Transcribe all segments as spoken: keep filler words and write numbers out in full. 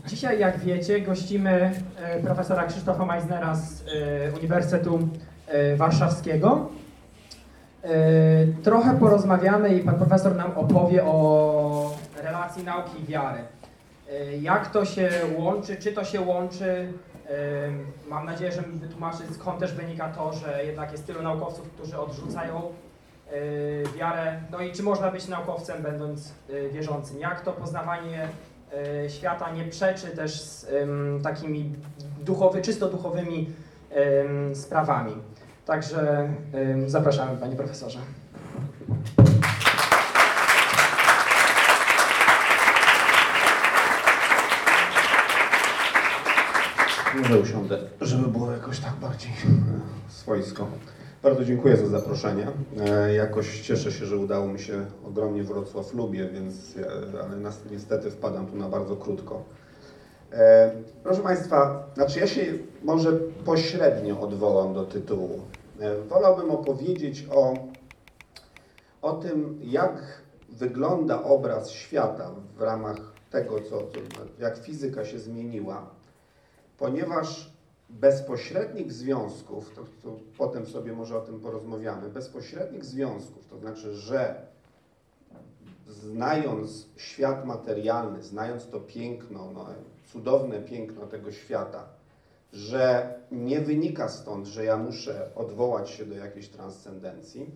Dzisiaj, jak wiecie, gościmy profesora Krzysztofa Meissnera z Uniwersytetu Warszawskiego. Trochę porozmawiamy i pan profesor nam opowie o relacji nauki i wiary. Jak to się łączy, czy to się łączy? Mam nadzieję, że mi wytłumaczy, skąd też wynika to, że jednak jest tylu naukowców, którzy odrzucają wiarę. No i czy można być naukowcem, będąc wierzącym? Jak to poznawanie świata nie przeczy też z um, takimi duchowy, czysto duchowymi um, sprawami. Także um, zapraszamy, panie profesorze. Może usiądę, żeby było jakoś tak bardziej swojsko. Bardzo dziękuję za zaproszenie. E, jakoś cieszę się, że udało mi się ogromnie Wrocław lubię, więc, e, ale nas, niestety wpadam tu na bardzo krótko. E, proszę Państwa, znaczy ja się może pośrednio odwołam do tytułu. E, wolałbym opowiedzieć o, o tym, jak wygląda obraz świata w ramach tego, co, co, jak fizyka się zmieniła, ponieważ bezpośrednich związków, to, to potem sobie może o tym porozmawiamy, bezpośrednich związków, to znaczy, że znając świat materialny, znając to piękno, no, cudowne piękno tego świata, że nie wynika stąd, że ja muszę odwołać się do jakiejś transcendencji,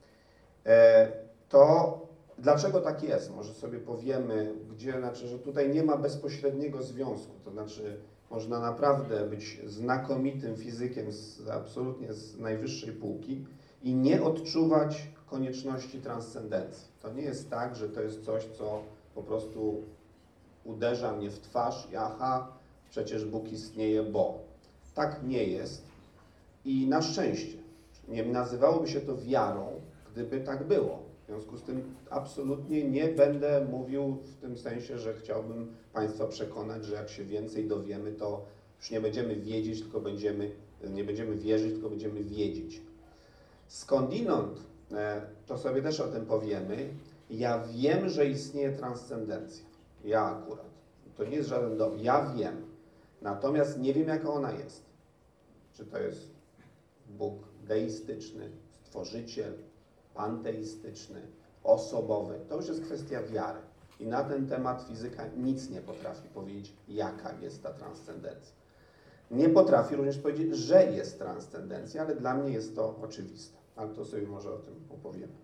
to dlaczego tak jest? Może sobie powiemy, gdzie, znaczy, że tutaj nie ma bezpośredniego związku, to znaczy można naprawdę być znakomitym fizykiem z, absolutnie z najwyższej półki i nie odczuwać konieczności transcendencji. To nie jest tak, że to jest coś, co po prostu uderza mnie w twarz i aha, przecież Bóg istnieje, bo. Tak nie jest i na szczęście. Nie nazywałoby się to wiarą, gdyby tak było. W związku z tym absolutnie nie będę mówił w tym sensie, że chciałbym Państwa przekonać, że jak się więcej dowiemy, to już nie będziemy wiedzieć, tylko będziemy, nie będziemy wierzyć, tylko będziemy wiedzieć. Skądinąd, to sobie też o tym powiemy, ja wiem, że istnieje transcendencja. Ja akurat. To nie jest żaden dom. Ja wiem. Natomiast nie wiem, jaka ona jest. Czy to jest Bóg deistyczny, stworzyciel, panteistyczny, osobowy. To już jest kwestia wiary. I na ten temat fizyka nic nie potrafi powiedzieć, jaka jest ta transcendencja. Nie potrafi również powiedzieć, że jest transcendencja, ale dla mnie jest to oczywiste. Ale to sobie może o tym opowiemy.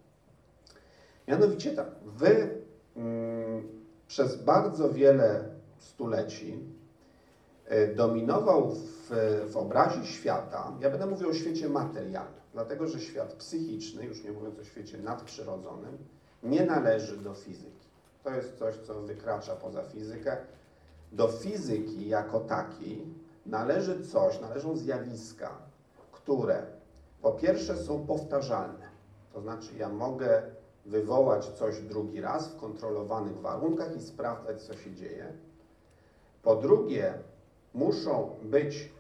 Mianowicie tak, wy mm, przez bardzo wiele stuleci y, dominował w, w obrazie świata, ja będę mówił o świecie materialnym, dlatego że świat psychiczny, już nie mówiąc o świecie nadprzyrodzonym, nie należy do fizyki. To jest coś, co wykracza poza fizykę. Do fizyki jako takiej należy coś, należą zjawiska, które po pierwsze są powtarzalne. To znaczy ja mogę wywołać coś drugi raz w kontrolowanych warunkach i sprawdzać, co się dzieje. Po drugie, muszą być,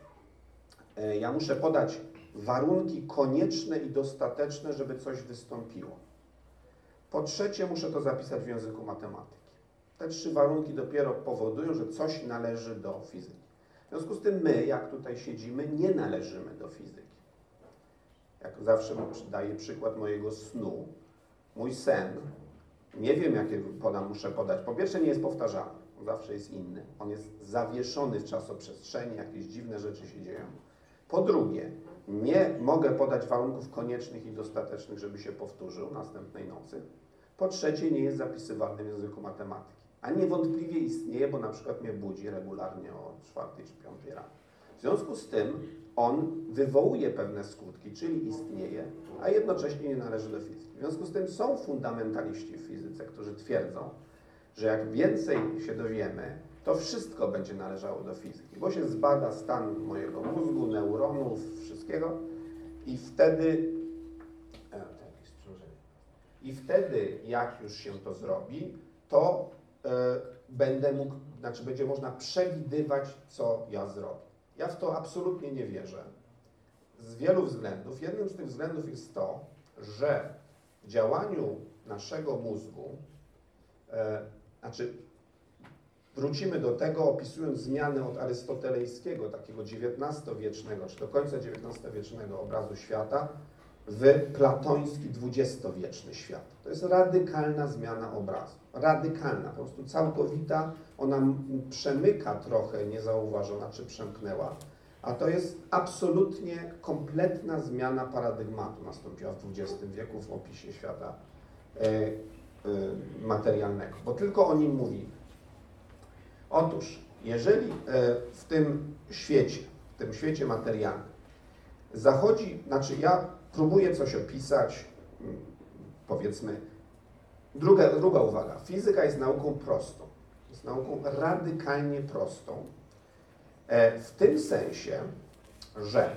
ja muszę podać warunki konieczne i dostateczne, żeby coś wystąpiło. Po trzecie, muszę to zapisać w języku matematyki. Te trzy warunki dopiero powodują, że coś należy do fizyki. W związku z tym my, jak tutaj siedzimy, nie należymy do fizyki. Jak zawsze daję przykład mojego snu. Mój sen, nie wiem, jakie podam, muszę podać. Po pierwsze, nie jest powtarzalny. On zawsze jest inny. On jest zawieszony w czasoprzestrzeni, jakieś dziwne rzeczy się dzieją. Po drugie, nie mogę podać warunków koniecznych i dostatecznych, żeby się powtórzył następnej nocy. Po trzecie, nie jest zapisywalny w języku matematyki. A niewątpliwie istnieje, bo na przykład mnie budzi regularnie o czwartej czy piątej rano. W związku z tym on wywołuje pewne skutki, czyli istnieje, a jednocześnie nie należy do fizyki. W związku z tym są fundamentaliści w fizyce, którzy twierdzą, że jak więcej się dowiemy, to wszystko będzie należało do fizyki, bo się zbada stan mojego mózgu, neuronów, wszystkiego i wtedy, e, i wtedy jak już się to zrobi, to e, będę mógł, znaczy będzie można przewidywać, co ja zrobię. Ja w to absolutnie nie wierzę. Z wielu względów. Jednym z tych względów jest to, że w działaniu naszego mózgu, e, znaczy wrócimy do tego, opisując zmianę od arystotelejskiego, takiego dziewiętnastowiecznego, czy do końca dziewiętnastowiecznego obrazu świata, w platoński dwudziestowieczny świat. To jest radykalna zmiana obrazu. Radykalna, po prostu całkowita, ona przemyka trochę niezauważona, czy przemknęła, a to jest absolutnie kompletna zmiana paradygmatu nastąpiła w dwudziestym wieku w opisie świata e, e, materialnego, bo tylko o nim mówimy. Otóż, jeżeli e, w tym świecie, w tym świecie materialnym zachodzi, znaczy ja próbuję coś opisać, powiedzmy, druga, druga uwaga, fizyka jest nauką prostą, jest nauką radykalnie prostą, e, w tym sensie, że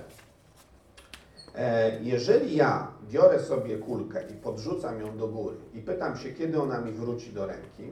e, jeżeli ja biorę sobie kulkę i podrzucam ją do góry i pytam się, kiedy ona mi wróci do ręki,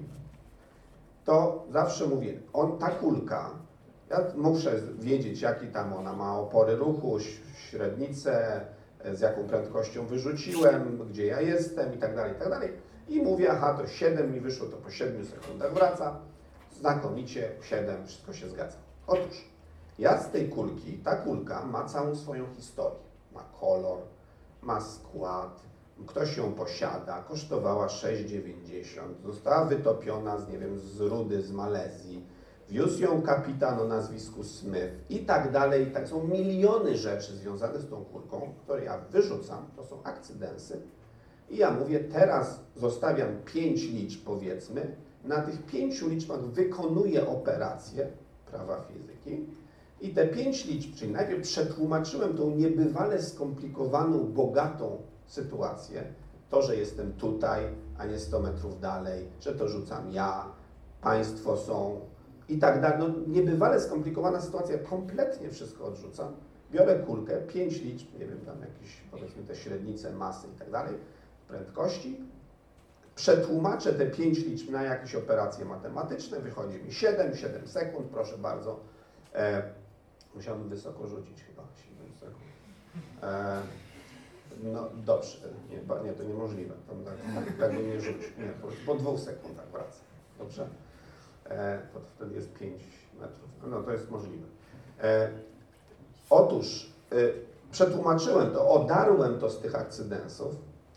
to zawsze mówię, on, ta kulka, ja muszę wiedzieć, jaki tam ona ma opory ruchu, średnicę, z jaką prędkością wyrzuciłem, gdzie ja jestem i tak dalej, i tak dalej. I mówię, aha, to siedem mi wyszło, to po siedmiu sekundach wraca. Znakomicie, siedem, wszystko się zgadza. Otóż, ja z tej kulki, ta kulka ma całą swoją historię. Ma kolor, ma skład, ktoś ją posiada, kosztowała sześć dziewięćdziesiąt, została wytopiona z, nie wiem, z rudy z Malezji, wiózł ją kapitan o nazwisku Smith i tak dalej, i tak. Są miliony rzeczy związane z tą kulką, które ja wyrzucam, to są akcydensy i ja mówię, teraz zostawiam pięć liczb, powiedzmy, na tych pięciu liczbach wykonuję operację prawa fizyki i te pięć liczb, czyli najpierw przetłumaczyłem tą niebywale skomplikowaną, bogatą sytuację, to, że jestem tutaj, a nie sto metrów dalej, że to rzucam ja, państwo są i tak dalej. No, niebywale skomplikowana sytuacja, kompletnie wszystko odrzucam, biorę kulkę, pięć liczb, nie wiem, tam jakieś, powiedzmy, te średnice, masy i tak dalej, prędkości, przetłumaczę te pięć liczb na jakieś operacje matematyczne, wychodzi mi siedem, siedem sekund, proszę bardzo. E, musiałbym wysoko rzucić chyba, siedem sekund. E, no dobrze, nie, nie to niemożliwe, tam tak, tak, tak bym nie rzucił, nie, po, po dwóch sekundach wraca, dobrze? E, to wtedy jest pięć metrów, no to jest możliwe. E, otóż e, przetłumaczyłem to, odarłem to z tych akcydensów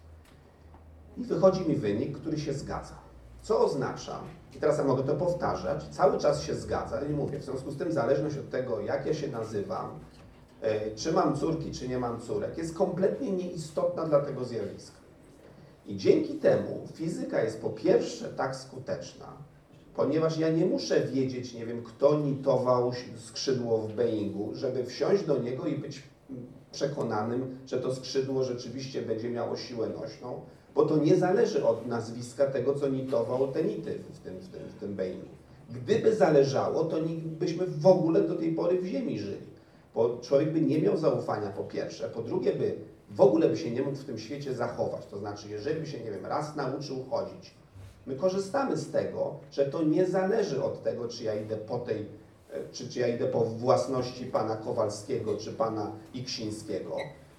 i wychodzi mi wynik, który się zgadza. Co oznacza, i teraz ja mogę to powtarzać, cały czas się zgadza, i mówię, w związku z tym zależność od tego, jak ja się nazywam, e, czy mam córki, czy nie mam córek, jest kompletnie nieistotna dla tego zjawiska. I dzięki temu fizyka jest po pierwsze tak skuteczna, ponieważ ja nie muszę wiedzieć, nie wiem, kto nitował skrzydło w Boeingu, żeby wsiąść do niego i być przekonanym, że to skrzydło rzeczywiście będzie miało siłę nośną, bo to nie zależy od nazwiska tego, co nitował te nity w tym, w tym, w tym Boeingu. Gdyby zależało, to nikt byśmy w ogóle do tej pory w Ziemi żyli, bo człowiek by nie miał zaufania, po pierwsze, po drugie by w ogóle by się nie mógł w tym świecie zachować, to znaczy, jeżeli by się, nie wiem, raz nauczył chodzić, my korzystamy z tego, że to nie zależy od tego, czy ja idę po tej, czy, czy ja idę po własności pana Kowalskiego, czy pana Iksińskiego.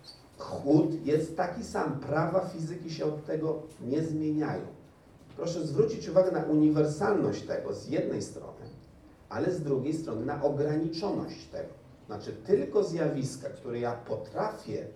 Chód jest taki sam, prawa fizyki się od tego nie zmieniają. Proszę zwrócić uwagę na uniwersalność tego z jednej strony, ale z drugiej strony na ograniczoność tego. Znaczy tylko zjawiska, które ja potrafię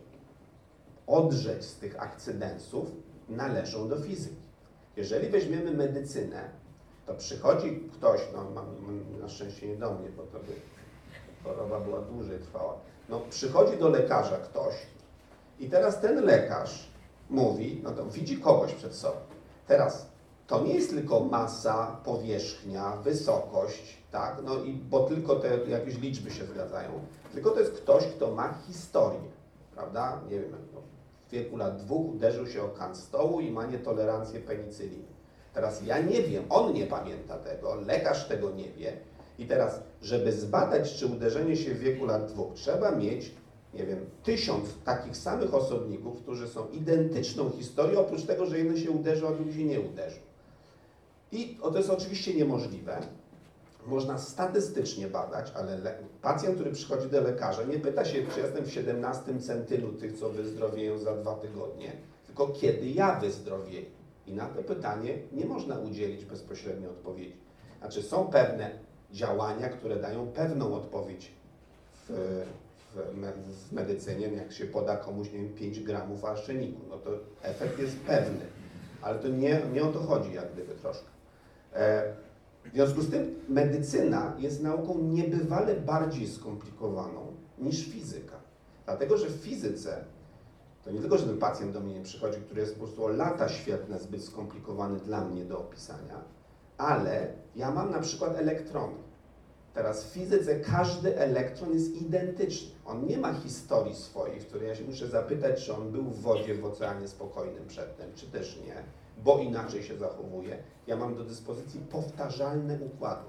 odrzeć z tych akcydensów, należą do fizyki. Jeżeli weźmiemy medycynę, to przychodzi ktoś, no na szczęście nie do mnie, bo to by choroba była dłużej trwała, no przychodzi do lekarza ktoś i teraz ten lekarz mówi, no to widzi kogoś przed sobą. Teraz to nie jest tylko masa, powierzchnia, wysokość, tak, no i bo tylko te jakieś liczby się zgadzają, tylko to jest ktoś, kto ma historię, prawda, nie wiem, no, w wieku lat dwóch uderzył się o kant stołu i ma nietolerancję penicyliny. Teraz ja nie wiem, on nie pamięta tego, lekarz tego nie wie i teraz, żeby zbadać, czy uderzenie się w wieku lat dwóch, trzeba mieć, nie wiem, tysiąc takich samych osobników, którzy są identyczną historią, oprócz tego, że jeden się uderzył, a drugi się nie uderzył. I o, to jest oczywiście niemożliwe. Można statystycznie badać, ale le- pacjent, który przychodzi do lekarza, nie pyta się, czy jestem w siedemnastym centylu tych, co wyzdrowieją za dwa tygodnie, tylko kiedy ja wyzdrowieję. I na to pytanie nie można udzielić bezpośrednio odpowiedzi. Znaczy są pewne działania, które dają pewną odpowiedź w, w, me, w medycynie. Jak się poda komuś, nie wiem, pięć gramów arszeniku, no to efekt jest pewny. Ale to nie, nie o to chodzi, jak gdyby troszkę. E, w związku z tym medycyna jest nauką niebywale bardziej skomplikowaną niż fizyka. Dlatego, że w fizyce to nie tylko, że ten pacjent do mnie nie przychodzi, który jest po prostu o lata świetne, zbyt skomplikowany dla mnie do opisania, ale ja mam na przykład elektrony. Teraz w fizyce każdy elektron jest identyczny. On nie ma historii swojej, w której ja się muszę zapytać, czy on był w wodzie w oceanie spokojnym przedtem, czy też nie, bo inaczej się zachowuje. Ja mam do dyspozycji powtarzalne układy.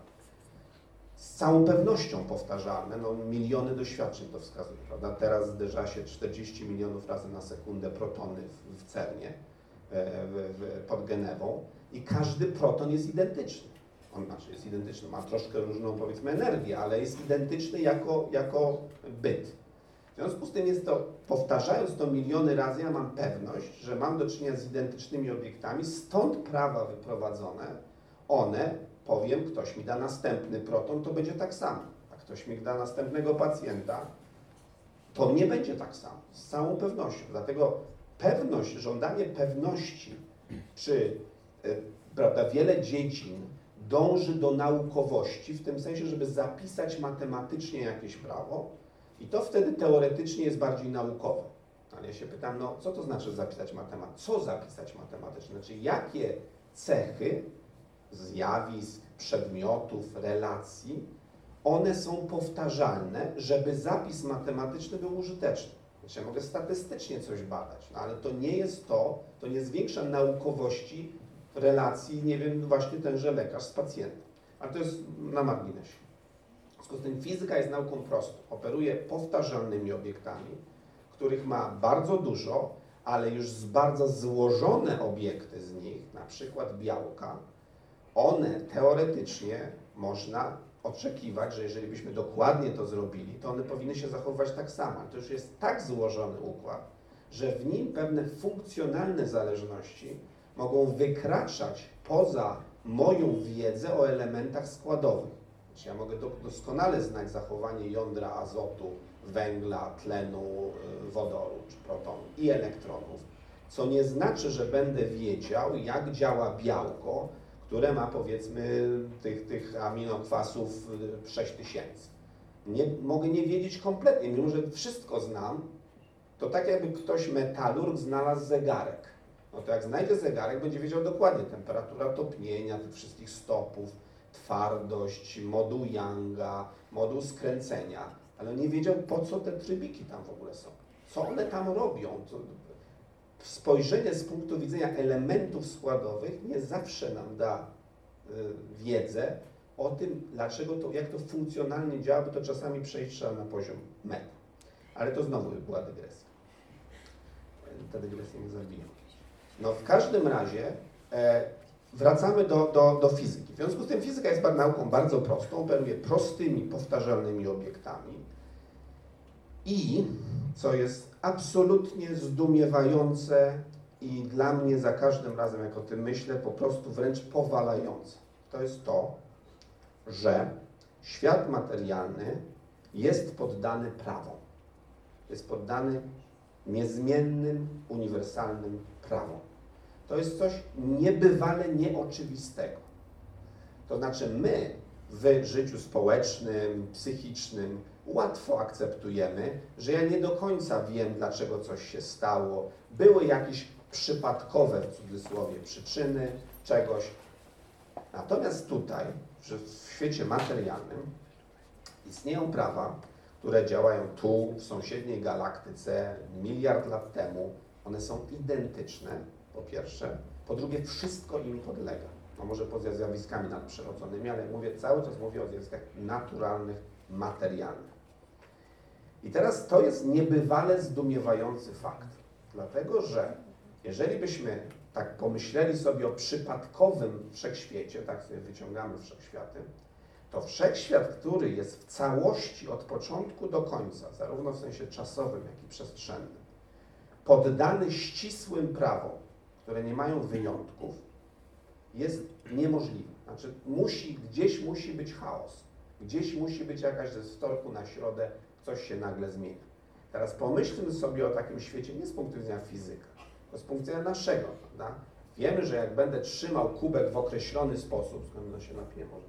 Z całą pewnością powtarzalne, no miliony doświadczeń to wskazują, prawda? Teraz zderza się czterdzieści milionów razy na sekundę protony w, w Cernie, w, w, pod Genewą i każdy proton jest identyczny. On znaczy jest identyczny, ma troszkę różną, powiedzmy, energię, ale jest identyczny jako, jako byt. W związku z tym jest to, powtarzając to miliony razy, ja mam pewność, że mam do czynienia z identycznymi obiektami, stąd prawa wyprowadzone, one, powiem, ktoś mi da następny proton, to będzie tak samo. A ktoś mi da następnego pacjenta, to nie będzie tak samo, z całą pewnością. Dlatego pewność, żądanie pewności, czy y, prawda, wiele dziedzin dąży do naukowości, w tym sensie, żeby zapisać matematycznie jakieś prawo i to wtedy teoretycznie jest bardziej naukowe. Ale ja się pytam, no co to znaczy zapisać matematycznie? Co zapisać matematycznie? Znaczy jakie cechy zjawisk, przedmiotów, relacji, one są powtarzalne, żeby zapis matematyczny był użyteczny. Znaczy ja mogę statystycznie coś badać, no ale to nie jest to, to nie zwiększa naukowości relacji, nie wiem, właśnie tenże lekarz z pacjentem. Ale to jest na marginesie. W związku z tym fizyka jest nauką prostą. Operuje powtarzalnymi obiektami, których ma bardzo dużo, ale już z bardzo złożone obiekty z nich, na przykład białka, one teoretycznie można oczekiwać, że jeżeli byśmy dokładnie to zrobili, to one powinny się zachowywać tak samo. To już jest tak złożony układ, że w nim pewne funkcjonalne zależności mogą wykraczać poza moją wiedzę o elementach składowych. Znaczy ja mogę do, doskonale znać zachowanie jądra azotu, węgla, tlenu, wodoru czy protonu i elektronów, co nie znaczy, że będę wiedział, jak działa białko, które ma, powiedzmy, tych, tych aminokwasów sześć tysięcy. Nie, mogę nie wiedzieć kompletnie, mimo że wszystko znam, to tak jakby ktoś metalurg znalazł zegarek. No to jak znajdzie zegarek, będzie wiedział dokładnie temperatura topnienia, tych wszystkich stopów, twardość, moduł Younga, moduł skręcenia, ale nie wiedział, po co te trybiki tam w ogóle są. Co one tam robią? To, spojrzenie z punktu widzenia elementów składowych nie zawsze nam da y, wiedzę o tym, dlaczego to, jak to funkcjonalnie działa, bo to czasami przejść trzeba na poziom meta. Ale to znowu była dygresja. Ta dygresja mnie zabija. No w każdym razie e, wracamy do, do, do fizyki. W związku z tym fizyka jest nauką bardzo prostą, operuje prostymi, powtarzalnymi obiektami i, co jest absolutnie zdumiewające i dla mnie za każdym razem, jak o tym myślę, po prostu wręcz powalające, to jest to, że świat materialny jest poddany prawom. Jest poddany niezmiennym, uniwersalnym prawom. To jest coś niebywale nieoczywistego. To znaczy my w życiu społecznym, psychicznym łatwo akceptujemy, że ja nie do końca wiem, dlaczego coś się stało. Były jakieś przypadkowe, w cudzysłowie, przyczyny czegoś. Natomiast tutaj, w świecie materialnym, istnieją prawa, które działają tu, w sąsiedniej galaktyce, miliard lat temu. One są identyczne, po pierwsze. Po drugie, wszystko im podlega. No może poza zjawiskami nadprzyrodzonymi, ale mówię, cały czas mówię o zjawiskach naturalnych, materialnych. I teraz to jest niebywale zdumiewający fakt, dlatego że jeżeli byśmy tak pomyśleli sobie o przypadkowym wszechświecie, tak sobie wyciągamy wszechświaty, to wszechświat, który jest w całości od początku do końca, zarówno w sensie czasowym, jak i przestrzennym, poddany ścisłym prawom, które nie mają wyjątków, jest niemożliwy. Znaczy musi, gdzieś musi być chaos, gdzieś musi być jakaś ze wtorku na środę, coś się nagle zmienia. Teraz pomyślmy sobie o takim świecie nie z punktu widzenia fizyka, tylko z punktu widzenia naszego, prawda? Wiemy, że jak będę trzymał kubek w określony sposób, skąd on się napije może,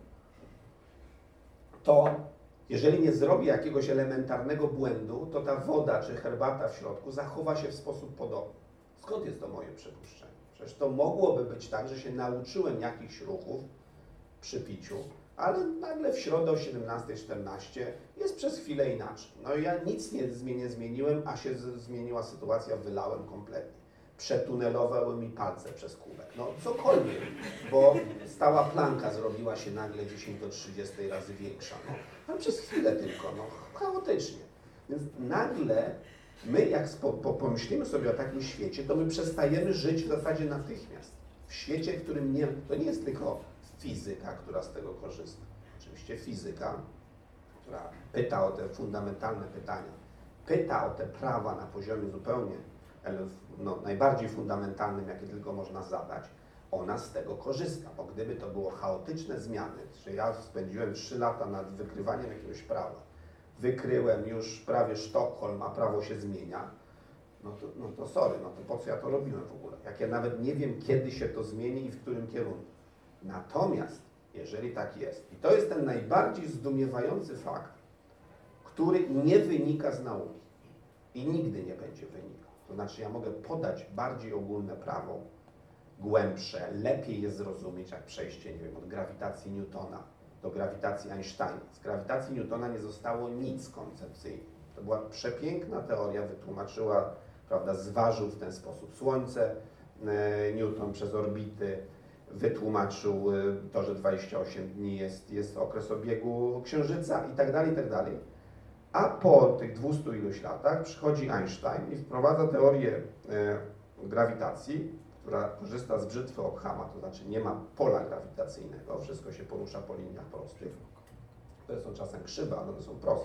to jeżeli nie zrobię jakiegoś elementarnego błędu, to ta woda czy herbata w środku zachowa się w sposób podobny. Skąd jest to moje przypuszczenie? Przecież to mogłoby być tak, że się nauczyłem jakichś ruchów przy piciu, ale nagle w środę o siedemnastej czternaście jest przez chwilę inaczej. No i ja nic nie zmienię, zmieniłem, a się z, zmieniła sytuacja, wylałem kompletnie. Przetunelowały mi palce przez kubek. No cokolwiek, bo stała planka zrobiła się nagle dziesięć do trzydziestu razy większa. No, ale przez chwilę tylko, no chaotycznie. Więc nagle my jak spo, po, pomyślimy sobie o takim świecie, to my przestajemy żyć w zasadzie natychmiast. W świecie, w którym nie, to nie jest tylko fizyka, która z tego korzysta. Oczywiście fizyka, która pyta o te fundamentalne pytania, pyta o te prawa na poziomie zupełnie no, najbardziej fundamentalnym, jakie tylko można zadać, ona z tego korzysta, bo gdyby to było chaotyczne zmiany, że ja spędziłem trzy lata nad wykrywaniem jakiegoś prawa, wykryłem już prawie Sztokholm, a prawo się zmienia, no to, no to sorry, no to po co ja to robiłem w ogóle? Jak ja nawet nie wiem, kiedy się to zmieni i w którym kierunku. Natomiast, jeżeli tak jest, i to jest ten najbardziej zdumiewający fakt, który nie wynika z nauki i nigdy nie będzie wynikał. To znaczy, ja mogę podać bardziej ogólne prawo, głębsze, lepiej je zrozumieć, jak przejście, nie wiem, od grawitacji Newtona do grawitacji Einsteina. Z grawitacji Newtona nie zostało nic koncepcyjnie. To była przepiękna teoria, wytłumaczyła, prawda, zważył w ten sposób Słońce, e, Newton przez orbity, wytłumaczył e, to, że dwadzieścia osiem dni jest, jest okres obiegu Księżyca i tak dalej, i tak dalej. A po tych dwustu iluś latach przychodzi Einstein i wprowadza teorię e, grawitacji, która korzysta z brzytwy Ockhama, to znaczy nie ma pola grawitacyjnego, wszystko się porusza po liniach prostych. To są czasem krzywe, ale one są proste.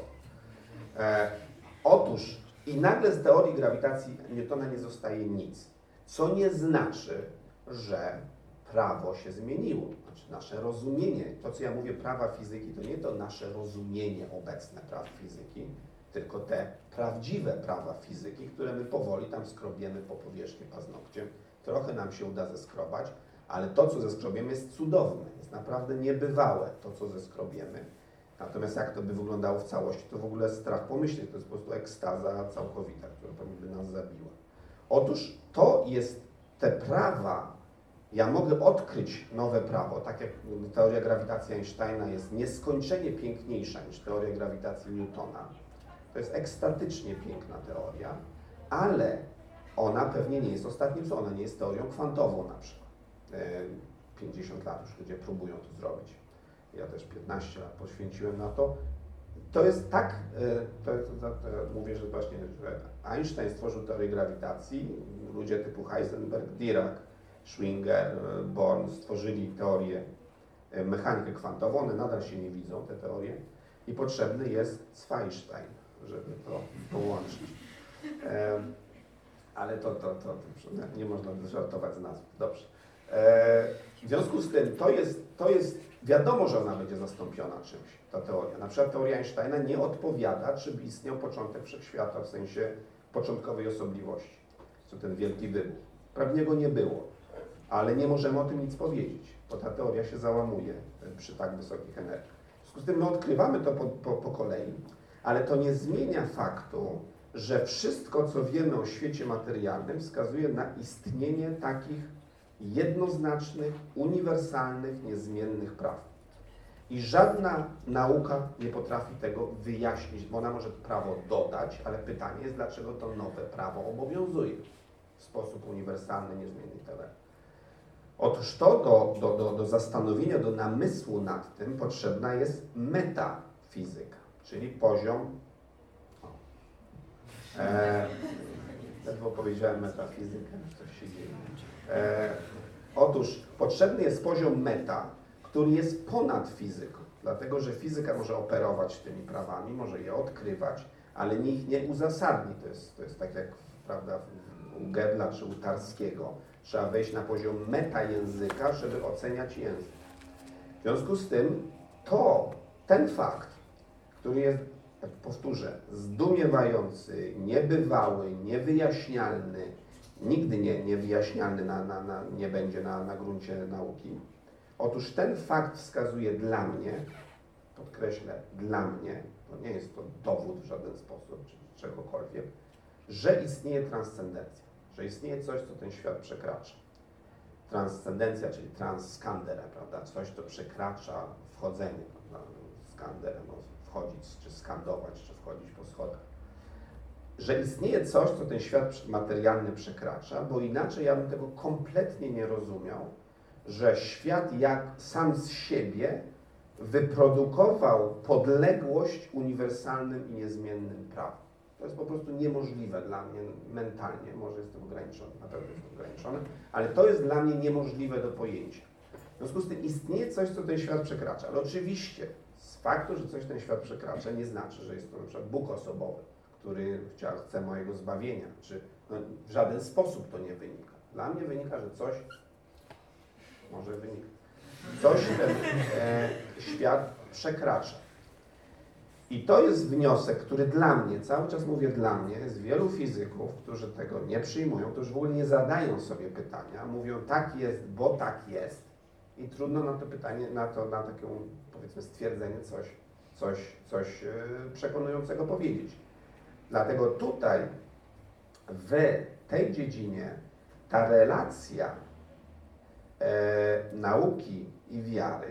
E, otóż i nagle z teorii grawitacji Newtona nie zostaje nic, co nie znaczy, że prawo się zmieniło. Znaczy nasze rozumienie, to co ja mówię prawa fizyki, to nie to nasze rozumienie obecne praw fizyki, tylko te prawdziwe prawa fizyki, które my powoli tam skrobiemy po powierzchni paznokciem. Trochę nam się uda zeskrobać, ale to, co zeskrobiemy, jest cudowne, jest naprawdę niebywałe, to, co zeskrobiemy. Natomiast jak to by wyglądało w całości, to w ogóle strach pomyśleć, to jest po prostu ekstaza całkowita, która pewnie by nas zabiła. Otóż to jest, te prawa, ja mogę odkryć nowe prawo, tak jak teoria grawitacji Einsteina jest nieskończenie piękniejsza niż teoria grawitacji Newtona. To jest ekstatycznie piękna teoria, ale ona pewnie nie jest ostatnim co, ona nie jest teorią kwantową na przykład. pięćdziesiąt lat już ludzie próbują to zrobić. Ja też piętnaście lat poświęciłem na to. To jest tak, to, to, to mówię, że właśnie że Einstein stworzył teorię grawitacji, ludzie typu Heisenberg, Dirac, Schwinger, Born stworzyli teorię mechanikę kwantową, one nadal się nie widzą, te teorie, i potrzebny jest Zweistein, żeby to połączyć. Ale to, to, to, to nie można żartować z nazwy. Dobrze. W związku z tym to jest, to jest, wiadomo, że ona będzie zastąpiona czymś, ta teoria. Na przykład teoria Einsteina nie odpowiada, czy istniał początek wszechświata, w sensie początkowej osobliwości, czy ten wielki wybuch. Prawnie go nie było, ale nie możemy o tym nic powiedzieć, bo ta teoria się załamuje przy tak wysokich energiach. W związku z tym my odkrywamy to po, po, po kolei, ale to nie zmienia faktu, że wszystko, co wiemy o świecie materialnym, wskazuje na istnienie takich jednoznacznych, uniwersalnych, niezmiennych praw. I żadna nauka nie potrafi tego wyjaśnić, bo ona może prawo dodać, ale pytanie jest, dlaczego to nowe prawo obowiązuje w sposób uniwersalny, niezmienny itd. Otóż to do, do, do, do zastanowienia, do namysłu nad tym potrzebna jest metafizyka, czyli poziom. E, ledwo powiedziałem metafizykę, coś się dzieje. E, otóż potrzebny jest poziom meta, który jest ponad fizyką, dlatego że fizyka może operować tymi prawami, może je odkrywać, ale nie ich nie uzasadni. To jest, to jest tak jak, prawda, u Gödla czy u Tarskiego. Trzeba wejść na poziom meta języka, żeby oceniać język. związku z tym to, ten fakt, który jest, jak powtórzę, zdumiewający, niebywały, niewyjaśnialny, nigdy nie, niewyjaśnialny na, na, na, nie będzie na, na gruncie nauki. Otóż ten fakt wskazuje dla mnie, podkreślę, dla mnie, to nie jest to dowód w żaden sposób, czy czegokolwiek, że istnieje transcendencja, że istnieje coś, co ten świat przekracza. Transcendencja, czyli transkandera, prawda? Coś, co przekracza wchodzenie, prawda? Skandera, no, wchodzić, czy skandować, czy wchodzić po schodach. Że istnieje coś, co ten świat materialny przekracza, bo inaczej ja bym tego kompletnie nie rozumiał, że świat jak sam z siebie wyprodukował podległość uniwersalnym i niezmiennym prawom. To jest po prostu niemożliwe dla mnie mentalnie, może jestem ograniczony, na pewno jestem ograniczony, ale to jest dla mnie niemożliwe do pojęcia. W związku z tym istnieje coś, co ten świat przekracza, ale oczywiście z faktu, że coś ten świat przekracza, nie znaczy, że jest to na przykład Bóg osobowy, który chce, chce mojego zbawienia, czy no, w żaden sposób to nie wynika. Dla mnie wynika, że coś może wynika. Coś ten e, świat przekracza. I to jest wniosek, który dla mnie, cały czas mówię dla mnie, jest wielu fizyków, którzy tego nie przyjmują, którzy w ogóle nie zadają sobie pytania, mówią tak jest, bo tak jest i trudno na to pytanie, na to, na takie powiedzmy stwierdzenie coś, coś, coś e, przekonującego powiedzieć. Dlatego tutaj w tej dziedzinie ta relacja e, nauki i wiary,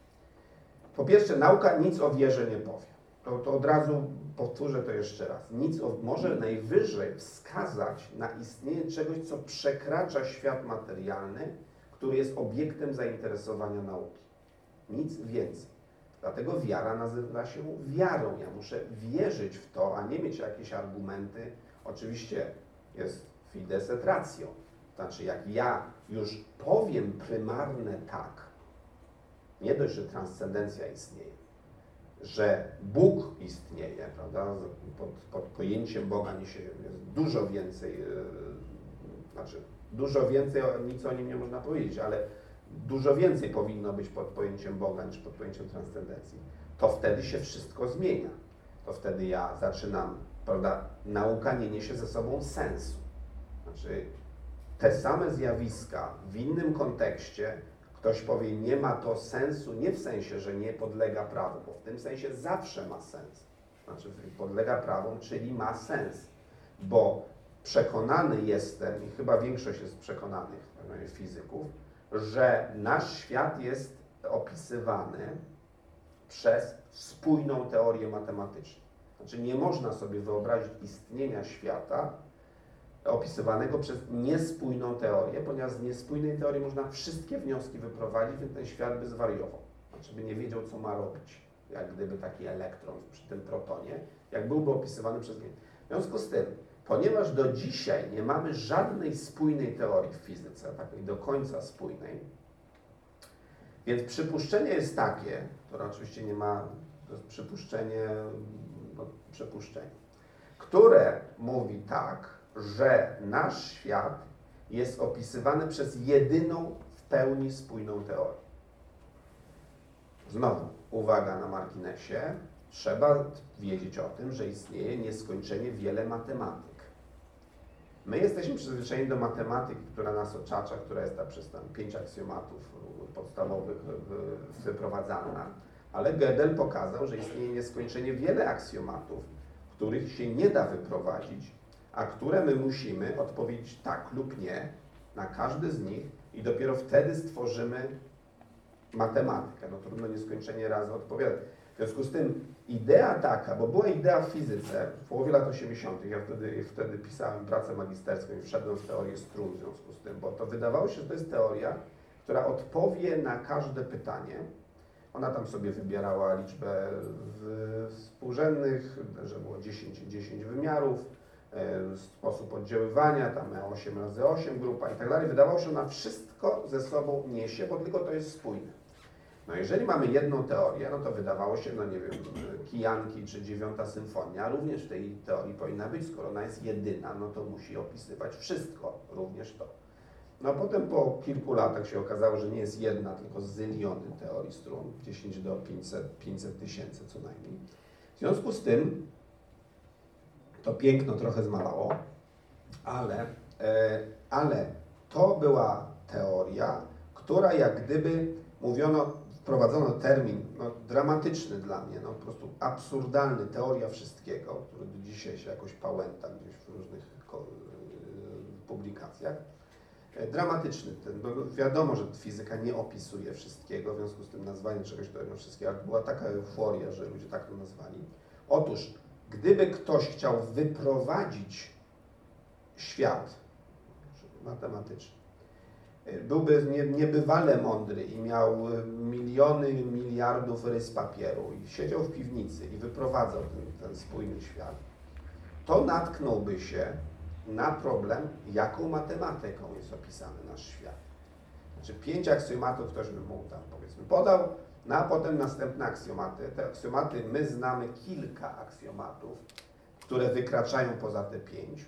po pierwsze nauka nic o wierze nie powie. To, to od razu powtórzę to jeszcze raz. Nic o, może najwyżej wskazać na istnienie czegoś, co przekracza świat materialny, który jest obiektem zainteresowania nauki. Nic więcej. Dlatego wiara nazywa się wiarą. Ja muszę wierzyć w to, a nie mieć jakieś argumenty. Oczywiście jest fides et ratio. Znaczy, jak ja już powiem prymarne tak, nie dość, że transcendencja istnieje, że Bóg istnieje, prawda? Pod, pod pojęciem Boga niesie jest dużo więcej, yy, znaczy dużo więcej, nic o nim nie można powiedzieć, ale dużo więcej powinno być pod pojęciem Boga niż pod pojęciem transcendencji. To wtedy się wszystko zmienia. To wtedy ja zaczynam, prawda? Nauka nie niesie ze sobą sensu. Znaczy, te same zjawiska w innym kontekście ktoś powie, nie ma to sensu, nie w sensie, że nie podlega prawu, bo w tym sensie zawsze ma sens. Znaczy podlega prawom, czyli ma sens, bo przekonany jestem, i chyba większość jest przekonanych fizyków, że nasz świat jest opisywany przez spójną teorię matematyczną. Znaczy nie można sobie wyobrazić istnienia świata opisywanego przez niespójną teorię, ponieważ z niespójnej teorii można wszystkie wnioski wyprowadzić, więc ten świat by zwariował. Znaczy by nie wiedział, co ma robić, jak gdyby taki elektron przy tym protonie, jak byłby opisywany przez nie. W związku z tym, ponieważ do dzisiaj nie mamy żadnej spójnej teorii w fizyce, takiej do końca spójnej, więc przypuszczenie jest takie, które oczywiście nie ma, to jest przypuszczenie, no, przypuszczenie, które mówi tak, że nasz świat jest opisywany przez jedyną w pełni spójną teorię. Znowu, uwaga na marginesie, trzeba wiedzieć o tym, że istnieje nieskończenie wiele matematyk. My jesteśmy przyzwyczajeni do matematyki, która nas otacza, która jest ta przez tam pięć aksjomatów podstawowych wyprowadzana, ale Gödel pokazał, że istnieje nieskończenie wiele aksjomatów, których się nie da wyprowadzić, a które my musimy odpowiedzieć tak lub nie na każdy z nich i dopiero wtedy stworzymy matematykę. No trudno nieskończenie razy odpowiadać. W związku z tym idea taka, bo była idea w fizyce w połowie lat osiemdziesiątych, ja wtedy, wtedy pisałem pracę magisterską i wszedłem w teorię strun w związku z tym, bo to wydawało się, że to jest teoria, która odpowie na każde pytanie. Ona tam sobie wybierała liczbę współrzędnych, że było dziesięć, dziesięć wymiarów, sposób oddziaływania, tam miała osiem razy osiem grupa i tak dalej. Wydawało się, że ona wszystko ze sobą niesie, bo tylko to jest spójne. No jeżeli mamy jedną teorię, no to wydawało się, no nie wiem, Kijanki czy dziewiąta symfonia również w tej teorii powinna być, skoro ona jest jedyna, no to musi opisywać wszystko, również to. No a potem po kilku latach się okazało, że nie jest jedna, tylko zyliony teorii strun, dziesięć do pięciuset tysięcy co najmniej. W związku z tym to piękno trochę zmalało, ale, e, ale to była teoria, która jak gdyby mówiono, wprowadzono termin no, dramatyczny dla mnie, no, po prostu absurdalny, teoria wszystkiego, który do dzisiaj się jakoś pałęta gdzieś w różnych ko, y, publikacjach. E, dramatyczny, ten, bo wiadomo, że fizyka nie opisuje wszystkiego, w związku z tym nazwanie czegoś teorią wszystkiego, ale była taka euforia, że ludzie tak to nazwali. Otóż, gdyby ktoś chciał wyprowadzić świat matematyczny, byłby nie, niebywale mądry i miał miliony, miliardów rys papieru i siedział w piwnicy i wyprowadzał ten, ten spójny świat, to natknąłby się na problem, jaką matematyką jest opisany nasz świat. Znaczy pięć aksjomatów ktoś by mu tam powiedzmy podał, no a potem następne aksjomaty. Te aksjomaty, my znamy kilka aksjomatów, które wykraczają poza te pięć,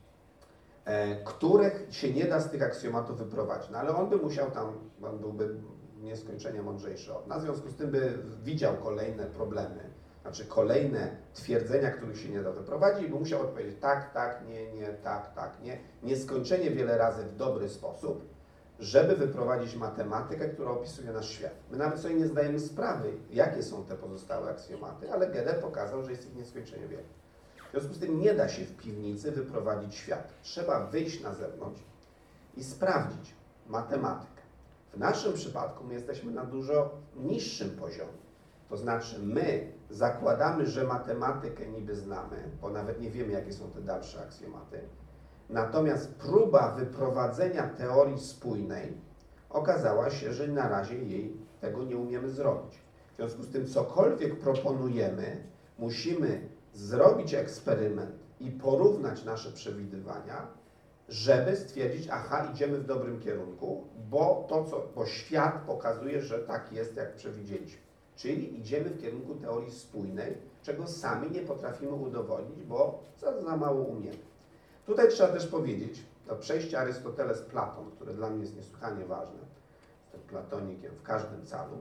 e, których się nie da z tych aksjomatów wyprowadzić. No ale on by musiał tam, on byłby nieskończenie mądrzejszy od nas, w związku z tym by widział kolejne problemy, znaczy kolejne twierdzenia, których się nie da wyprowadzić i by musiał odpowiedzieć tak, tak, nie, nie, tak, tak, nie, nieskończenie wiele razy w dobry sposób, żeby wyprowadzić matematykę, która opisuje nasz świat. My nawet sobie nie zdajemy sprawy, jakie są te pozostałe aksjomaty, ale Gödel pokazał, że jest ich nieskończenie wiele. W związku z tym nie da się w piwnicy wyprowadzić świat. Trzeba wyjść na zewnątrz i sprawdzić matematykę. W naszym przypadku my jesteśmy na dużo niższym poziomie. To znaczy my zakładamy, że matematykę niby znamy, bo nawet nie wiemy, jakie są te dalsze aksjomaty. Natomiast próba wyprowadzenia teorii spójnej okazała się, że na razie jej tego nie umiemy zrobić. W związku z tym cokolwiek proponujemy, musimy zrobić eksperyment i porównać nasze przewidywania, żeby stwierdzić, aha, idziemy w dobrym kierunku, bo to co, bo świat pokazuje, że tak jest, jak przewidzieliśmy. Czyli idziemy w kierunku teorii spójnej, czego sami nie potrafimy udowodnić, bo za, za mało umiemy. Tutaj trzeba też powiedzieć, to przejście Arystoteles-Platon, które dla mnie jest niesłychanie ważne, jestem platonikiem w każdym calu.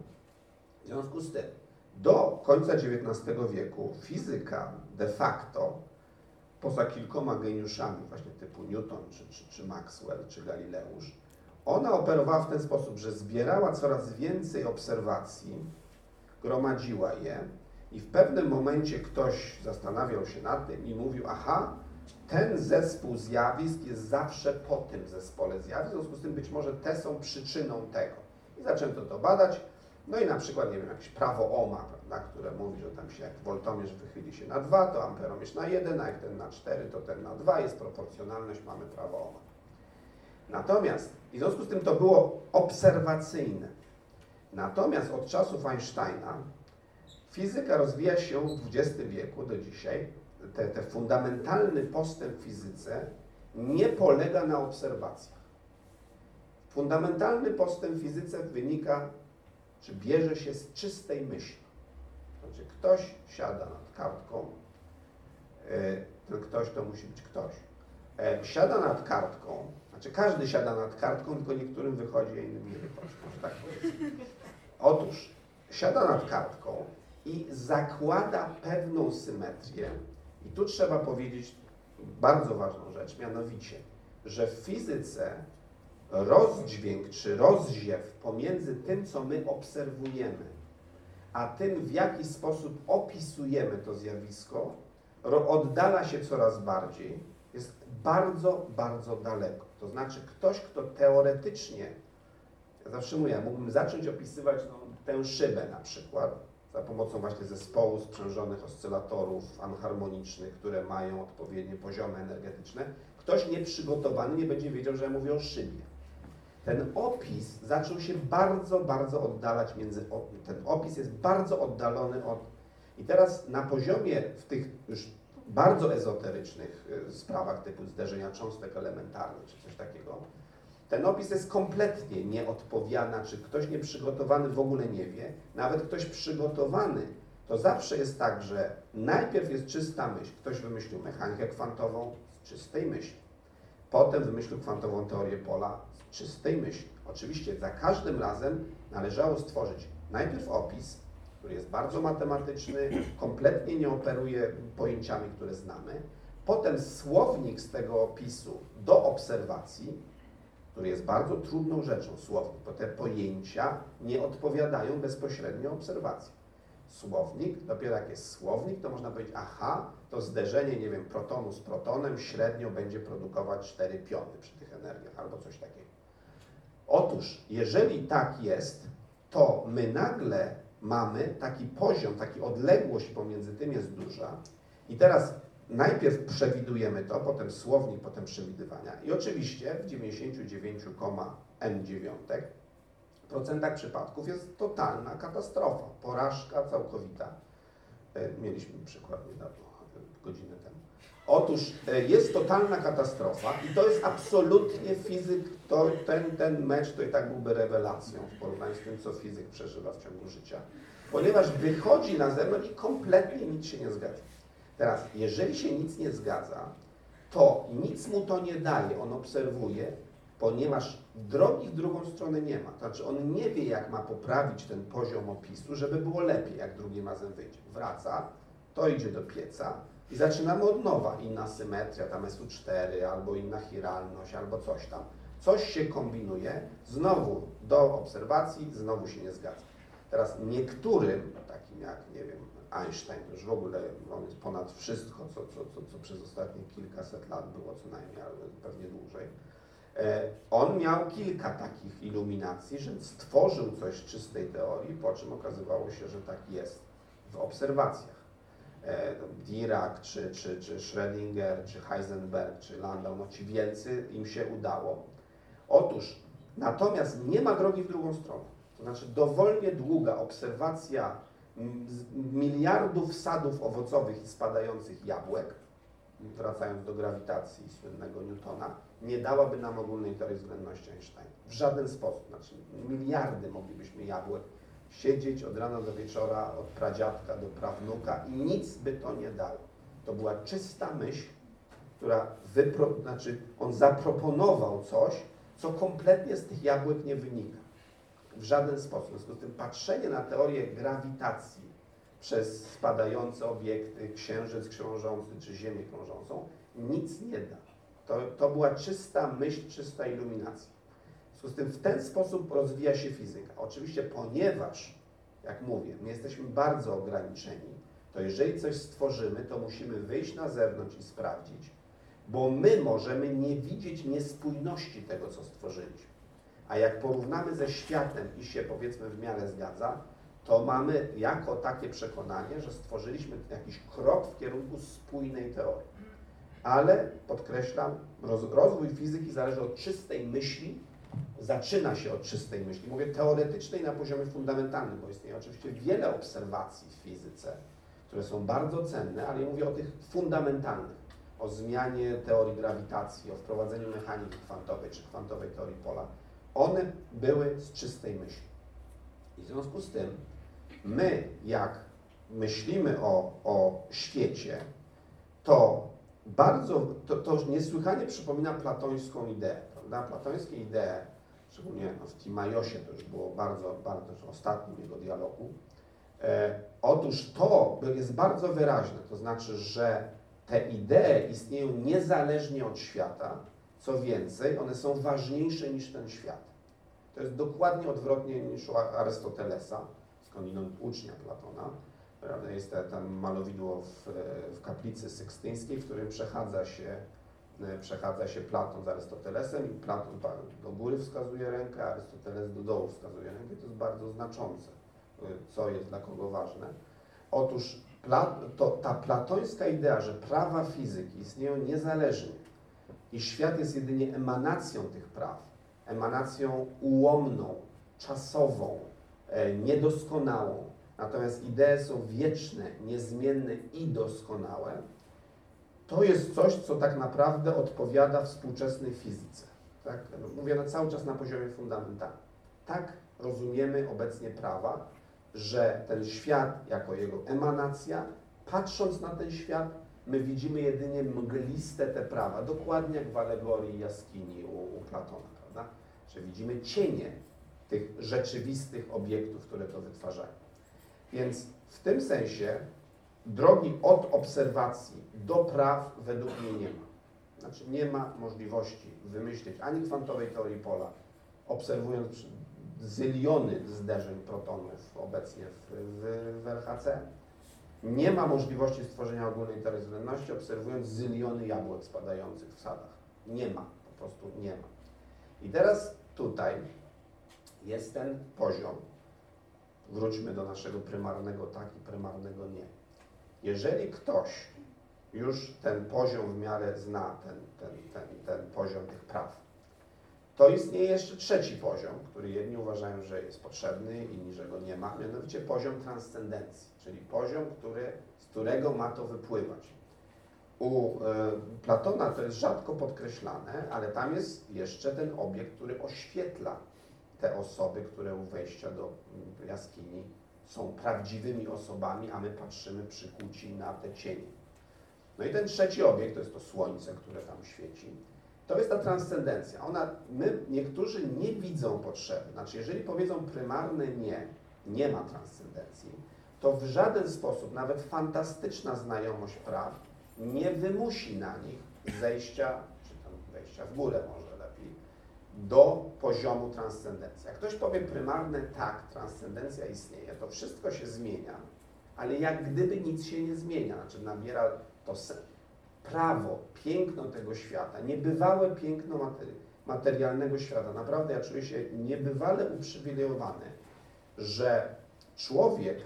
W związku z tym, do końca dziewiętnastego wieku fizyka de facto, poza kilkoma geniuszami właśnie typu Newton, czy, czy, czy Maxwell, czy Galileusz, ona operowała w ten sposób, że zbierała coraz więcej obserwacji, gromadziła je i w pewnym momencie ktoś zastanawiał się nad tym i mówił, aha, ten zespół zjawisk jest zawsze po tym zespole zjawisk, w związku z tym być może te są przyczyną tego. I zaczęto to badać, no i na przykład, nie wiem, jakieś prawo Ohma, prawda, które mówi, że tam się jak woltomierz wychyli się na dwa, to amperomierz na jeden, a jak ten na cztery, to ten na dwa, jest proporcjonalność, mamy prawo Ohma. Natomiast, i w związku z tym to było obserwacyjne. Natomiast od czasów Einsteina fizyka rozwija się w dwudziestym wieku do dzisiaj. Te, te fundamentalny postęp w fizyce nie polega na obserwacjach. Fundamentalny postęp w fizyce wynika, czy bierze się z czystej myśli. Znaczy ktoś siada nad kartką, ten ktoś to musi być ktoś, siada nad kartką, znaczy każdy siada nad kartką, tylko niektórym wychodzi, a innym nie wychodzi. Może tak powiedzieć. Otóż siada nad kartką i zakłada pewną symetrię. I tu trzeba powiedzieć bardzo ważną rzecz, mianowicie, że w fizyce rozdźwięk czy rozziew pomiędzy tym, co my obserwujemy, a tym, w jaki sposób opisujemy to zjawisko, oddala się coraz bardziej, jest bardzo, bardzo daleko. To znaczy ktoś, kto teoretycznie, ja zawsze mówię, ja mógłbym zacząć opisywać no, tę szybę na przykład, za pomocą właśnie zespołu sprzężonych oscylatorów anharmonicznych, które mają odpowiednie poziomy energetyczne, ktoś nieprzygotowany nie będzie wiedział, że ja mówię o szybie. Ten opis zaczął się bardzo, bardzo oddalać między... Ten opis jest bardzo oddalony od... I teraz na poziomie w tych już bardzo ezoterycznych sprawach typu zderzenia cząstek elementarnych czy coś takiego, ten opis jest kompletnie nie odpowiada, czy ktoś nieprzygotowany w ogóle nie wie. Nawet ktoś przygotowany, to zawsze jest tak, że najpierw jest czysta myśl. Ktoś wymyślił mechanikę kwantową z czystej myśli. Potem wymyślił kwantową teorię pola z czystej myśli. Oczywiście za każdym razem należało stworzyć najpierw opis, który jest bardzo matematyczny, kompletnie nie operuje pojęciami, które znamy. Potem słownik z tego opisu do obserwacji, który jest bardzo trudną rzeczą, słownik, bo te pojęcia nie odpowiadają bezpośrednio obserwacji. Słownik, dopiero jak jest słownik, to można powiedzieć, aha, to zderzenie, nie wiem, protonu z protonem średnio będzie produkować cztery piony przy tych energiach, albo coś takiego. Otóż, jeżeli tak jest, to my nagle mamy taki poziom, taki odległość pomiędzy tym jest duża i teraz najpierw przewidujemy to, potem słownik, potem przewidywania i oczywiście w dziewięćdziesiąt dziewięć przecinek n dziewięć procentach przypadków jest totalna katastrofa, porażka całkowita. Mieliśmy przykład niedawno, godzinę temu. Otóż jest totalna katastrofa i to jest absolutnie fizyk, to, ten, ten mecz to i tak byłby rewelacją w porównaniu z tym, co fizyk przeżywa w ciągu życia, ponieważ wychodzi na zewnątrz i kompletnie nic się nie zgadza. Teraz, jeżeli się nic nie zgadza, to nic mu to nie daje, on obserwuje, ponieważ drogi w drugą stronę nie ma. To znaczy on nie wie, jak ma poprawić ten poziom opisu, żeby było lepiej, jak drugim razem wyjdzie. Wraca, to idzie do pieca i zaczynamy od nowa. Inna symetria, tam S U cztery, albo inna chiralność, albo coś tam. Coś się kombinuje, znowu do obserwacji, znowu się nie zgadza. Teraz niektórym, takim jak, nie wiem, Einstein, to już w ogóle on jest ponad wszystko, co, co, co, co przez ostatnie kilkaset lat było co najmniej, ale pewnie dłużej. On miał kilka takich iluminacji, że stworzył coś z czystej teorii, po czym okazywało się, że tak jest w obserwacjach. Dirac, czy, czy, czy Schrödinger, czy Heisenberg, czy Landau, no ci wielcy, im się udało. Otóż, natomiast nie ma drogi w drugą stronę. To znaczy dowolnie długa obserwacja miliardów sadów owocowych i spadających jabłek, wracając do grawitacji słynnego Newtona, nie dałaby nam ogólnej teorii względności Einsteina. W żaden sposób. Znaczy miliardy moglibyśmy jabłek siedzieć od rana do wieczora, od pradziadka do prawnuka i nic by to nie dało. To była czysta myśl, która wypro... znaczy on zaproponował coś, co kompletnie z tych jabłek nie wynika. W żaden sposób. W związku z tym patrzenie na teorię grawitacji przez spadające obiekty, księżyc krążący czy Ziemię krążącą, nic nie da. To, to była czysta myśl, czysta iluminacja. W związku z tym w ten sposób rozwija się fizyka. Oczywiście, ponieważ, jak mówię, my jesteśmy bardzo ograniczeni, to jeżeli coś stworzymy, to musimy wyjść na zewnątrz i sprawdzić, bo my możemy nie widzieć niespójności tego, co stworzyliśmy. A jak porównamy ze światem i się, powiedzmy, w miarę zgadza, to mamy jako takie przekonanie, że stworzyliśmy jakiś krok w kierunku spójnej teorii. Ale, podkreślam, roz, rozwój fizyki zależy od czystej myśli, zaczyna się od czystej myśli. Mówię teoretycznej na poziomie fundamentalnym, bo istnieje oczywiście wiele obserwacji w fizyce, które są bardzo cenne, ale ja mówię o tych fundamentalnych, o zmianie teorii grawitacji, o wprowadzeniu mechaniki kwantowej czy kwantowej teorii pola. One były z czystej myśli. I w związku z tym my, jak myślimy o, o świecie, to bardzo, to, to niesłychanie przypomina platońską ideę, prawda? Platońskie idee, szczególnie no, w Timajosie, to już było bardzo, bardzo w ostatnim jego dialogu. E, otóż to jest bardzo wyraźne, to znaczy, że te idee istnieją niezależnie od świata, co więcej, one są ważniejsze niż ten świat. To jest dokładnie odwrotnie niż u Arystotelesa, skądinąd ucznia Platona. Jest tam malowidło w, w kaplicy sykstyńskiej, w którym przechadza się, przechadza się Platon z Arystotelesem i Platon do góry wskazuje rękę, a Arystoteles do dołu wskazuje rękę. To jest bardzo znaczące, co jest dla kogo ważne. Otóż to, ta platońska idea, że prawa fizyki istnieją niezależnie i świat jest jedynie emanacją tych praw, emanacją ułomną, czasową, e, niedoskonałą, natomiast idee są wieczne, niezmienne i doskonałe, to jest coś, co tak naprawdę odpowiada współczesnej fizyce. Tak? Mówię na cały czas na poziomie fundamentalnym. Tak rozumiemy obecnie prawa, że ten świat jako jego emanacja, patrząc na ten świat, my widzimy jedynie mgliste te prawa, dokładnie jak w alegorii jaskini u, u Platona, prawda? Że widzimy cienie tych rzeczywistych obiektów, które to wytwarzają. Więc w tym sensie drogi od obserwacji do praw według mnie nie ma. Znaczy nie ma możliwości wymyślić ani kwantowej teorii pola, obserwując zyliony zderzeń protonów obecnie w, w, w L H C. Nie ma możliwości stworzenia ogólnej teorii względności, obserwując zyliony jabłek spadających w sadach. Nie ma, po prostu nie ma. I teraz tutaj jest ten poziom. Wróćmy do naszego prymarnego tak i prymarnego nie. Jeżeli ktoś już ten poziom w miarę zna, ten, ten, ten, ten poziom tych praw, to istnieje jeszcze trzeci poziom, który jedni uważają, że jest potrzebny, inni, że go nie ma, mianowicie poziom transcendencji, czyli poziom, który, z którego ma to wypływać. U y, Platona to jest rzadko podkreślane, ale tam jest jeszcze ten obiekt, który oświetla te osoby, które u wejścia do y, jaskini są prawdziwymi osobami, a my patrzymy przykuci na te cienie. No i ten trzeci obiekt, to jest to słońce, które tam świeci. To jest ta transcendencja. Ona, my, niektórzy nie widzą potrzeby. Znaczy, jeżeli powiedzą prymarne nie, nie ma transcendencji, to w żaden sposób, nawet fantastyczna znajomość praw, nie wymusi na nich zejścia, czy tam wejścia w górę może lepiej, do poziomu transcendencji. Jak ktoś powie prymarne tak, transcendencja istnieje, to wszystko się zmienia, ale jak gdyby nic się nie zmienia. Znaczy, nabiera to sens. Prawo, piękno tego świata, niebywałe piękno materi materialnego świata. Naprawdę ja czuję się niebywale uprzywilejowany, że człowiek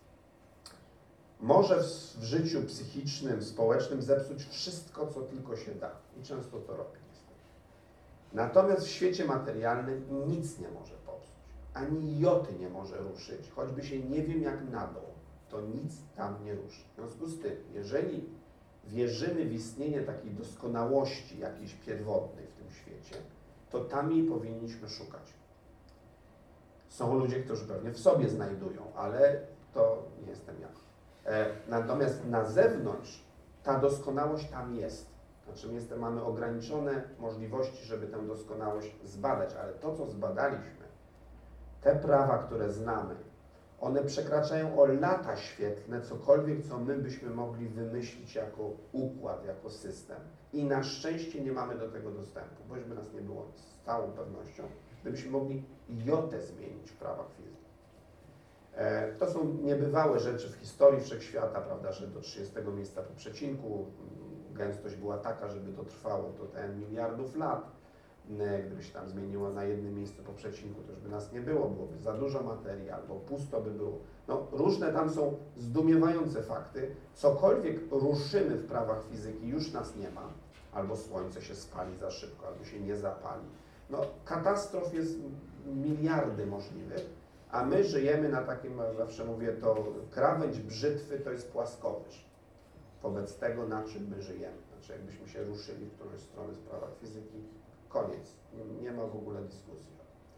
może w, w życiu psychicznym, społecznym zepsuć wszystko, co tylko się da. I często to robi. Natomiast w świecie materialnym nic nie może popsuć. Ani joty nie może ruszyć, choćby się nie wiem jak na dół, to nic tam nie ruszy. W związku z tym, jeżeli wierzymy w istnienie takiej doskonałości jakiejś pierwotnej w tym świecie, to tam jej powinniśmy szukać. Są ludzie, którzy pewnie w sobie znajdują, ale to nie jestem ja. E, natomiast na zewnątrz ta doskonałość tam jest. Znaczy my mamy ograniczone możliwości, żeby tę doskonałość zbadać, ale to, co zbadaliśmy, te prawa, które znamy, one przekraczają o lata świetlne cokolwiek, co my byśmy mogli wymyślić jako układ, jako system. I na szczęście nie mamy do tego dostępu, bośmy nas nie było z całą pewnością, gdybyśmy mogli jotę zmienić w prawach fizyki. E, to są niebywałe rzeczy w historii wszechświata, prawda, że do trzydziestego miejsca po przecinku gęstość była taka, żeby to trwało do ten miliardów lat. Gdyby się tam zmieniło na jednym miejscu po przecinku, to już by nas nie było, byłoby za dużo materii, albo pusto by było. No, różne tam są zdumiewające fakty. Cokolwiek ruszymy w prawach fizyki, już nas nie ma. Albo słońce się spali za szybko, albo się nie zapali. No, katastrof jest miliardy możliwych, a my żyjemy na takim, zawsze mówię, to krawędź brzytwy to jest płaskowyż. Wobec tego, na czym my żyjemy. Znaczy, jakbyśmy się ruszyli w którąś stronę w prawach fizyki, koniec. Nie ma w ogóle dyskusji.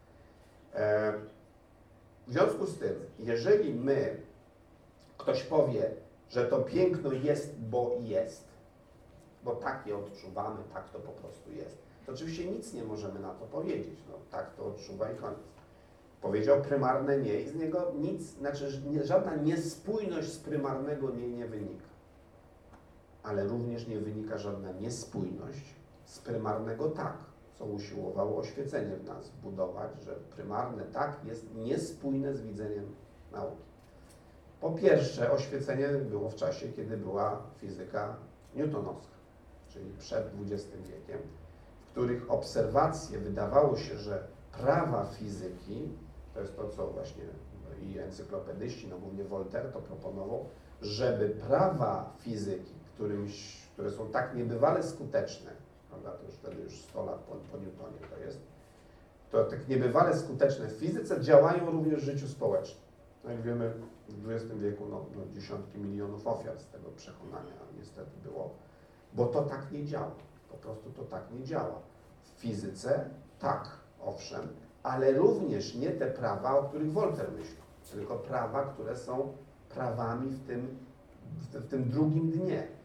E, w związku z tym, jeżeli my, ktoś powie, że to piękno jest, bo jest, bo tak je odczuwamy, tak to po prostu jest, to oczywiście nic nie możemy na to powiedzieć. No, tak to odczuwa i koniec. Powiedział prymarne nie i z niego nic, znaczy nie, żadna niespójność z prymarnego nie nie wynika. Ale również nie wynika żadna niespójność z prymarnego tak, co usiłowało oświecenie w nas budować, że prymarne tak jest niespójne z widzeniem nauki. Po pierwsze, oświecenie było w czasie, kiedy była fizyka newtonowska, czyli przed dwudziestym wiekiem, w których obserwacje wydawało się, że prawa fizyki, to jest to, co właśnie i encyklopedyści, no głównie Voltaire to proponował, żeby prawa fizyki, którymś, które są tak niebywale skuteczne, prawda, to już wtedy już sto lat po, po Newtonie to jest, to tak niebywale skuteczne w fizyce działają również w życiu społecznym. Jak wiemy, w dwudziestym wieku no, no, dziesiątki milionów ofiar z tego przekonania niestety było, bo to tak nie działa. Po prostu to tak nie działa. W fizyce tak, owszem, ale również nie te prawa, o których Voltaire myślał, tylko prawa, które są prawami w tym, w, w tym drugim dnie.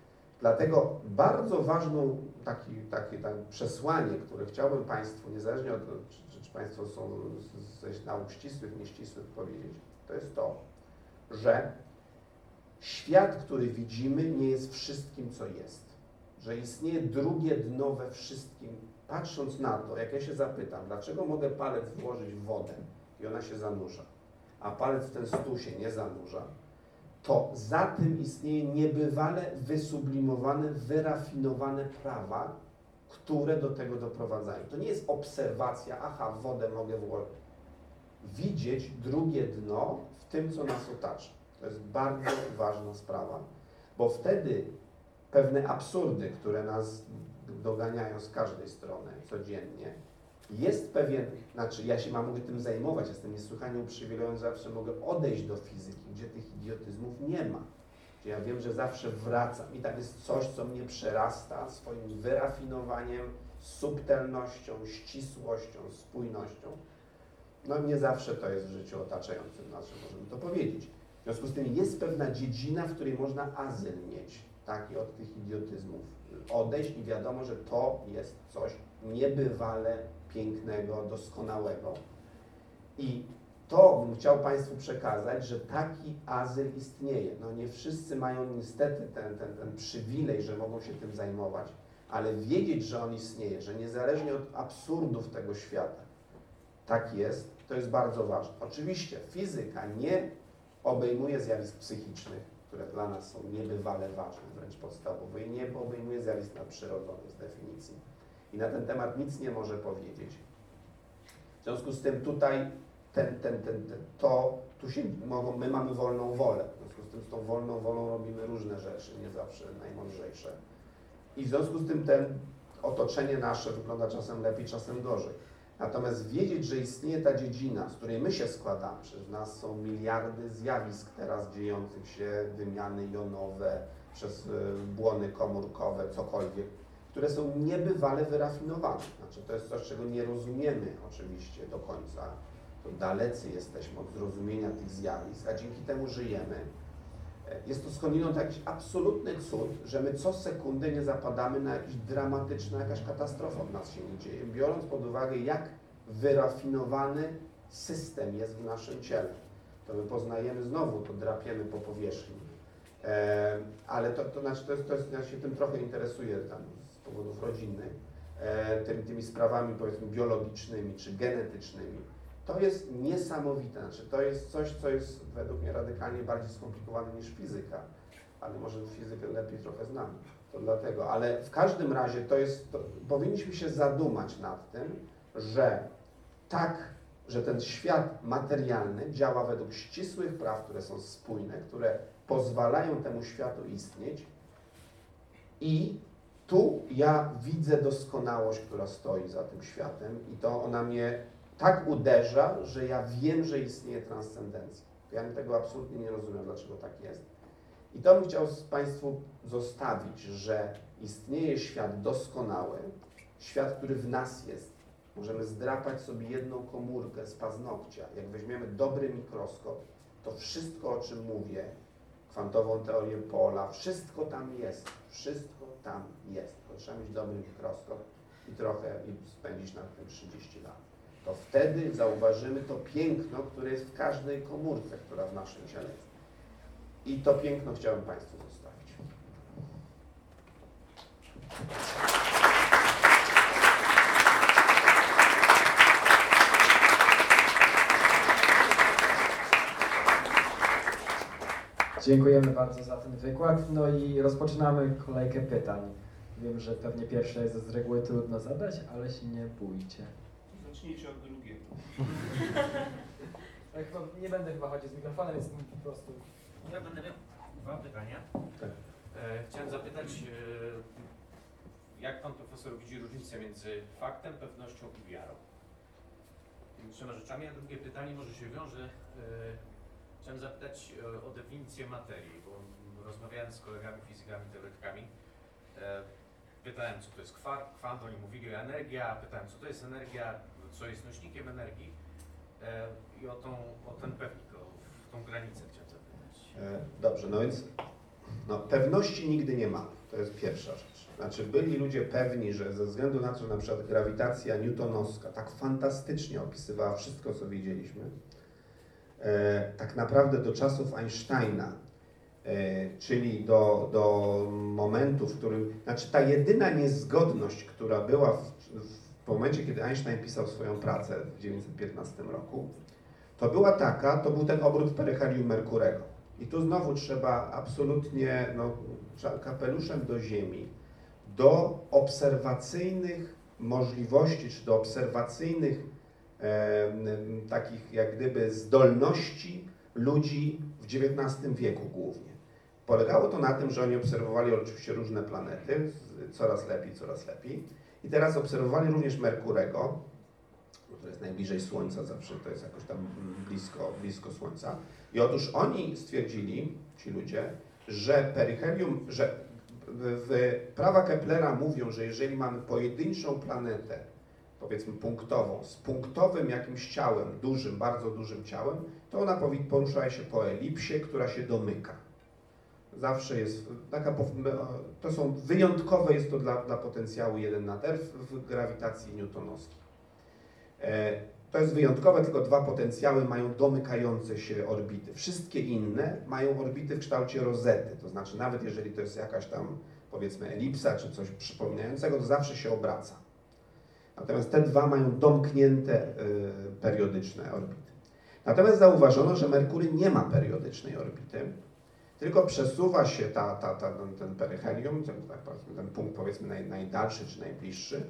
Dlatego bardzo ważną taki, takie tak przesłanie, które chciałbym Państwu, niezależnie od tego, czy, czy Państwo są z, z nauk ścisłych, nieścisłych, powiedzieć, to jest to, że świat, który widzimy, nie jest wszystkim, co jest. Że istnieje drugie dno we wszystkim. Patrząc na to, jak ja się zapytam, dlaczego mogę palec włożyć w wodę i ona się zanurza, a palec w ten stół się nie zanurza, to za tym istnieje niebywale wysublimowane, wyrafinowane prawa, które do tego doprowadzają. To nie jest obserwacja, aha, w wodę mogę włożyć. Widzieć drugie dno w tym, co nas otacza. To jest bardzo ważna sprawa, bo wtedy pewne absurdy, które nas doganiają z każdej strony codziennie, jest pewien, znaczy ja się mam mogę tym zajmować, jestem niesłychanie uprzywilejowany, zawsze mogę odejść do fizyki, gdzie tych idiotyzmów nie ma. Gdzie ja wiem, że zawsze wracam i tak jest coś, co mnie przerasta swoim wyrafinowaniem, subtelnością, ścisłością, spójnością. No nie zawsze to jest w życiu otaczającym nas, że możemy to powiedzieć. W związku z tym jest pewna dziedzina, w której można azyl mieć, taki od tych idiotyzmów odejść i wiadomo, że to jest coś niebywale pięknego, doskonałego. I to bym chciał Państwu przekazać, że taki azyl istnieje. No nie wszyscy mają niestety ten, ten, ten przywilej, że mogą się tym zajmować, ale wiedzieć, że on istnieje, że niezależnie od absurdów tego świata, tak jest, to jest bardzo ważne. Oczywiście fizyka nie obejmuje zjawisk psychicznych, które dla nas są niebywale ważne, wręcz podstawowe, i nie obejmuje zjawisk nadprzyrodzonych z definicji. I na ten temat nic nie może powiedzieć. W związku z tym tutaj ten, ten, ten, ten, to, tu się mogą, my mamy wolną wolę. W związku z tym z tą wolną wolą robimy różne rzeczy, nie zawsze najmądrzejsze. I w związku z tym ten otoczenie nasze wygląda czasem lepiej, czasem gorzej. Natomiast wiedzieć, że istnieje ta dziedzina, z której my się składamy, przecież w nas są miliardy zjawisk teraz dziejących się, wymiany jonowe, przez błony komórkowe, cokolwiek, które są niebywale wyrafinowane. Znaczy to jest coś, czego nie rozumiemy oczywiście do końca. To dalecy jesteśmy od zrozumienia tych zjawisk, a dzięki temu żyjemy. Jest to skądinąd jakiś absolutny cud, że my co sekundę nie zapadamy na jakieś dramatyczne, jakaś katastrofa w nas się nie dzieje, biorąc pod uwagę, jak wyrafinowany system jest w naszym ciele. To my poznajemy znowu, to drapiemy po powierzchni. E, ale to, to znaczy, to jest, to jest, ja się tym trochę interesuję tam z powodów rodzinnych, e, tymi, tymi sprawami powiedzmy biologicznymi czy genetycznymi. To jest niesamowite, znaczy to jest coś, co jest według mnie radykalnie bardziej skomplikowane niż fizyka, ale może fizykę lepiej trochę znamy, to dlatego, ale w każdym razie to jest, to, powinniśmy się zadumać nad tym, że tak, że ten świat materialny działa według ścisłych praw, które są spójne, które pozwalają temu światu istnieć i tu ja widzę doskonałość, która stoi za tym światem i to ona mnie tak uderza, że ja wiem, że istnieje transcendencja. Ja tego absolutnie nie rozumiem, dlaczego tak jest. I to bym chciał Państwu zostawić, że istnieje świat doskonały, świat, który w nas jest. Możemy zdrapać sobie jedną komórkę z paznokcia. Jak weźmiemy dobry mikroskop, to wszystko, o czym mówię, kwantową teorię pola, wszystko tam jest. Wszystko tam jest. To trzeba mieć dobry mikroskop i trochę i spędzić nad tym trzydzieści lat. To wtedy zauważymy to piękno, które jest w każdej komórce, która w naszym ciele jest. I to piękno chciałem Państwu zostawić. Dziękujemy bardzo za ten wykład. No i rozpoczynamy kolejkę pytań. Wiem, że pewnie pierwsze jest z reguły trudno zadać, ale się nie bójcie. Zacznijcie od drugiego. Ja chyba nie będę chyba chodził z mikrofonem, więc po prostu... Ja będę miał dwa pytania. Tak. E, chciałem zapytać, e, jak Pan Profesor widzi różnicę między faktem, pewnością i wiarą? Tymi trzema rzeczami, a drugie pytanie może się wiąże. E, chciałem zapytać e, o definicję materii, bo rozmawiałem z kolegami fizykami, teoretykami. E, pytałem, co to jest kwant, oni mówili o energii, a pytałem, co to jest energia, co jest nośnikiem energii e, i o, tą, o ten pewnik, o tą granicę chciałem zapytać. E, dobrze, no więc no, pewności nigdy nie ma. To jest pierwsza rzecz. Znaczy byli ludzie pewni, że ze względu na to, że na przykład grawitacja newtonowska tak fantastycznie opisywała wszystko, co wiedzieliśmy, e, tak naprawdę do czasów Einsteina, e, czyli do, do momentu, w którym, znaczy ta jedyna niezgodność, która była w, w momencie, kiedy Einstein pisał swoją pracę w tysiąc dziewięćset piętnastym roku, to była taka, to był ten obrót peryhelium Merkurego. I tu znowu trzeba absolutnie, no, kapeluszem do ziemi, do obserwacyjnych możliwości, czy do obserwacyjnych e, takich jak gdyby zdolności ludzi w dziewiętnastym wieku głównie. Polegało to na tym, że oni obserwowali oczywiście różne planety, coraz lepiej, coraz lepiej. I teraz obserwowali również Merkurego, który jest najbliżej Słońca, zawsze to jest jakoś tam blisko, blisko Słońca. I otóż oni stwierdzili, ci ludzie, że peryhelium, że w prawa Keplera mówią, że jeżeli mamy pojedynczą planetę, powiedzmy punktową, z punktowym jakimś ciałem, dużym, bardzo dużym ciałem, to ona porusza się po elipsie, która się domyka. Zawsze jest taka, to są wyjątkowe, jest to dla, dla potencjału jeden na D w grawitacji newtonowskiej. To jest wyjątkowe, tylko dwa potencjały mają domykające się orbity. Wszystkie inne mają orbity w kształcie rozety, to znaczy nawet jeżeli to jest jakaś tam, powiedzmy, elipsa czy coś przypominającego, to zawsze się obraca. Natomiast te dwa mają domknięte y, periodyczne orbity. Natomiast zauważono, że Merkury nie ma periodycznej orbity, tylko przesuwa się ta, ta, ta, ten, ten peryhelium, ten, ten punkt powiedzmy naj, najdalszy czy najbliższy,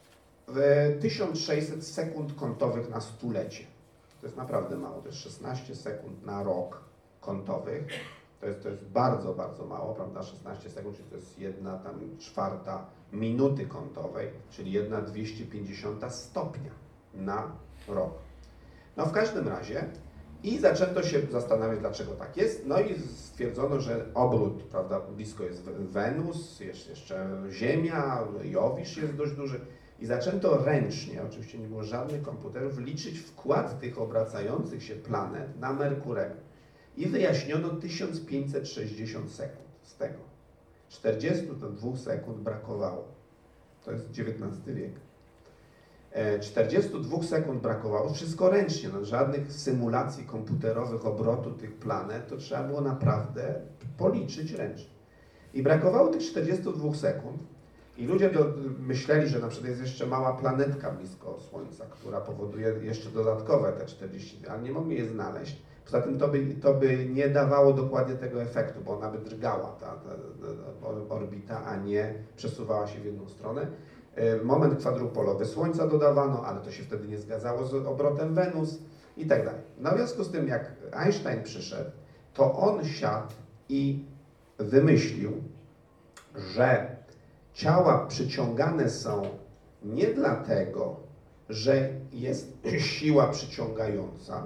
w tysiąc sześćset sekund kątowych na stulecie. To jest naprawdę mało, to jest szesnaście sekund na rok kątowych. To jest, to jest bardzo, bardzo mało, prawda? szesnaście sekund, czyli to jest jedna tam czwarta minuty kątowej, czyli jedna dwieście pięćdziesiąta stopnia na rok. No w każdym razie i zaczęto się zastanawiać, dlaczego tak jest. No i stwierdzono, że obrót, prawda, blisko jest Wenus, jest jeszcze Ziemia, Jowisz jest dość duży. I zaczęto ręcznie, oczywiście nie było żadnych komputerów, liczyć wkład tych obracających się planet na Merkurego. I wyjaśniono tysiąc pięćset sześćdziesiąt sekund z tego. czterdzieści dwa sekund brakowało. To jest dziewiętnasty wiek. czterdzieści dwa sekund brakowało, wszystko ręcznie, no, żadnych symulacji komputerowych obrotu tych planet, to trzeba było naprawdę policzyć ręcznie. I brakowało tych czterdziestu dwóch sekund. I ludzie do, myśleli, że na przykład jest jeszcze mała planetka blisko Słońca, która powoduje jeszcze dodatkowe te czterdzieści, ale nie mogli je znaleźć. Poza tym to by, to by nie dawało dokładnie tego efektu, bo ona by drgała, ta, ta, ta orbita, a nie przesuwała się w jedną stronę. Moment kwadrupolowy Słońca dodawano, ale to się wtedy nie zgadzało z obrotem Wenus i tak dalej. No w związku z tym, jak Einstein przyszedł, to on siadł i wymyślił, że ciała przyciągane są nie dlatego, że jest siła przyciągająca,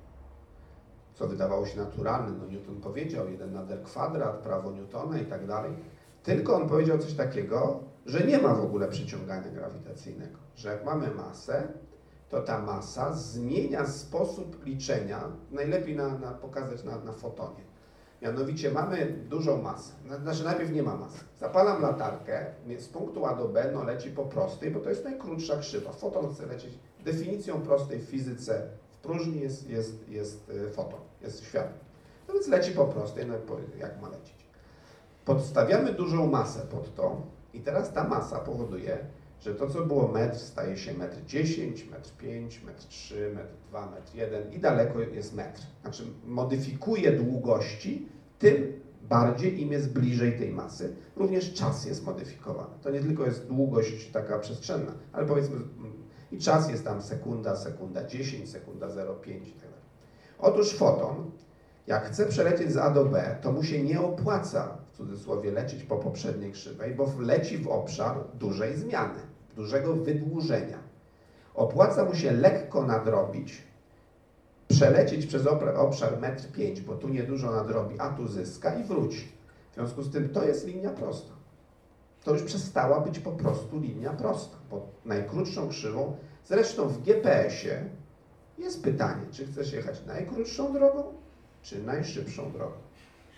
co wydawało się naturalne, no Newton powiedział jeden na D kwadrat, prawo Newtona i tak dalej, tylko on powiedział coś takiego, że nie ma w ogóle przyciągania grawitacyjnego, że jak mamy masę, to ta masa zmienia sposób liczenia, najlepiej na, na pokazać na, na fotonie. Mianowicie mamy dużą masę, znaczy najpierw nie ma masy. Zapalam latarkę, z punktu A do B no leci po prostej, bo to jest najkrótsza krzywa. Foton chce lecieć, definicją prostej w fizyce w próżni jest, jest, jest foton, jest światło. No więc leci po prostej, no jak ma lecieć. Podstawiamy dużą masę pod to i teraz ta masa powoduje, że to co było metr staje się metr dziesięć, metr pięć, metr trzy, metr dwa, metr jeden i daleko jest metr. Znaczy modyfikuje długości, tym bardziej im jest bliżej tej masy. Również czas jest modyfikowany. To nie tylko jest długość taka przestrzenna, ale powiedzmy i czas jest tam sekunda, sekunda dziesięć, sekunda zero przecinek pięć i tak dalej. Otóż foton, jak chce przelecieć z A do B, to mu się nie opłaca, w cudzysłowie, lecieć po poprzedniej krzywej, bo leci w obszar dużej zmiany, dużego wydłużenia. Opłaca mu się lekko nadrobić, przelecieć przez obszar metr pięć, bo tu niedużo nadrobi, a tu zyska i wróci. W związku z tym to jest linia prosta. To już przestała być po prostu linia prosta, bo najkrótszą krzywą, zresztą w G P S-ie jest pytanie, czy chcesz jechać najkrótszą drogą, czy najszybszą drogą.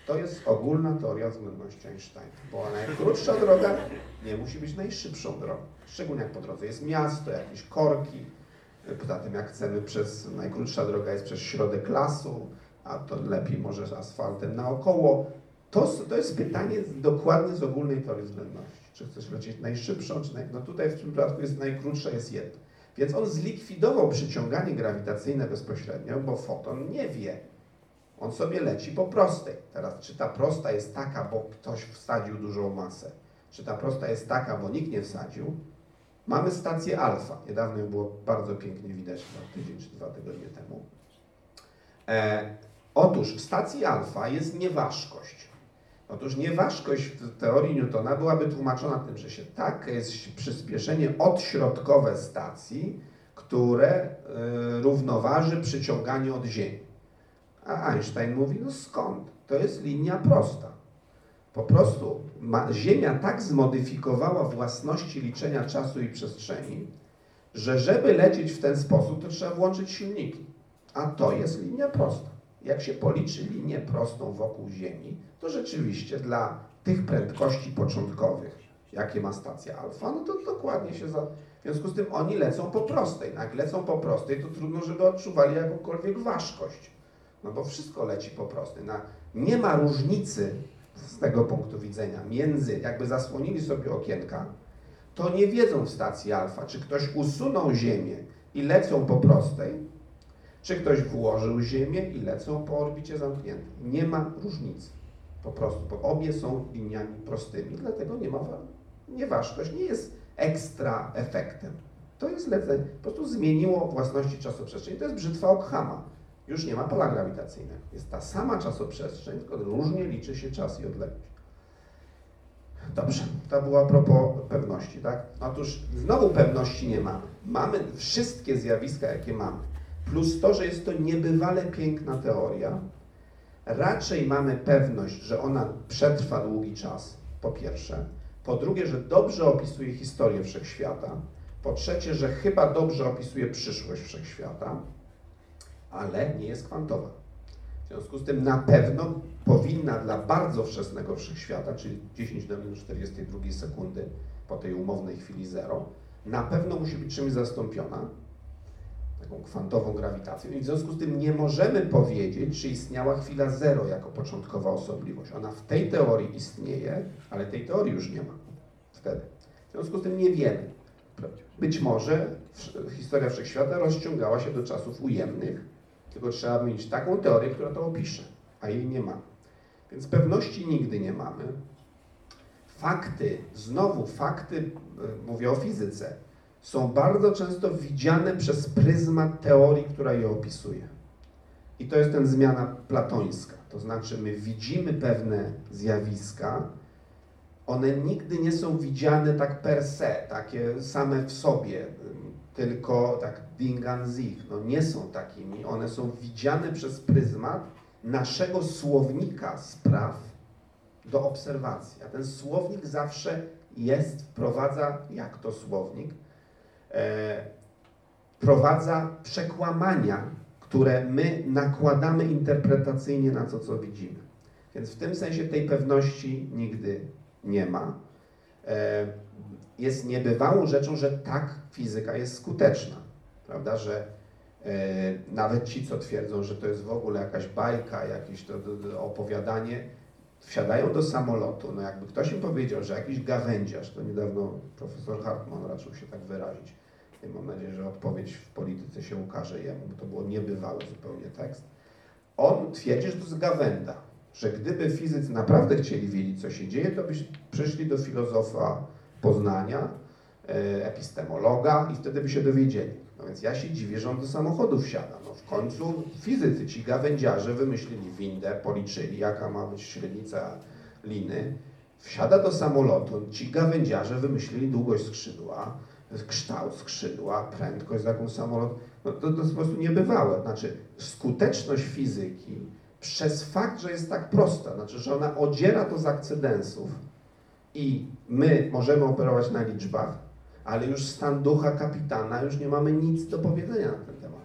To jest ogólna teoria względności Einsteina, bo najkrótsza droga nie musi być najszybszą drogą. Szczególnie jak po drodze jest miasto, jakieś korki. Poza tym jak chcemy przez, najkrótsza droga jest przez środek lasu, a to lepiej może z asfaltem naokoło. To, to jest pytanie dokładnie z ogólnej teorii względności. Czy chcesz lecieć najszybszą, czy naj... No tutaj w tym przypadku jest najkrótsza, jest jedno. Więc on zlikwidował przyciąganie grawitacyjne bezpośrednio, bo foton nie wie. On sobie leci po prostej. Teraz, czy ta prosta jest taka, bo ktoś wsadził dużą masę, czy ta prosta jest taka, bo nikt nie wsadził. Mamy stację alfa. Niedawno ją było bardzo pięknie widać, chyba tydzień czy dwa tygodnie temu. E, otóż w stacji alfa jest nieważkość. Otóż nieważkość w teorii Newtona byłaby tłumaczona tym, że się tak jest przyspieszenie odśrodkowe stacji, które y, równoważy przyciąganiu od Ziemi. A Einstein mówi, no skąd? To jest linia prosta. Po prostu ma, Ziemia tak zmodyfikowała własności liczenia czasu i przestrzeni, że żeby lecieć w ten sposób, to trzeba włączyć silniki. A to jest linia prosta. Jak się policzy linię prostą wokół Ziemi, to rzeczywiście dla tych prędkości początkowych, jakie ma stacja alfa, no to dokładnie się za... W związku z tym oni lecą po prostej. No jak lecą po prostej, to trudno, żeby odczuwali jakąkolwiek ważkość. No bo wszystko leci po prostej. No, nie ma różnicy z tego punktu widzenia między, jakby zasłonili sobie okienka, to nie wiedzą w stacji alfa, czy ktoś usunął Ziemię i lecą po prostej, czy ktoś włożył Ziemię i lecą po orbicie zamkniętej. Nie ma różnicy. Po prostu, bo obie są liniami prostymi, dlatego nie ma nieważkość, nie jest ekstra efektem. To jest lecenie, po prostu zmieniło własności czasoprzestrzeni. To jest brzytwa Ockhama. Już nie ma pola grawitacyjnego. Jest ta sama czasoprzestrzeń, tylko różnie liczy się czas i odległość. Dobrze, to było a propos pewności, tak? Otóż znowu pewności nie mamy. Mamy wszystkie zjawiska, jakie mamy. Plus to, że jest to niebywale piękna teoria, raczej mamy pewność, że ona przetrwa długi czas, po pierwsze. Po drugie, że dobrze opisuje historię wszechświata. Po trzecie, że chyba dobrze opisuje przyszłość wszechświata, ale nie jest kwantowa. W związku z tym na pewno powinna dla bardzo wczesnego wszechświata, czyli dziesięć do minus czterdziestej drugiej sekundy po tej umownej chwili zero, na pewno musi być czymś zastąpiona, taką kwantową grawitacją. I w związku z tym nie możemy powiedzieć, czy istniała chwila zero jako początkowa osobliwość. Ona w tej teorii istnieje, ale tej teorii już nie ma wtedy. W związku z tym nie wiemy. Być może historia wszechświata rozciągała się do czasów ujemnych, tylko trzeba mieć taką teorię, która to opisze, a jej nie ma. Więc pewności nigdy nie mamy. Fakty, znowu fakty, mówię o fizyce, są bardzo często widziane przez pryzmat teorii, która je opisuje. I to jest ten zmiana platońska. To znaczy my widzimy pewne zjawiska, one nigdy nie są widziane tak per se, takie same w sobie, tylko tak Ding an sich. No nie są takimi, one są widziane przez pryzmat naszego słownika spraw do obserwacji. A ten słownik zawsze jest, wprowadza, jak to słownik, e, wprowadza przekłamania, które my nakładamy interpretacyjnie na to, co widzimy. Więc w tym sensie tej pewności nigdy nie ma. E, jest niebywałą rzeczą, że tak fizyka jest skuteczna, prawda, że e, nawet ci, co twierdzą, że to jest w ogóle jakaś bajka, jakieś to, to, to opowiadanie, wsiadają do samolotu, no jakby ktoś im powiedział, że jakiś gawędziarz, to niedawno profesor Hartman raczył się tak wyrazić, i mam nadzieję, że odpowiedź w polityce się ukaże jemu, bo to było niebywały zupełnie tekst, on twierdzi, że to jest gawęda, że gdyby fizycy naprawdę chcieli wiedzieć, co się dzieje, to by przyszli do filozofa Poznania, epistemologa i wtedy by się dowiedzieli. No więc ja się dziwię, że on do samochodu wsiada. No w końcu fizycy, ci gawędziarze wymyślili windę, policzyli, jaka ma być średnica liny. Wsiada do samolotu, ci gawędziarze wymyślili długość skrzydła, kształt skrzydła, prędkość, z jaką samolot... No to, to jest po prostu niebywałe. Znaczy skuteczność fizyki przez fakt, że jest tak prosta, znaczy, że ona odziera to z akcydensów i my możemy operować na liczbach, ale już stan ducha kapitana, już nie mamy nic do powiedzenia na ten temat.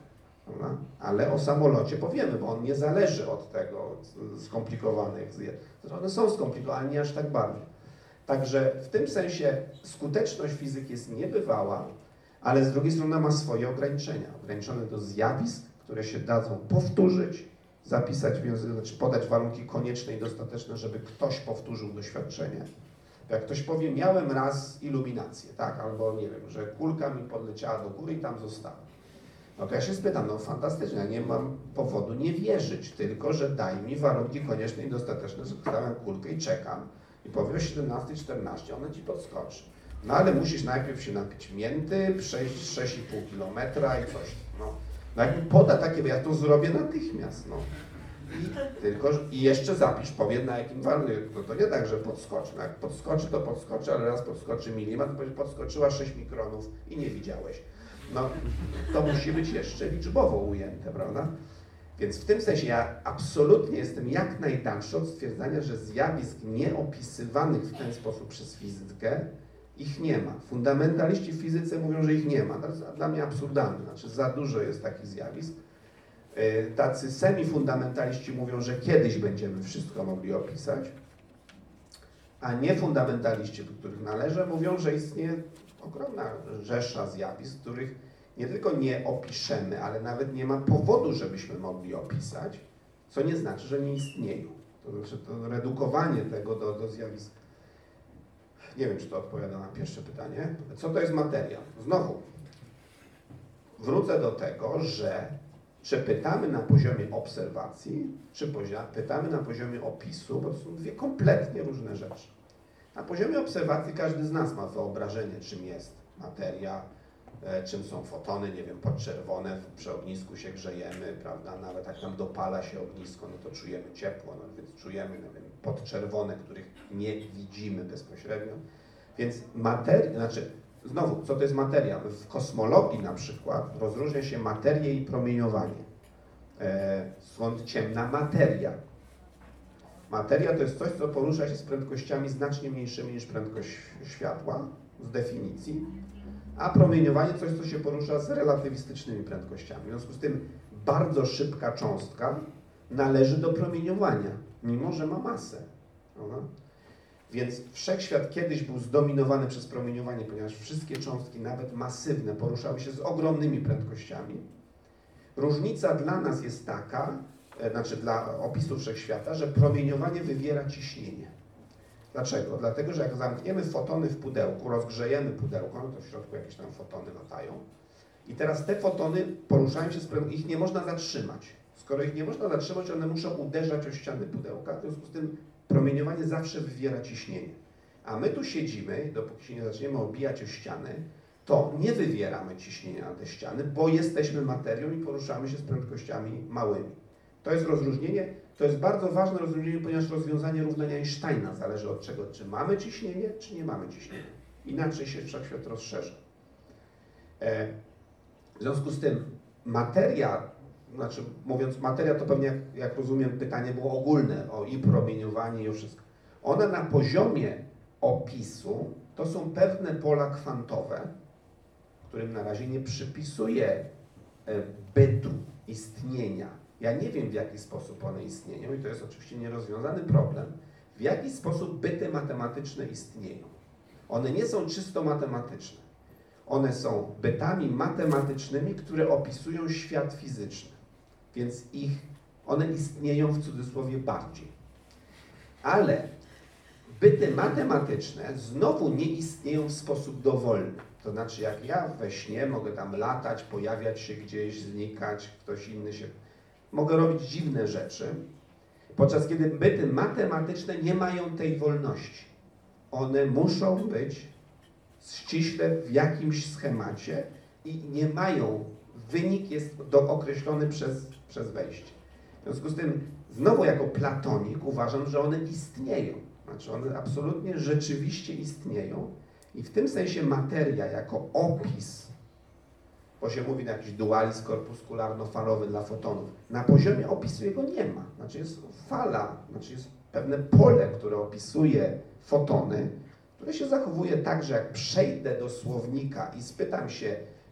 prawda? Ale o samolocie powiemy, bo on nie zależy od tego od skomplikowanych zjawisk. One są skomplikowane, nie aż tak bardzo. Także w tym sensie skuteczność fizyki jest niebywała, ale z drugiej strony ma swoje ograniczenia. Ograniczone do zjawisk, które się dadzą powtórzyć, zapisać w języku, znaczy podać warunki konieczne i dostateczne, żeby ktoś powtórzył doświadczenie. Jak ktoś powie, miałem raz iluminację, tak, albo nie wiem, że kulka mi podleciała do góry i tam została. No to ja się spytam, no fantastycznie, ja nie mam powodu nie wierzyć, tylko że daj mi warunki konieczne i dostateczne, że dałem kulkę i czekam i powie o siedemnastej czternaście, ona ci podskoczy. No ale musisz najpierw się napić mięty, przejść sześć i pół kilometra i coś. No, no jak mi poda takie, ja to zrobię natychmiast, no. I, tylko, I jeszcze zapisz, powie na jakim warunku. No to nie tak, że podskoczy. No jak podskoczy, to podskoczy, ale raz podskoczy milimetr, to podskoczyła sześć mikronów i nie widziałeś. No to musi być jeszcze liczbowo ujęte, prawda? Więc w tym sensie ja absolutnie jestem jak najdalszy od stwierdzenia, że zjawisk nieopisywanych w ten sposób przez fizykę ich nie ma. Fundamentaliści w fizyce mówią, że ich nie ma. To jest dla mnie absurdalne, znaczy za dużo jest takich zjawisk. Tacy semifundamentaliści mówią, że kiedyś będziemy wszystko mogli opisać, a niefundamentaliści, do których należę, mówią, że istnieje ogromna rzesza zjawisk, których nie tylko nie opiszemy, ale nawet nie ma powodu, żebyśmy mogli opisać, co nie znaczy, że nie istnieją. To znaczy to redukowanie tego do, do zjawisk. Nie wiem, czy to odpowiada na pierwsze pytanie. Co to jest materia? Znowu wrócę do tego, że czy pytamy na poziomie obserwacji, czy pytamy na poziomie opisu, bo to są dwie kompletnie różne rzeczy. Na poziomie obserwacji każdy z nas ma wyobrażenie, czym jest materia, e, czym są fotony, nie wiem, podczerwone, przy ognisku się grzejemy, prawda, nawet jak nam dopala się ognisko, no to czujemy ciepło, no więc czujemy, no wiem, podczerwone, których nie widzimy bezpośrednio. Więc materia, znaczy, znowu, co to jest materia? W kosmologii na przykład rozróżnia się materię i promieniowanie. E, stąd ciemna materia. Materia to jest coś, co porusza się z prędkościami znacznie mniejszymi niż prędkość światła, z definicji, a promieniowanie coś, co się porusza z relatywistycznymi prędkościami. W związku z tym bardzo szybka cząstka należy do promieniowania, mimo że ma masę. Prawda? Więc wszechświat kiedyś był zdominowany przez promieniowanie, ponieważ wszystkie cząstki, nawet masywne, poruszały się z ogromnymi prędkościami. Różnica dla nas jest taka, znaczy dla opisu wszechświata, że promieniowanie wywiera ciśnienie. Dlaczego? Dlatego, że jak zamkniemy fotony w pudełku, rozgrzejemy pudełko, no to w środku jakieś tam fotony latają i teraz te fotony poruszają się z prędkością, ich nie można zatrzymać. Skoro ich nie można zatrzymać, one muszą uderzać o ściany pudełka, w związku z tym promieniowanie zawsze wywiera ciśnienie. A my tu siedzimy, dopóki się nie zaczniemy obijać o ściany, to nie wywieramy ciśnienia na te ściany, bo jesteśmy materią i poruszamy się z prędkościami małymi. To jest rozróżnienie, to jest bardzo ważne rozróżnienie, ponieważ rozwiązanie równania Einsteina zależy od czego, czy mamy ciśnienie, czy nie mamy ciśnienia. Inaczej się wszechświat rozszerza. E, w związku z tym materia, znaczy mówiąc materia, to pewnie jak, jak rozumiem pytanie było ogólne o i promieniowanie i o wszystko. Ona na poziomie opisu to są pewne pola kwantowe, którym na razie nie przypisuje bytu, istnienia. Ja nie wiem, w jaki sposób one istnieją i to jest oczywiście nierozwiązany problem, w jaki sposób byty matematyczne istnieją. One nie są czysto matematyczne. One są bytami matematycznymi, które opisują świat fizyczny. Więc ich, one istnieją w cudzysłowie bardziej. Ale byty matematyczne znowu nie istnieją w sposób dowolny. To znaczy, jak ja we śnie mogę tam latać, pojawiać się gdzieś, znikać, ktoś inny się... Mogę robić dziwne rzeczy, podczas kiedy byty matematyczne nie mają tej wolności. One muszą być ściśle w jakimś schemacie i nie mają, wynik jest do, określony przez, przez wejście. W związku z tym, znowu jako platonik uważam, że one istnieją. Znaczy one absolutnie rzeczywiście istnieją i w tym sensie materia jako opis, bo się mówi na jakiś dualizm korpuskularno-falowy dla fotonów, na poziomie opisu jego nie ma. Znaczy jest fala, znaczy jest pewne pole, które opisuje fotony, które się zachowuje tak, że jak przejdę do słownika i spytam się,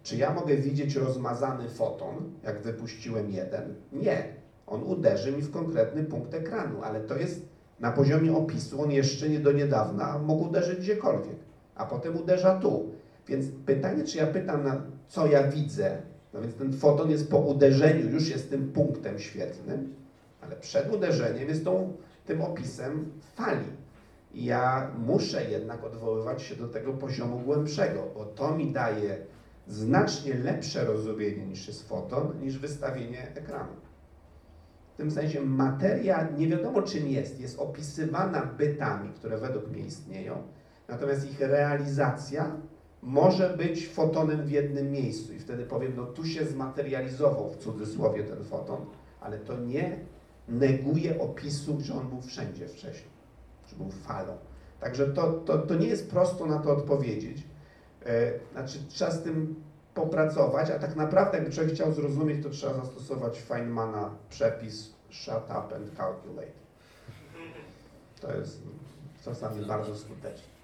Czy ja mogę widzieć rozmazany foton, jak wypuściłem jeden? Nie. On uderzy mi w konkretny punkt ekranu, ale to jest na poziomie opisu. On jeszcze nie do niedawna mógł uderzyć gdziekolwiek, a potem uderza tu. Więc pytanie, czy ja pytam, na co ja widzę, no więc ten foton jest po uderzeniu, już jest tym punktem świetlnym, ale przed uderzeniem jest tą, tym opisem fali. I ja muszę jednak odwoływać się do tego poziomu głębszego, bo to mi daje znacznie lepsze rozumienie niż jest foton, niż wystawienie ekranu. W tym sensie materia nie wiadomo czym jest, jest opisywana bytami, które według mnie istnieją, natomiast ich realizacja może być fotonem w jednym miejscu i wtedy powiem, no tu się zmaterializował w cudzysłowie ten foton, ale to nie neguje opisu, że on był wszędzie wcześniej, że był falą. Także to, to, to nie jest prosto na to odpowiedzieć. Znaczy trzeba z tym popracować, a tak naprawdę jakby człowiek chciał zrozumieć, to trzeba zastosować Feynmana przepis shut up and calculate. To jest czasami bardzo skuteczne.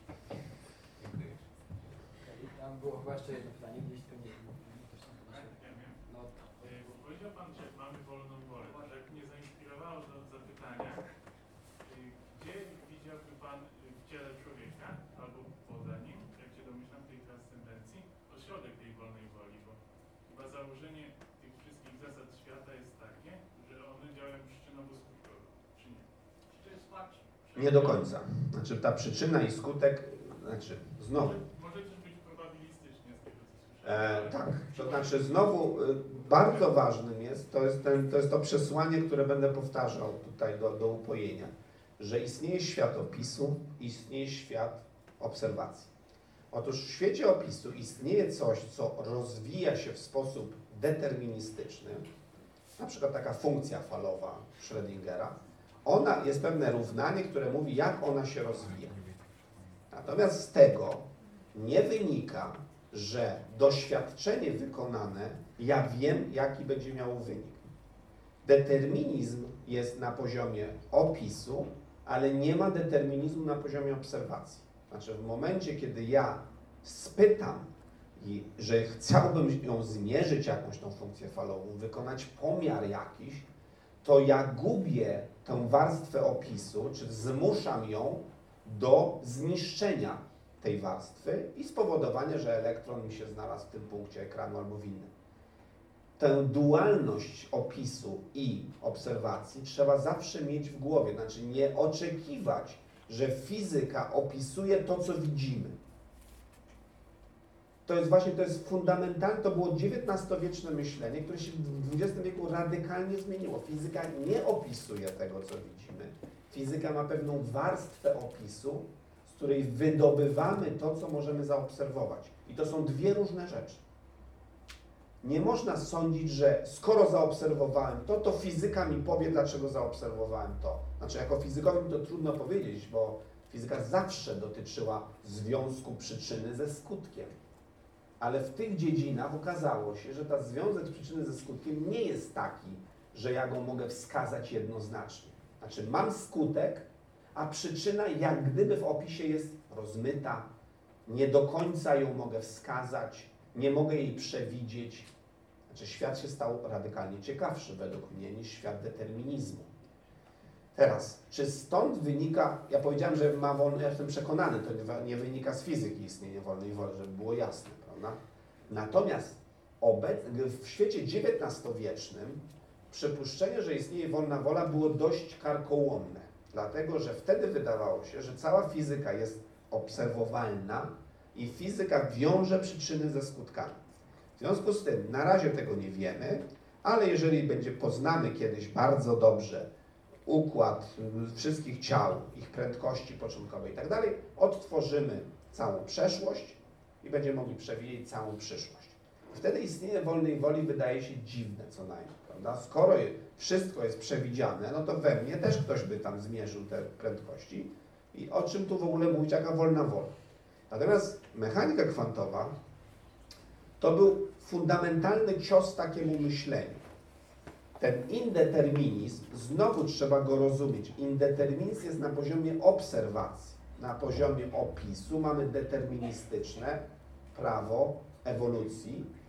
Tam było chyba jeszcze jedno pytanie, gdzieś tu nie było. Ja wiem. No, Y, Bo powiedział Pan, że mamy wolną wolę. Tak mnie zainspirowało do zapytania, y, gdzie widziałby Pan w ciele człowieka, albo poza nim, jak się domyślam, tej transcendencji, ośrodek tej wolnej woli, bo chyba założenie tych wszystkich zasad świata jest takie, że one działają przyczynowo-skutkowo, czy nie? Czy to jest fakt? Nie do końca. Znaczy ta przyczyna i skutek, znaczy znowu. Może też być probabilistycznie z tego, co słyszałem. E, tak, to znaczy znowu y, bardzo ważnym jest, to jest, ten, to jest to przesłanie, które będę powtarzał tutaj do, do upojenia, że istnieje świat opisu, istnieje świat obserwacji. Otóż w świecie opisu istnieje coś, co rozwija się w sposób deterministyczny, na przykład taka funkcja falowa Schrödingera. Ona jest pewne równanie, które mówi, jak ona się rozwija. Natomiast z tego nie wynika, że doświadczenie wykonane, ja wiem, jaki będzie miało wynik. Determinizm jest na poziomie opisu, ale nie ma determinizmu na poziomie obserwacji. Znaczy w momencie, kiedy ja spytam, i, że chciałbym ją zmierzyć, jakąś tą funkcję falową, wykonać pomiar jakiś, to ja gubię tę warstwę opisu, czy zmuszam ją do zniszczenia tej warstwy i spowodowania, że elektron mi się znalazł w tym punkcie ekranu albo w innym. Tę dualność opisu i obserwacji trzeba zawsze mieć w głowie, znaczy nie oczekiwać, że fizyka opisuje to, co widzimy. To jest właśnie, to jest fundamentalne, to było dziewiętnastowieczne myślenie, które się w dwudziestym wieku radykalnie zmieniło. Fizyka nie opisuje tego, co widzimy. Fizyka ma pewną warstwę opisu, z której wydobywamy to, co możemy zaobserwować. I to są dwie różne rzeczy. Nie można sądzić, że skoro zaobserwowałem to, to fizyka mi powie, dlaczego zaobserwowałem to. Znaczy, jako fizykowi mi to trudno powiedzieć, bo fizyka zawsze dotyczyła związku przyczyny ze skutkiem. Ale w tych dziedzinach okazało się, że ta związek przyczyny ze skutkiem nie jest taki, że ja go mogę wskazać jednoznacznie. Znaczy, mam skutek, a przyczyna jak gdyby w opisie jest rozmyta, nie do końca ją mogę wskazać, nie mogę jej przewidzieć. Znaczy, świat się stał radykalnie ciekawszy według mnie niż świat determinizmu. Teraz, czy stąd wynika, ja powiedziałem, że ma wolny, ja jestem przekonany, to nie wynika z fizyki istnienie wolnej woli, żeby było jasne, prawda? Natomiast obec, w świecie dziewiętnastowiecznym przypuszczenie, że istnieje wolna wola, było dość karkołomne, dlatego że wtedy wydawało się, że cała fizyka jest obserwowalna i fizyka wiąże przyczyny ze skutkami. W związku z tym na razie tego nie wiemy, ale jeżeli będzie poznamy kiedyś bardzo dobrze układ wszystkich ciał, ich prędkości początkowej i tak dalej, odtworzymy całą przeszłość i będziemy mogli przewidzieć całą przyszłość. Wtedy istnienie wolnej woli wydaje się dziwne co najmniej, prawda? Skoro wszystko jest przewidziane, no to we mnie też ktoś by tam zmierzył te prędkości i o czym tu w ogóle mówić, jaka wolna wola. Natomiast mechanika kwantowa to był fundamentalny cios takiemu myśleniu. Ten indeterminizm, znowu trzeba go rozumieć. Indeterminizm jest na poziomie obserwacji. Na poziomie opisu mamy deterministyczne prawo ewolucji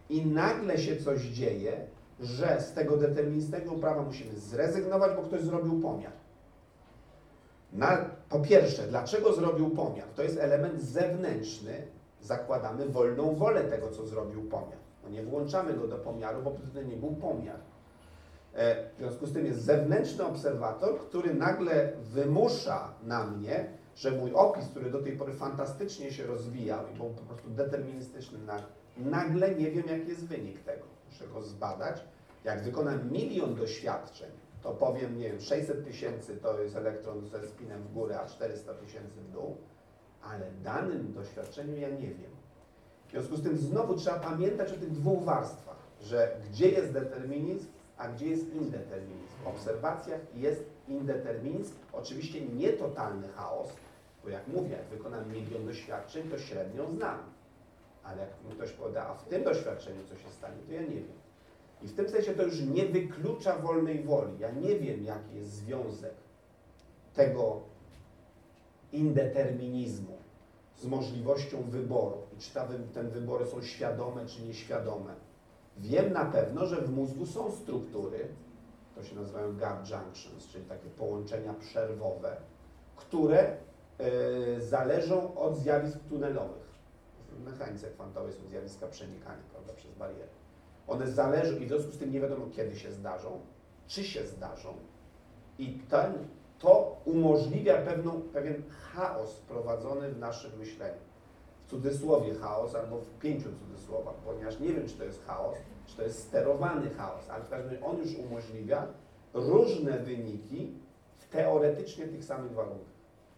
i nagle się coś dzieje, że z tego deterministycznego prawa musimy zrezygnować, bo ktoś zrobił pomiar. Na, po pierwsze, dlaczego zrobił pomiar? To jest element zewnętrzny, zakładamy wolną wolę tego, co zrobił pomiar. No nie włączamy go do pomiaru, bo to nie był pomiar. E, w związku z tym jest zewnętrzny obserwator, który nagle wymusza na mnie, że mój opis, który do tej pory fantastycznie się rozwijał i był po prostu deterministyczny, nagle nie wiem, jaki jest wynik tego. Muszę go zbadać. Jak wykonam milion doświadczeń, to powiem, nie wiem, sześćset tysięcy to jest elektron ze spinem w górę, a czterysta tysięcy w dół, ale danym doświadczeniu ja nie wiem. W związku z tym znowu trzeba pamiętać o tych dwóch warstwach, że gdzie jest determinizm, a gdzie jest indeterminizm. W obserwacjach jest indeterminizm, oczywiście nie totalny chaos, bo jak mówię, jak wykonam milion doświadczeń, to średnią znam. Ale jak mi ktoś poda, a w tym doświadczeniu co się stanie, to ja nie wiem. I w tym sensie to już nie wyklucza wolnej woli. Ja nie wiem, jaki jest związek tego indeterminizmu z możliwością wyboru i czy ta, te wybory są świadome czy nieświadome. Wiem na pewno, że w mózgu są struktury, to się nazywają gap junctions, czyli takie połączenia przerwowe, które y, zależą od zjawisk tunelowych. W mechanice kwantowej są zjawiska przenikania, prawda, przez bariery. One zależą i w związku z tym nie wiadomo, kiedy się zdarzą, czy się zdarzą. I ten, to umożliwia pewną, pewien chaos prowadzony w naszym myśleniu. W cudzysłowie chaos, albo w pięciu cudzysłowach, ponieważ nie wiem, czy to jest chaos, czy to jest sterowany chaos, ale w każdym razie on już umożliwia różne wyniki w teoretycznie tych samych warunkach.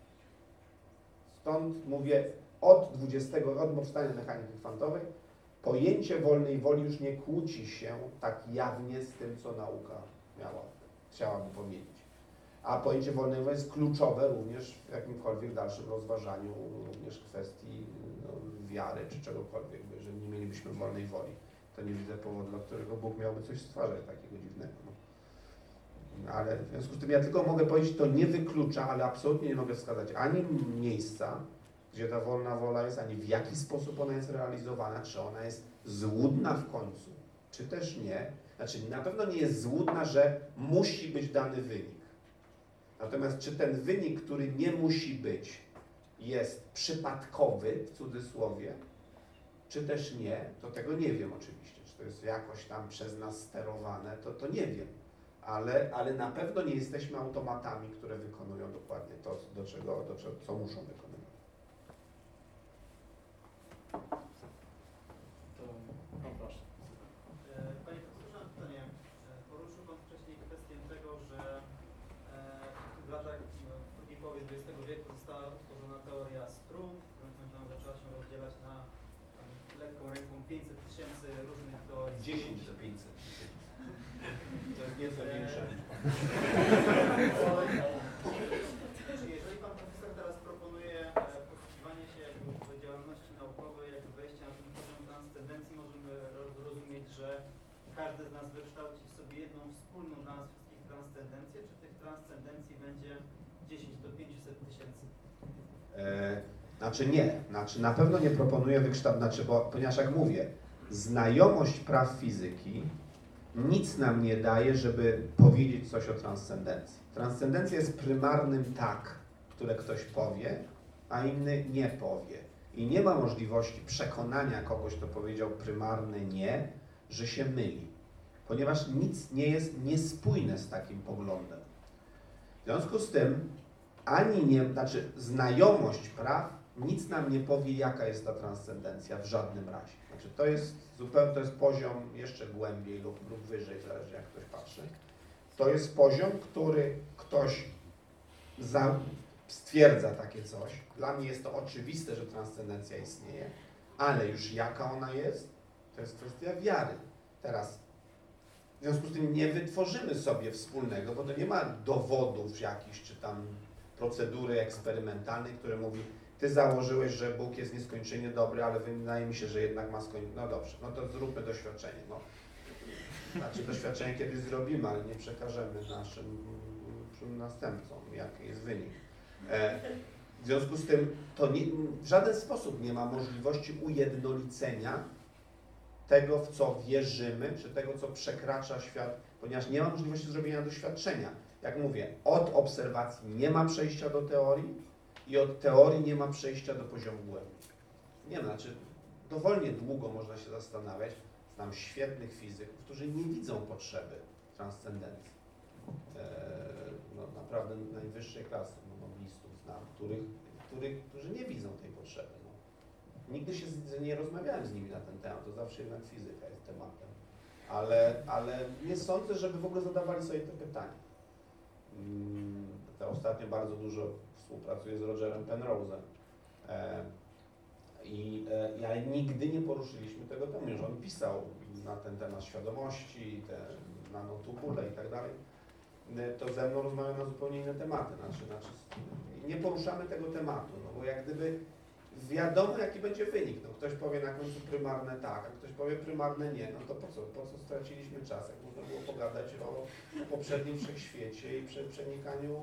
Stąd mówię, od dwudziestego, od powstania mechaniki kwantowej, pojęcie wolnej woli już nie kłóci się tak jawnie z tym, co nauka miała, chciałaby powiedzieć. A pojęcie wolnej woli jest kluczowe również w jakimkolwiek dalszym rozważaniu również kwestii no, wiary czy czegokolwiek. Bo jeżeli nie mielibyśmy wolnej woli, to nie widzę powodu, dla którego Bóg miałby coś stwarzać takiego dziwnego. No. Ale w związku z tym ja tylko mogę powiedzieć, to nie wyklucza, ale absolutnie nie mogę wskazać ani miejsca, gdzie ta wolna wola jest, ani w jaki sposób ona jest realizowana, czy ona jest złudna w końcu, czy też nie. Znaczy na pewno nie jest złudna, że musi być dany wynik. Natomiast czy ten wynik, który nie musi być, jest przypadkowy, w cudzysłowie, czy też nie, to tego nie wiem oczywiście. Czy to jest jakoś tam przez nas sterowane, to, to nie wiem. Ale, ale na pewno nie jesteśmy automatami, które wykonują dokładnie to, do czego, do czego, co muszą wykonywać. To, no proszę. Panie profesorze, mam pytanie. Poruszył Pan wcześniej kwestię tego, że w latach, w drugiej połowie dwudziestego wieku została utworzona teoria strun, która zaczęła się rozdzielać na tam, lekką ręką pięćset tysięcy różnych teorii. dziesięć do pięćset. To jest nieco większe. Czy jeżeli Pan profesor teraz proponuje posługiwanie się jakby w działalności naukowej, jakby wejście na ten poziom transcendencji, możemy rozumieć, że każdy z nas wykształci w sobie jedną wspólną dla nas wszystkich transcendencję, czy tych transcendencji będzie dziesięć do pięciuset tysięcy? E, znaczy nie, znaczy na pewno nie proponuję wykształcenia, znaczy, bo ponieważ jak mówię, znajomość praw fizyki nic nam nie daje, żeby powiedzieć coś o transcendencji. Transcendencja jest prymarnym tak, które ktoś powie, a inny nie powie. I nie ma możliwości przekonania kogoś, kto powiedział prymarne nie, że się myli. Ponieważ nic nie jest niespójne z takim poglądem. W związku z tym, ani nie, znaczy znajomość praw nic nam nie powie, jaka jest ta transcendencja w żadnym razie. Znaczy to jest zupełnie, to jest poziom jeszcze głębiej lub, lub wyżej, zależy jak ktoś patrzy. To jest poziom, który ktoś za, stwierdza takie coś. Dla mnie jest to oczywiste, że transcendencja istnieje, ale już jaka ona jest, to jest kwestia wiary. Teraz w związku z tym nie wytworzymy sobie wspólnego, bo to nie ma dowodów jakichś, czy tam procedury eksperymentalnej, które mówi, ty założyłeś, że Bóg jest nieskończenie dobry, ale wydaje mi się, że jednak ma skończenie. No dobrze, no to zróbmy doświadczenie. No. Znaczy doświadczenie kiedyś zrobimy, ale nie przekażemy naszym, naszym następcom, jaki jest wynik. E, w związku z tym to nie, w żaden sposób nie ma możliwości ujednolicenia tego, w co wierzymy, czy tego, co przekracza świat, ponieważ nie ma możliwości zrobienia doświadczenia. Jak mówię, od obserwacji nie ma przejścia do teorii i od teorii nie ma przejścia do poziomu głębi. Nie ma, znaczy dowolnie długo można się zastanawiać. Znam świetnych fizyków, którzy nie widzą potrzeby transcendencji. Eee, no, naprawdę najwyższej klasy no, noblistów znam, których, których, którzy nie widzą tej potrzeby. No. Nigdy się z, nie rozmawiałem z nimi na ten temat, to zawsze jednak fizyka jest tematem. Ale, ale nie sądzę, żeby w ogóle zadawali sobie te pytania. Hmm, to ostatnio bardzo dużo współpracuję z Rogerem Penrose'em. Eee, I, e, ale nigdy nie poruszyliśmy tego tematu, że on pisał na ten temat świadomości, te nanotubule i tak dalej. E, To ze mną rozmawiał na zupełnie inne tematy. Znaczy, znaczy, nie poruszamy tego tematu, no bo jak gdyby wiadomo, jaki będzie wynik. No, ktoś powie na końcu prymarne tak, a ktoś powie prymarne nie. No to po co? Po co straciliśmy czas? Jak można było pogadać o poprzednim wszechświecie i prze, przenikaniu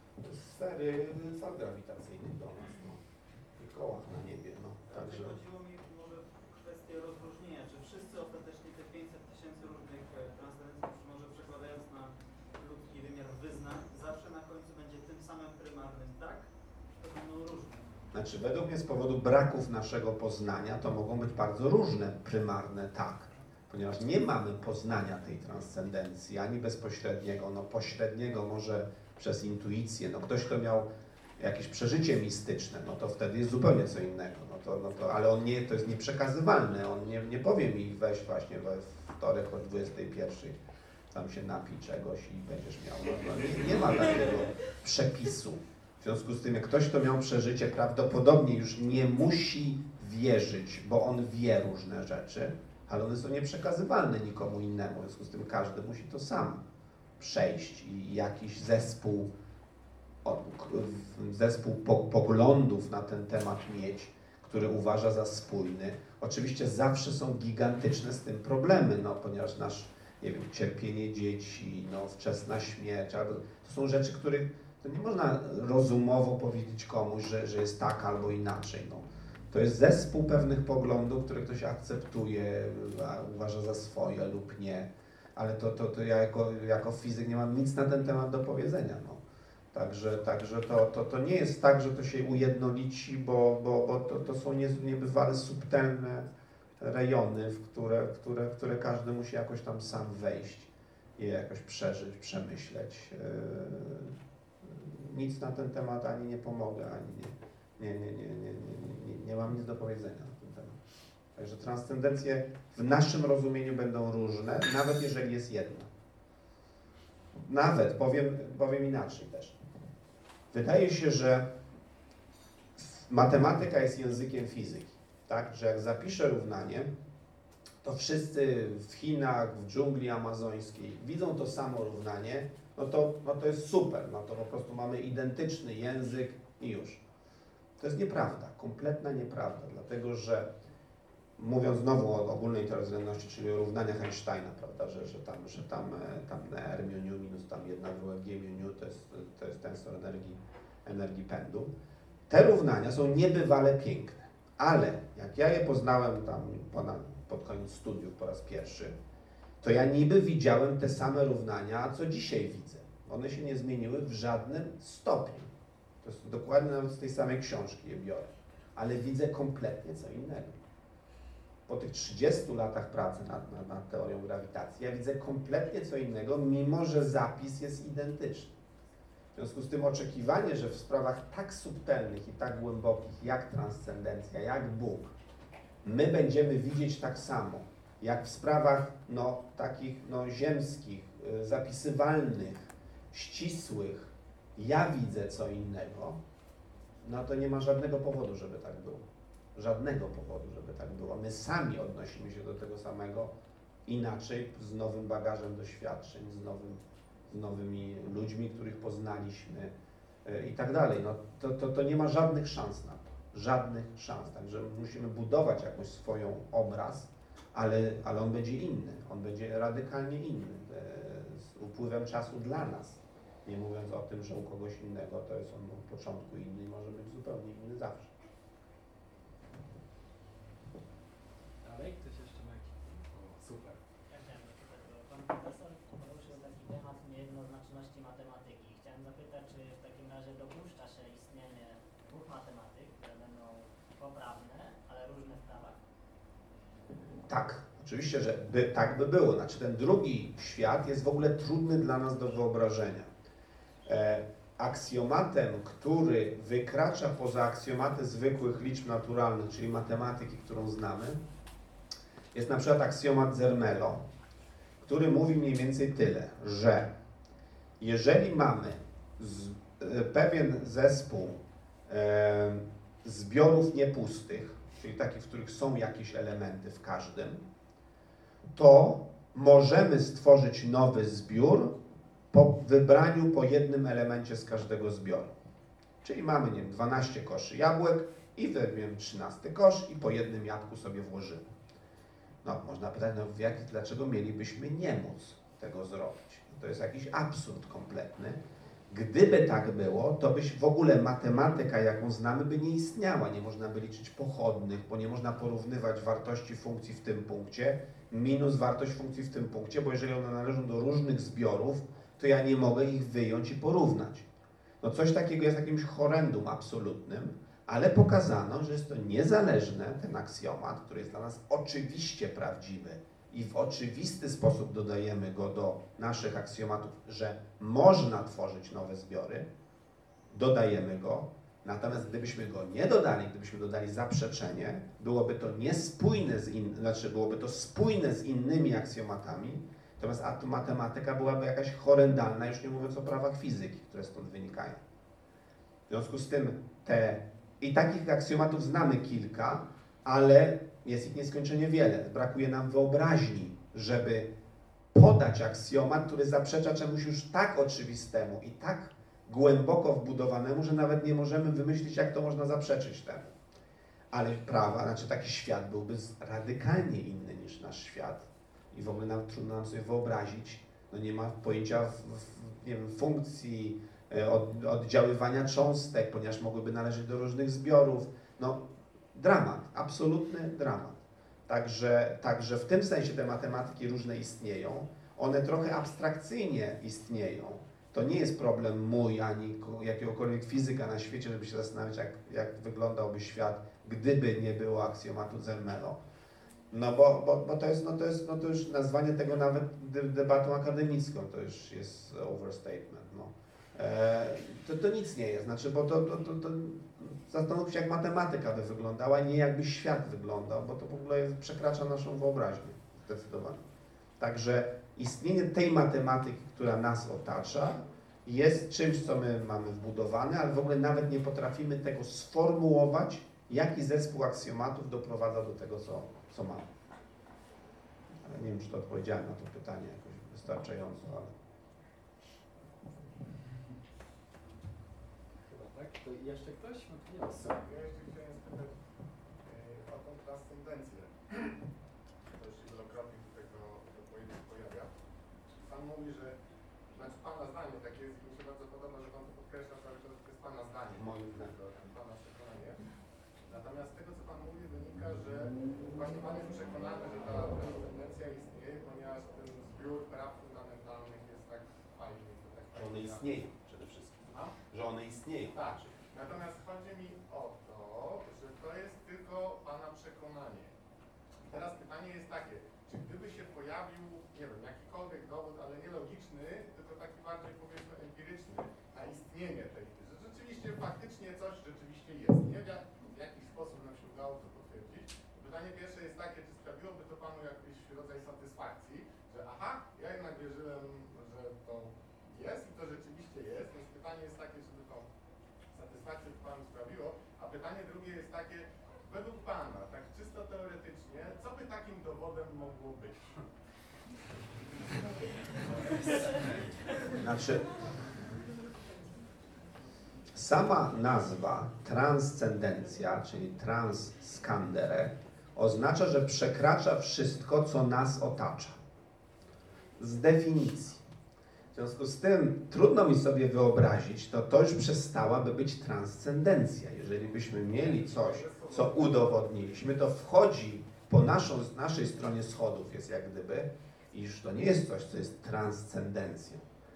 sfery fal grawitacyjnych do nas. No. I kołach na niebie. No. Także... Chodziło mi może o kwestię rozróżnienia, czy wszyscy ostatecznie te pięćset tysięcy różnych transcendencji, czy może przekładając na ludzki wymiar wyznań, zawsze na końcu będzie tym samym prymarnym tak, to będą różne. Znaczy, według mnie z powodu braków naszego poznania to mogą być bardzo różne prymarne tak, ponieważ nie mamy poznania tej transcendencji, ani bezpośredniego, no pośredniego może przez intuicję, no ktoś, kto miał jakieś przeżycie mistyczne, no to wtedy jest zupełnie co innego, no to, no to, ale on nie, to jest nieprzekazywalne, on nie, nie powie mi weź właśnie we wtorek o dwudziestej pierwszej, tam się napij czegoś i będziesz miał, no, no nie, nie ma takiego przepisu. W związku z tym, jak ktoś, kto miał przeżycie, prawdopodobnie już nie musi wierzyć, bo on wie różne rzeczy, ale one są nieprzekazywalne nikomu innemu, w związku z tym każdy musi to sam przejść i jakiś zespół zespół poglądów na ten temat mieć, który uważa za spójny. Oczywiście zawsze są gigantyczne z tym problemy, no, ponieważ nasz, nie wiem, cierpienie dzieci, no, wczesna śmierć, albo to są rzeczy, których to nie można rozumowo powiedzieć komuś, że, że jest tak albo inaczej. No. To jest zespół pewnych poglądów, które ktoś akceptuje, uważa za swoje lub nie, ale to, to, to ja jako, jako fizyk nie mam nic na ten temat do powiedzenia. No. Także, także to, to, to nie jest tak, że to się ujednolici, bo, bo, bo to, to są niebywale subtelne rejony, w które, w które, w które każdy musi jakoś tam sam wejść i jakoś przeżyć, przemyśleć. Nic na ten temat ani nie pomogę, ani nie, nie, nie, nie, nie, nie, nie, nie mam nic do powiedzenia na ten temat. Także transcendencje w naszym rozumieniu będą różne, nawet jeżeli jest jedna. Nawet, powiem, powiem inaczej też. Wydaje się, że matematyka jest językiem fizyki, tak? Że jak zapiszę równanie, to wszyscy w Chinach, w dżungli amazońskiej widzą to samo równanie, no to, no to jest super, no to po prostu mamy identyczny język i już. To jest nieprawda, kompletna nieprawda, dlatego że mówiąc znowu o ogólnej teorii względności, czyli o równaniach Einsteina, prawda, że, że tam, że tam, tam R mu nu minus tam jedna druga G mu nu to jest, to jest tensor energii, energii pędu. Te równania są niebywale piękne, ale jak ja je poznałem tam ponad, pod koniec studiów po raz pierwszy, to ja niby widziałem te same równania, co dzisiaj widzę. One się nie zmieniły w żadnym stopniu. To jest dokładnie nawet z tej samej książki je biorę, ale widzę kompletnie co innego. Po tych trzydziestu latach pracy nad, nad, nad teorią grawitacji, ja widzę kompletnie co innego, mimo że zapis jest identyczny. W związku z tym oczekiwanie, że w sprawach tak subtelnych i tak głębokich, jak transcendencja, jak Bóg, my będziemy widzieć tak samo, jak w sprawach no, takich no, ziemskich, y, zapisywalnych, ścisłych, ja widzę co innego, no to nie ma żadnego powodu, żeby tak było. Żadnego powodu, żeby tak było. My sami odnosimy się do tego samego inaczej, z nowym bagażem doświadczeń, z, nowym, z nowymi ludźmi, których poznaliśmy yy, i tak dalej. No, to, to, to nie ma żadnych szans na to. Żadnych szans. Także musimy budować jakoś swoją obraz, ale, ale on będzie inny. On będzie radykalnie inny yy, z upływem czasu dla nas. Nie mówiąc o tym, że u kogoś innego to jest on od początku inny i może być zupełnie inny zawsze. Dalej? Ktoś jeszcze ma jakiś? Tak, oczywiście, że by, tak by było. Znaczy ten drugi świat jest w ogóle trudny dla nas do wyobrażenia. E, aksjomatem, który wykracza poza aksjomaty zwykłych liczb naturalnych, czyli matematyki, którą znamy, jest na przykład aksjomat Zermelo, który mówi mniej więcej tyle, że jeżeli mamy z, e, pewien zespół e, zbiorów niepustych, czyli takich, w których są jakieś elementy w każdym, to możemy stworzyć nowy zbiór po wybraniu po jednym elemencie z każdego zbioru. Czyli mamy, nie wiem, dwanaście koszy jabłek i weźmiemy trzynasty kosz i po jednym jabłku sobie włożymy. No, można pytać, no, jak, dlaczego mielibyśmy nie móc tego zrobić? To jest jakiś absurd kompletny. Gdyby tak było, to byś w ogóle matematyka, jaką znamy, by nie istniała. Nie można by liczyć pochodnych, bo nie można porównywać wartości funkcji w tym punkcie minus wartość funkcji w tym punkcie, bo jeżeli one należą do różnych zbiorów, to ja nie mogę ich wyjąć i porównać. No coś takiego jest jakimś horrendum absolutnym, ale pokazano, że jest to niezależne, ten aksjomat, który jest dla nas oczywiście prawdziwy i w oczywisty sposób dodajemy go do naszych aksjomatów, że można tworzyć nowe zbiory, dodajemy go, natomiast gdybyśmy go nie dodali, gdybyśmy dodali zaprzeczenie, byłoby to niespójne z in, znaczy byłoby to spójne z innymi aksjomatami, natomiast matematyka byłaby jakaś horrendalna, już nie mówiąc o prawach fizyki, które stąd wynikają. W związku z tym te, i takich aksjomatów znamy kilka, ale jest ich nieskończenie wiele. Brakuje nam wyobraźni, żeby podać aksjomat, który zaprzecza czemuś już tak oczywistemu i tak głęboko wbudowanemu, że nawet nie możemy wymyślić, jak to można zaprzeczyć temu. Ale prawa, znaczy taki świat byłby radykalnie inny niż nasz świat i w ogóle nam, trudno nam sobie wyobrazić, no nie ma pojęcia w, w, nie wiem, funkcji, e, od, oddziaływania cząstek, ponieważ mogłyby należeć do różnych zbiorów. No dramat, absolutny dramat. Także, także w tym sensie te matematyki różne istnieją. One trochę abstrakcyjnie istnieją. To nie jest problem mój, ani jakiegokolwiek fizyka na świecie, żeby się zastanawiać, jak, jak wyglądałby świat, gdyby nie było aksjomatu Zermelo. No bo, bo, bo to jest, no to jest, no to już nazwanie tego nawet debatą akademicką, to już jest overstatement. No. E, to, to nic nie jest, znaczy, bo to, to, to, to zastanów się, jak matematyka by wyglądała, nie jakby świat wyglądał, bo to w ogóle jest, przekracza naszą wyobraźnię, zdecydowanie. Także istnienie tej matematyki, która nas otacza, jest czymś, co my mamy wbudowane, ale w ogóle nawet nie potrafimy tego sformułować, jaki zespół aksjomatów doprowadza do tego, co, co mamy. Ale nie wiem, czy to odpowiedziałem na to pytanie jakoś wystarczająco, ale... Chyba tak? To jeszcze ktoś? No to nie ma sensu. Ja jeszcze chciałem spytać e, o tą transcendencję. To już się wielokrotnie do tego do pojedynku pojawia. Pan mówi, że, znaczy Pana zdanie takie jest, mi się bardzo podoba, że Pan to podkreśla cały czas, że to jest Pana zdanie, Moim zdaniem. tylko Pana przekonanie. Natomiast z tego, co Pan mówi, wynika, że właśnie Pan jest przekonany, że ta transcendencja istnieje, ponieważ ten zbiór praw fundamentalnych jest tak fajny. Tak Że one istnieją przede wszystkim. A? Że one istnieją. Tak. Natomiast chodzi mi o to, że to jest tylko Pana przekonanie. I teraz pytanie jest takie, czy gdyby się pojawił, nie wiem, jakikolwiek dowód, ale nie logiczny, tylko taki bardziej, powiedzmy, empiryczny, na istnienie tej, że rzeczywiście faktycznie coś rzeczywiście jest, nie? W, jak, w jakiś sposób nam się udało to potwierdzić. Pytanie pierwsze jest takie, czy sprawiłoby to Panu jakiś rodzaj satysfakcji, że aha, ja jednak wierzyłem, że to jest i to rzeczywiście jest, więc pytanie jest takie, czy by to satysfakcję Panu sprawiło, a pytanie drugie jest takie, według Pana, tak czysto teoretycznie, co by takim dowodem mogło być? Znaczy, sama nazwa transcendencja, czyli transkandere, oznacza, że przekracza wszystko, co nas otacza. Z definicji. W związku z tym trudno mi sobie wyobrazić, to to już przestałaby być transcendencja. Jeżeli byśmy mieli coś, co udowodniliśmy, to wchodzi po naszą, naszej stronie schodów, jest jak gdyby, iż to nie jest coś, co jest transcendencją.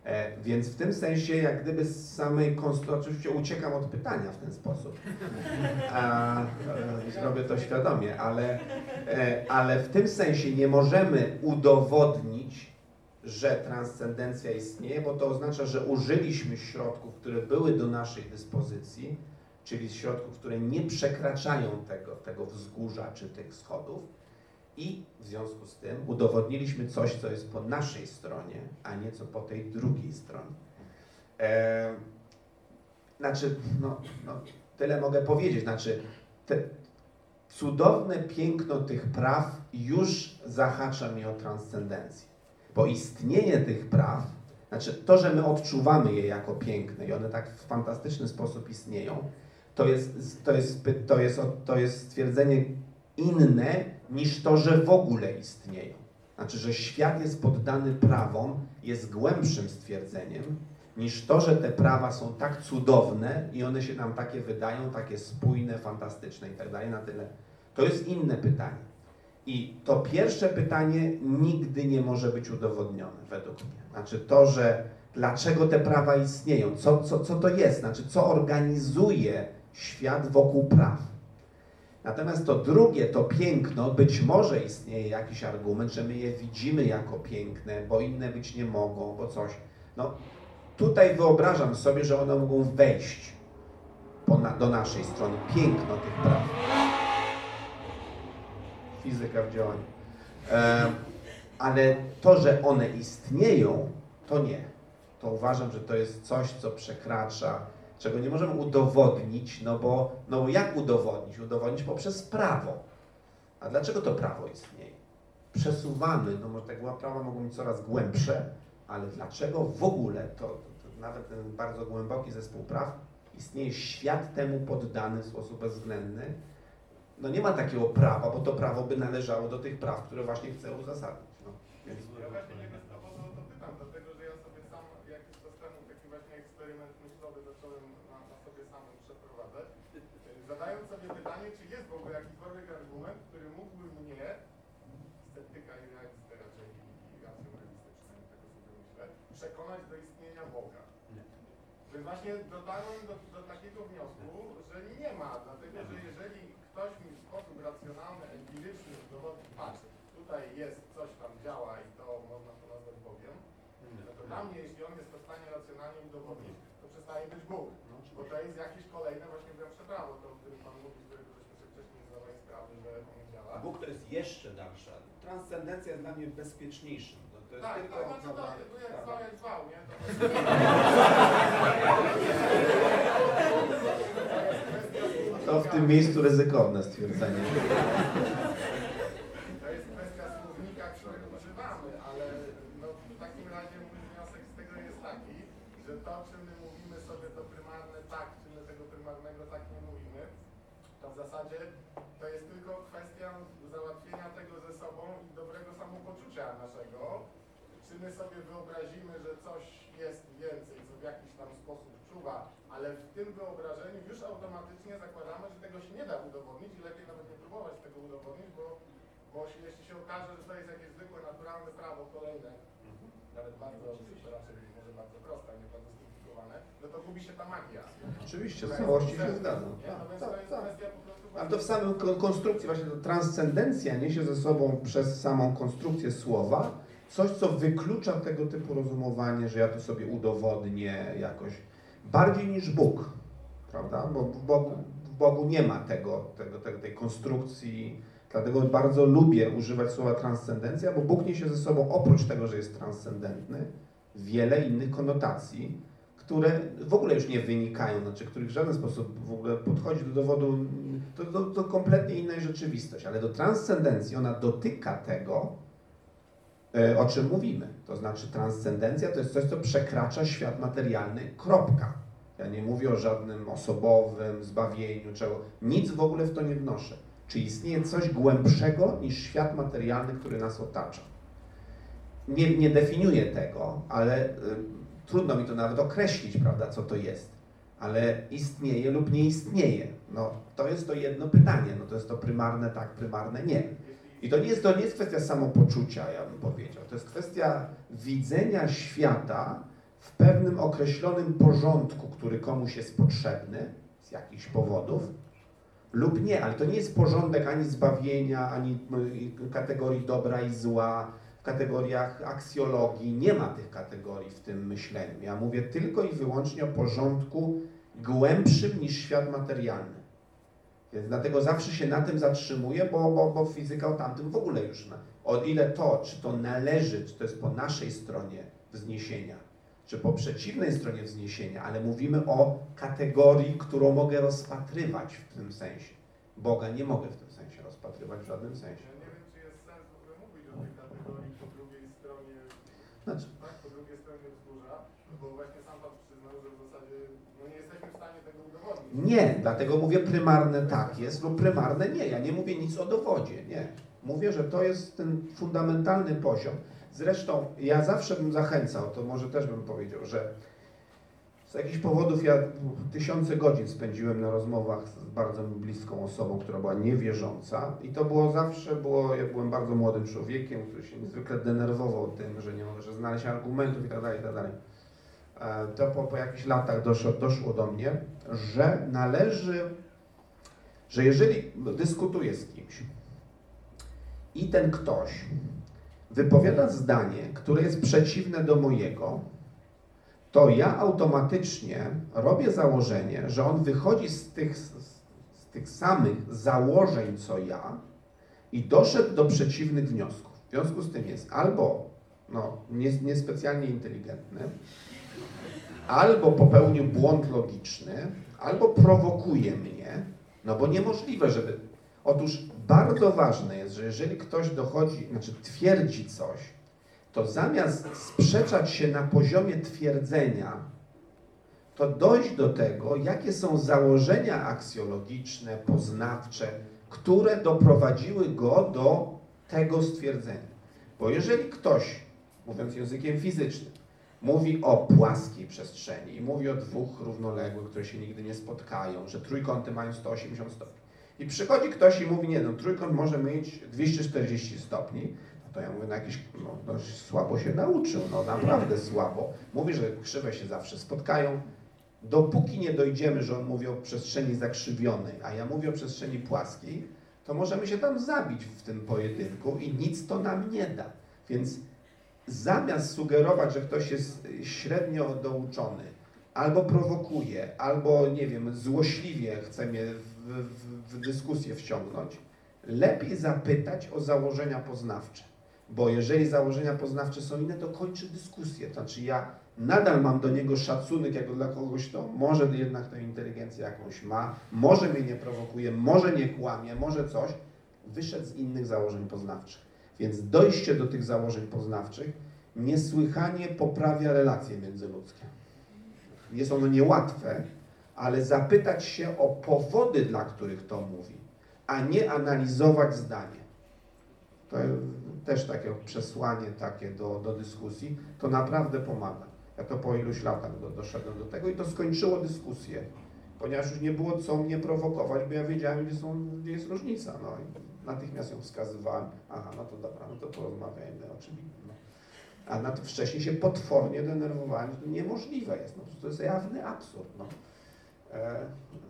E, więc w tym sensie, jak gdyby z samej konstrukcji, oczywiście uciekam od pytania w ten sposób. A, e, robię to świadomie, ale, e, ale w tym sensie nie możemy udowodnić, że transcendencja istnieje, bo to oznacza, że użyliśmy środków, które były do naszej dyspozycji, czyli środków, które nie przekraczają tego, tego wzgórza czy tych schodów i w związku z tym udowodniliśmy coś, co jest po naszej stronie, a nie co po tej drugiej stronie. E, znaczy, no, no, tyle mogę powiedzieć, znaczy te cudowne piękno tych praw już zahacza mnie o transcendencję, bo istnienie tych praw, znaczy to, że my odczuwamy je jako piękne i one tak w fantastyczny sposób istnieją, to jest, to jest, to jest, to jest stwierdzenie inne niż to, że w ogóle istnieją. Znaczy, że świat jest poddany prawom, jest głębszym stwierdzeniem niż to, że te prawa są tak cudowne i one się nam takie wydają, takie spójne, fantastyczne i tak dalej, na tyle. To jest inne pytanie. I to pierwsze pytanie nigdy nie może być udowodnione, według mnie. Znaczy to, że dlaczego te prawa istnieją, co, co, co to jest, znaczy co organizuje świat wokół praw. Natomiast to drugie, to piękno, być może istnieje jakiś argument, że my je widzimy jako piękne, bo inne być nie mogą, bo coś. No, tutaj wyobrażam sobie, że one mogą wejść po na, do naszej strony. Piękno tych praw. Fizyka w działaniu. E, ale to, że one istnieją, to nie. To uważam, że to jest coś, co przekracza, czego nie możemy udowodnić, no bo, no bo jak udowodnić? Udowodnić poprzez prawo. A dlaczego to prawo istnieje? Przesuwamy, no może te prawa mogą być coraz głębsze, ale dlaczego w ogóle to, to, to nawet ten bardzo głęboki zespół praw, istnieje świat temu poddany w sposób bezwzględny? No nie ma takiego prawa, bo to prawo by należało do tych praw, które właśnie chcę uzasadnić. No, więc... Ja właśnie nie bez powodu o to pytam, dlatego że ja sobie sam jakiś czas temu taki właśnie eksperyment myślowy zacząłem na, na sobie samym przeprowadzać, zadając sobie pytanie, czy jest w ogóle jakikolwiek argument, który mógłby mnie, sceptyka i realistę raczej i racjonalistycznego, tego sobie myślę, przekonać do istnienia Boga. Więc właśnie dotarłem do, do takiego wniosku, że nie ma, dlatego że jeżeli ktoś mi w sposób racjonalny, empiryczny udowodni, patrz, tutaj jest, coś tam działa i to można to nazwać Bogiem, no to dla mnie, jeśli on jest to w stanie racjonalnie udowodnić, to przestaje być Bóg. Bo to jest jakieś kolejne właśnie głębsze prawo, to o którym Pan mówi, z którego żeśmy sobie wcześniej nie zdawali sprawy, że on działa. A Bóg to jest jeszcze dalsza. Transcendencja jest dla mnie bezpieczniejszym. To, to jest Tak, tylko, tak, no to to jak zwał, jak zwał, nie? To to w tym miejscu ryzykowne stwierdzenie. To jest kwestia słownika, którego używamy, ale no, w takim razie mój wniosek z tego jest taki, że to, czym my mówimy sobie to prymarne tak, czy my tego prymarnego tak nie mówimy, to w zasadzie to jest tylko kwestia załatwienia tego ze sobą i dobrego samopoczucia naszego. Czy my sobie wyobrazimy, że coś jest więcej, co w jakiś tam sposób czuwa, ale w tym wyobrażeniu już automatycznie zakładamy, że tego się nie da udowodnić i lepiej nawet nie próbować tego udowodnić, bo, bo jeśli się okaże, że to jest jakieś zwykłe, naturalne prawo kolejne, nawet bardzo, to raczej może bardzo proste, a nie bardzo skomplikowane, no to gubi się ta magia. Oczywiście, w całości się zgadzam. Nie? No więc Tak, to jest tak. kwestia po prostu... Ale to w samej kon- konstrukcji, właśnie ta transcendencja niesie ze sobą przez samą konstrukcję słowa coś, co wyklucza tego typu rozumowanie, że ja to sobie udowodnię jakoś bardziej niż Bóg, prawda? Bo w Bogu, w Bogu nie ma tego, tego, tego, tej konstrukcji, dlatego bardzo lubię używać słowa transcendencja, bo Bóg niesie ze sobą, oprócz tego, że jest transcendentny, wiele innych konotacji, które w ogóle już nie wynikają, znaczy których w żaden sposób w ogóle podchodzi do dowodu, to, to, to kompletnie inna rzeczywistość, ale do transcendencji ona dotyka tego, o czym mówimy. To znaczy transcendencja to jest coś, co przekracza świat materialny, kropka. Ja nie mówię o żadnym osobowym zbawieniu, czego. Nic w ogóle w to nie wnoszę. Czy istnieje coś głębszego niż świat materialny, który nas otacza? Nie, nie definiuję tego, ale y, trudno mi to nawet określić, prawda, co to jest. Ale istnieje lub nie istnieje. No, to jest to jedno pytanie. No, to jest to prymarne tak, prymarne nie. I to nie jest, to nie jest kwestia samopoczucia, ja bym powiedział. To jest kwestia widzenia świata w pewnym określonym porządku, który komuś jest potrzebny z jakichś powodów, lub nie, ale to nie jest porządek ani zbawienia, ani kategorii dobra i zła, w kategoriach aksjologii, nie ma tych kategorii w tym myśleniu. Ja mówię tylko i wyłącznie o porządku głębszym niż świat materialny. Więc dlatego zawsze się na tym zatrzymuję, bo, bo, bo fizyka o tamtym w ogóle już, na, o ile to, czy to należy, czy to jest po naszej stronie wzniesienia, czy po przeciwnej stronie wzniesienia, ale mówimy o kategorii, którą mogę rozpatrywać w tym sensie. Boga nie mogę w tym sensie rozpatrywać w żadnym sensie. Ja nie wiem, czy jest sens w ogóle mówić o tej kategorii po drugiej stronie, Znaczy, tak, po drugiej stronie wzgórza, bo właśnie sam Pan przyznał, że w zasadzie no nie jesteśmy w stanie tego udowodnić. nie, dlatego mówię prymarne tak jest lub prymarne nie. Ja nie mówię nic o dowodzie, nie. Mówię, że to jest ten fundamentalny poziom. Zresztą ja zawsze bym zachęcał, to może też bym powiedział, że z jakichś powodów ja tysiące godzin spędziłem na rozmowach z bardzo mi bliską osobą, która była niewierząca i to było zawsze, było, ja byłem bardzo młodym człowiekiem, który się niezwykle denerwował tym, że nie może znaleźć argumentów i tak dalej, i tak dalej. To po, po jakichś latach doszło, doszło do mnie, że należy, że jeżeli dyskutuję z kimś i ten ktoś wypowiada zdanie, które jest przeciwne do mojego, to ja automatycznie robię założenie, że on wychodzi z tych, z, z tych samych założeń co ja i doszedł do przeciwnych wniosków. W związku z tym jest albo no, nie, niespecjalnie inteligentny, albo popełnił błąd logiczny, albo prowokuje mnie, no bo niemożliwe, żeby... Otóż bardzo ważne jest, że jeżeli ktoś dochodzi, znaczy twierdzi coś, to zamiast sprzeczać się na poziomie twierdzenia, to dojść do tego, jakie są założenia aksjologiczne, poznawcze, które doprowadziły go do tego stwierdzenia. Bo jeżeli ktoś, mówiąc językiem fizycznym, mówi o płaskiej przestrzeni i mówi o dwóch równoległych, które się nigdy nie spotkają, że trójkąty mają sto osiemdziesiąt stopni. I przychodzi ktoś i mówi, nie no, trójkąt może mieć dwieście czterdzieści stopni, no to ja mówię, no jakiś, no dość słabo się nauczył, no naprawdę słabo. Mówi, że krzywe się zawsze spotkają. Dopóki nie dojdziemy, że on mówi o przestrzeni zakrzywionej, a ja mówię o przestrzeni płaskiej, to możemy się tam zabić w tym pojedynku i nic to nam nie da. Więc zamiast sugerować, że ktoś jest średnio douczony, albo prowokuje, albo, nie wiem, złośliwie chce mnie w, w, w dyskusję wciągnąć, lepiej zapytać o założenia poznawcze. Bo jeżeli założenia poznawcze są inne, to kończy dyskusję. To znaczy ja nadal mam do niego szacunek jako dla kogoś, kto może jednak tę inteligencję jakąś ma, może mnie nie prowokuje, może nie kłamie, może coś. Wyszedł z innych założeń poznawczych. Więc dojście do tych założeń poznawczych niesłychanie poprawia relacje międzyludzkie. Jest ono niełatwe, ale zapytać się o powody, dla których to mówi, a nie analizować zdanie. To też takie przesłanie takie do, do dyskusji, to naprawdę pomaga. Ja to po iluś latach do, doszedłem do tego i to skończyło dyskusję, ponieważ już nie było co mnie prowokować, bo ja wiedziałem, gdzie, są, gdzie jest różnica. No i natychmiast ją wskazywałem. Aha, no to dobra, no to porozmawiajmy oczywiście. No. A na to wcześniej się potwornie denerwowałem, że to niemożliwe jest. No, to jest jawny absurd. No. E,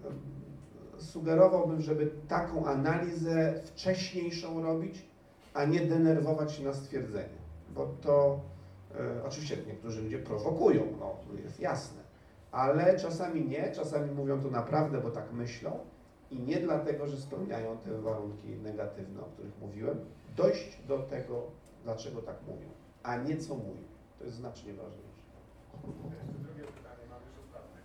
sugerowałbym, żeby taką analizę wcześniejszą robić, a nie denerwować się na stwierdzenie. Bo to e, oczywiście niektórzy ludzie prowokują, no jest jasne. Ale czasami nie, czasami mówią to naprawdę, bo tak myślą i nie dlatego, że spełniają te warunki negatywne, o których mówiłem. Dojść do tego, dlaczego tak mówią, a nie co mówią. To jest znacznie ważniejsze. Jeszcze drugie pytanie, mam już ostatnie.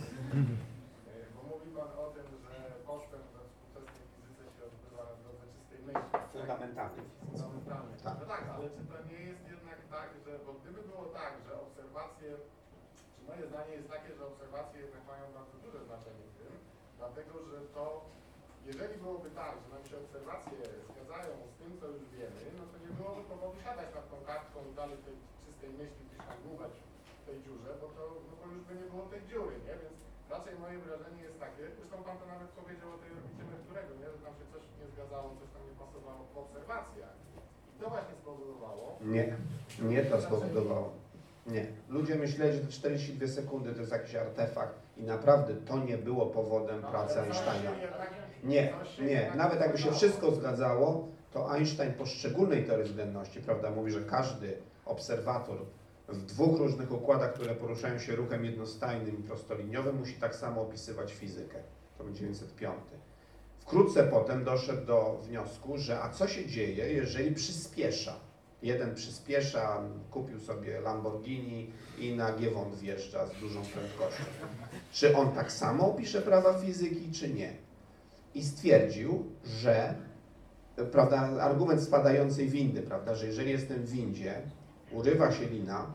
Bo mówi Pan o tym, że postęp we współczesnej fizyce się odbywa na drodze czystej myśli. Fundamentalny. Fundamentalny. Tak. No tak, ale czy to nie jest jednak tak, że, bo gdyby było tak, że obserwacje, czy moje zdanie jest takie, że obserwacje jednak mają bardzo duże znaczenie w tym, dlatego że to, jeżeli byłoby tak, że nam się obserwacje zgadzają z tym, co już wiemy, no to nie byłoby powodu siadać nad tą kartką i dalej tej czystej myśli gdzieś tam dłubać w tej dziurze, bo to no bo już by nie było tej dziury, nie? Więc raczej moje wrażenie jest takie, zresztą Pan to nawet powiedział o tej orbicie Merkurego, nie? Że nam się coś nie zgadzało, coś tam nie pasowało w obserwacjach. I to właśnie spowodowało... Nie, nie to spowodowało. Nie. Ludzie myśleli, że te czterdzieści dwie sekundy to jest jakiś artefakt i naprawdę to nie było powodem pracy Einsteina. Nie, nie. Nawet jakby się wszystko zgadzało, to Einstein poszczególnej teorii względności, prawda, mówi, że każdy obserwator w dwóch różnych układach, które poruszają się ruchem jednostajnym i prostoliniowym, musi tak samo opisywać fizykę. To będzie dziewięćset pięć. Wkrótce potem doszedł do wniosku, że a co się dzieje, jeżeli przyspiesza? Jeden przyspiesza, kupił sobie Lamborghini i na Giewont wjeżdża z dużą prędkością. Czy on tak samo opisze prawa fizyki, czy nie? I stwierdził, że, prawda, argument spadającej windy, prawda, że jeżeli jestem w windzie, urywa się lina,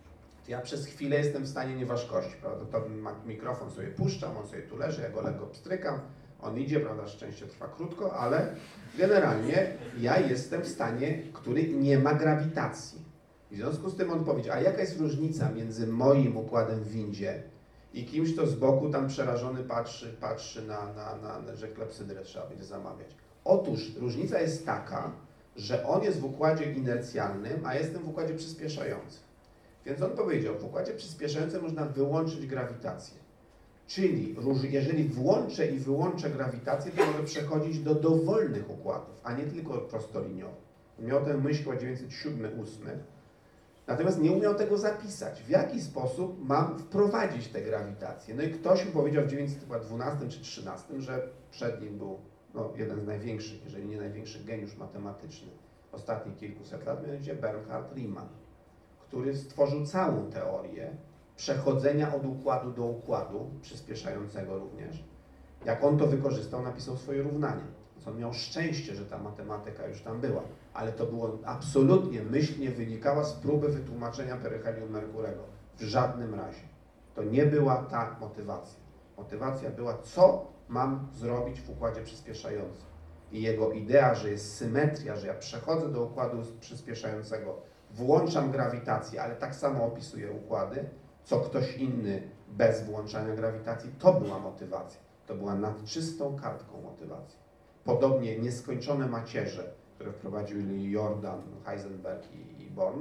to ja przez chwilę jestem w stanie nieważkości, prawda, to mikrofon sobie puszczam, on sobie tu leży, ja go lekko pstrykam, on idzie, prawda, szczęście trwa krótko, ale generalnie ja jestem w stanie, który nie ma grawitacji. W związku z tym on powiedział, a jaka jest różnica między moim układem w windzie i kimś, kto z boku tam przerażony patrzy, patrzy na, na, na że klepsydrę trzeba będzie zamawiać. Otóż różnica jest taka, że on jest w układzie inercjalnym, a jestem w układzie przyspieszającym. Więc on powiedział, w układzie przyspieszającym można wyłączyć grawitację. Czyli jeżeli włączę i wyłączę grawitację, to mogę przechodzić do dowolnych układów, a nie tylko prostoliniowych. Miał tę myśl chyba dziewięćset siedem osiem, natomiast nie umiał tego zapisać. W jaki sposób mam wprowadzić tę grawitację? No i ktoś mi powiedział w dziewięćset dwunastym czy trzynastym, że przed nim był no, jeden z największych, jeżeli nie największy geniusz matematyczny ostatnich kilkuset lat, mianowicie Bernhard Riemann, który stworzył całą teorię przechodzenia od układu do układu, przyspieszającego również. Jak on to wykorzystał, napisał swoje równanie. Więc on miał szczęście, że ta matematyka już tam była, ale to było absolutnie, myśl nie wynikała z próby wytłumaczenia peryhelium Merkurego. W żadnym razie. To nie była ta motywacja. Motywacja była, co mam zrobić w układzie przyspieszającym. I jego idea, że jest symetria, że ja przechodzę do układu przyspieszającego, włączam grawitację, ale tak samo opisuję układy, co ktoś inny bez włączania grawitacji, to była motywacja. To była nad czystą kartką motywacja. Podobnie nieskończone macierze, które wprowadzili Jordan, Heisenberg i, i Born.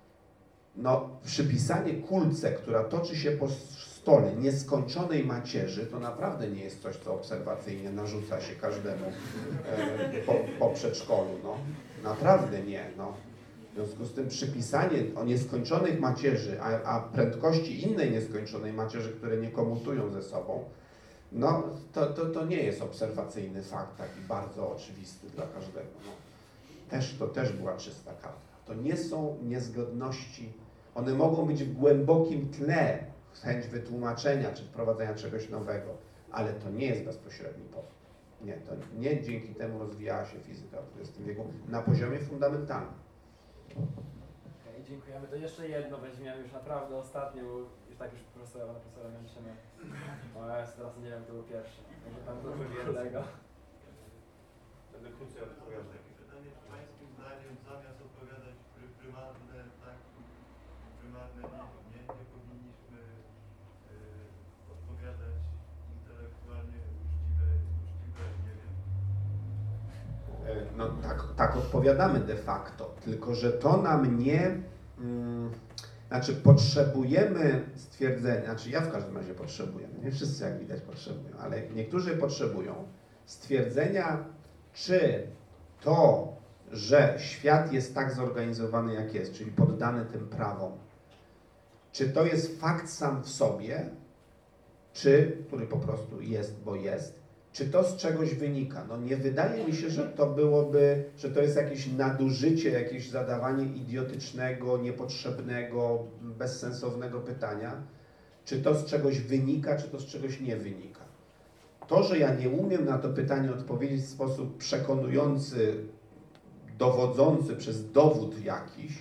No, przypisanie kulce, która toczy się po stole nieskończonej macierzy, to naprawdę nie jest coś, co obserwacyjnie narzuca się każdemu e, po, po przedszkolu. No. Naprawdę nie. No. W związku z tym przypisanie o nieskończonych macierzy, a, a prędkości innej nieskończonej macierzy, które nie komutują ze sobą, no to, to, to nie jest obserwacyjny fakt taki bardzo oczywisty dla każdego. No. Też, to też była czysta kartka. To nie są niezgodności, one mogą być w głębokim tle, chęć wytłumaczenia czy wprowadzenia czegoś nowego, ale to nie jest bezpośredni powód. Nie, to nie dzięki temu rozwijała się fizyka w dwudziestym wieku na poziomie fundamentalnym. Okej, dziękujemy. To jeszcze jedno weźmiemy już naprawdę ostatnie, bo już tak już profesora, pana profesora męczymy. O jest, teraz nie wiem, kto był pierwszy. Może pan wrócił jednego. Będę krócej odpowiadał. Takie pytanie, czy pańskim zdaniem zamiast odpowiadać pry, prymarne tak, prymarne nie, nie, nie powinniśmy y, odpowiadać intelektualnie uczciwe, uczciwe, nie wiem. No tak, tak odpowiadamy de facto, tylko że to nam nie, mm, znaczy potrzebujemy stwierdzenia, znaczy ja w każdym razie potrzebuję, nie wszyscy jak widać potrzebują, ale niektórzy potrzebują stwierdzenia, czy to, że świat jest tak zorganizowany jak jest, czyli poddany tym prawom, czy to jest fakt sam w sobie, czy, który po prostu jest, bo jest, czy to z czegoś wynika? No nie wydaje mi się, że to byłoby, że to jest jakieś nadużycie, jakieś zadawanie idiotycznego, niepotrzebnego, bezsensownego pytania. Czy to z czegoś wynika, czy to z czegoś nie wynika? To, że ja nie umiem na to pytanie odpowiedzieć w sposób przekonujący, dowodzący przez dowód jakiś,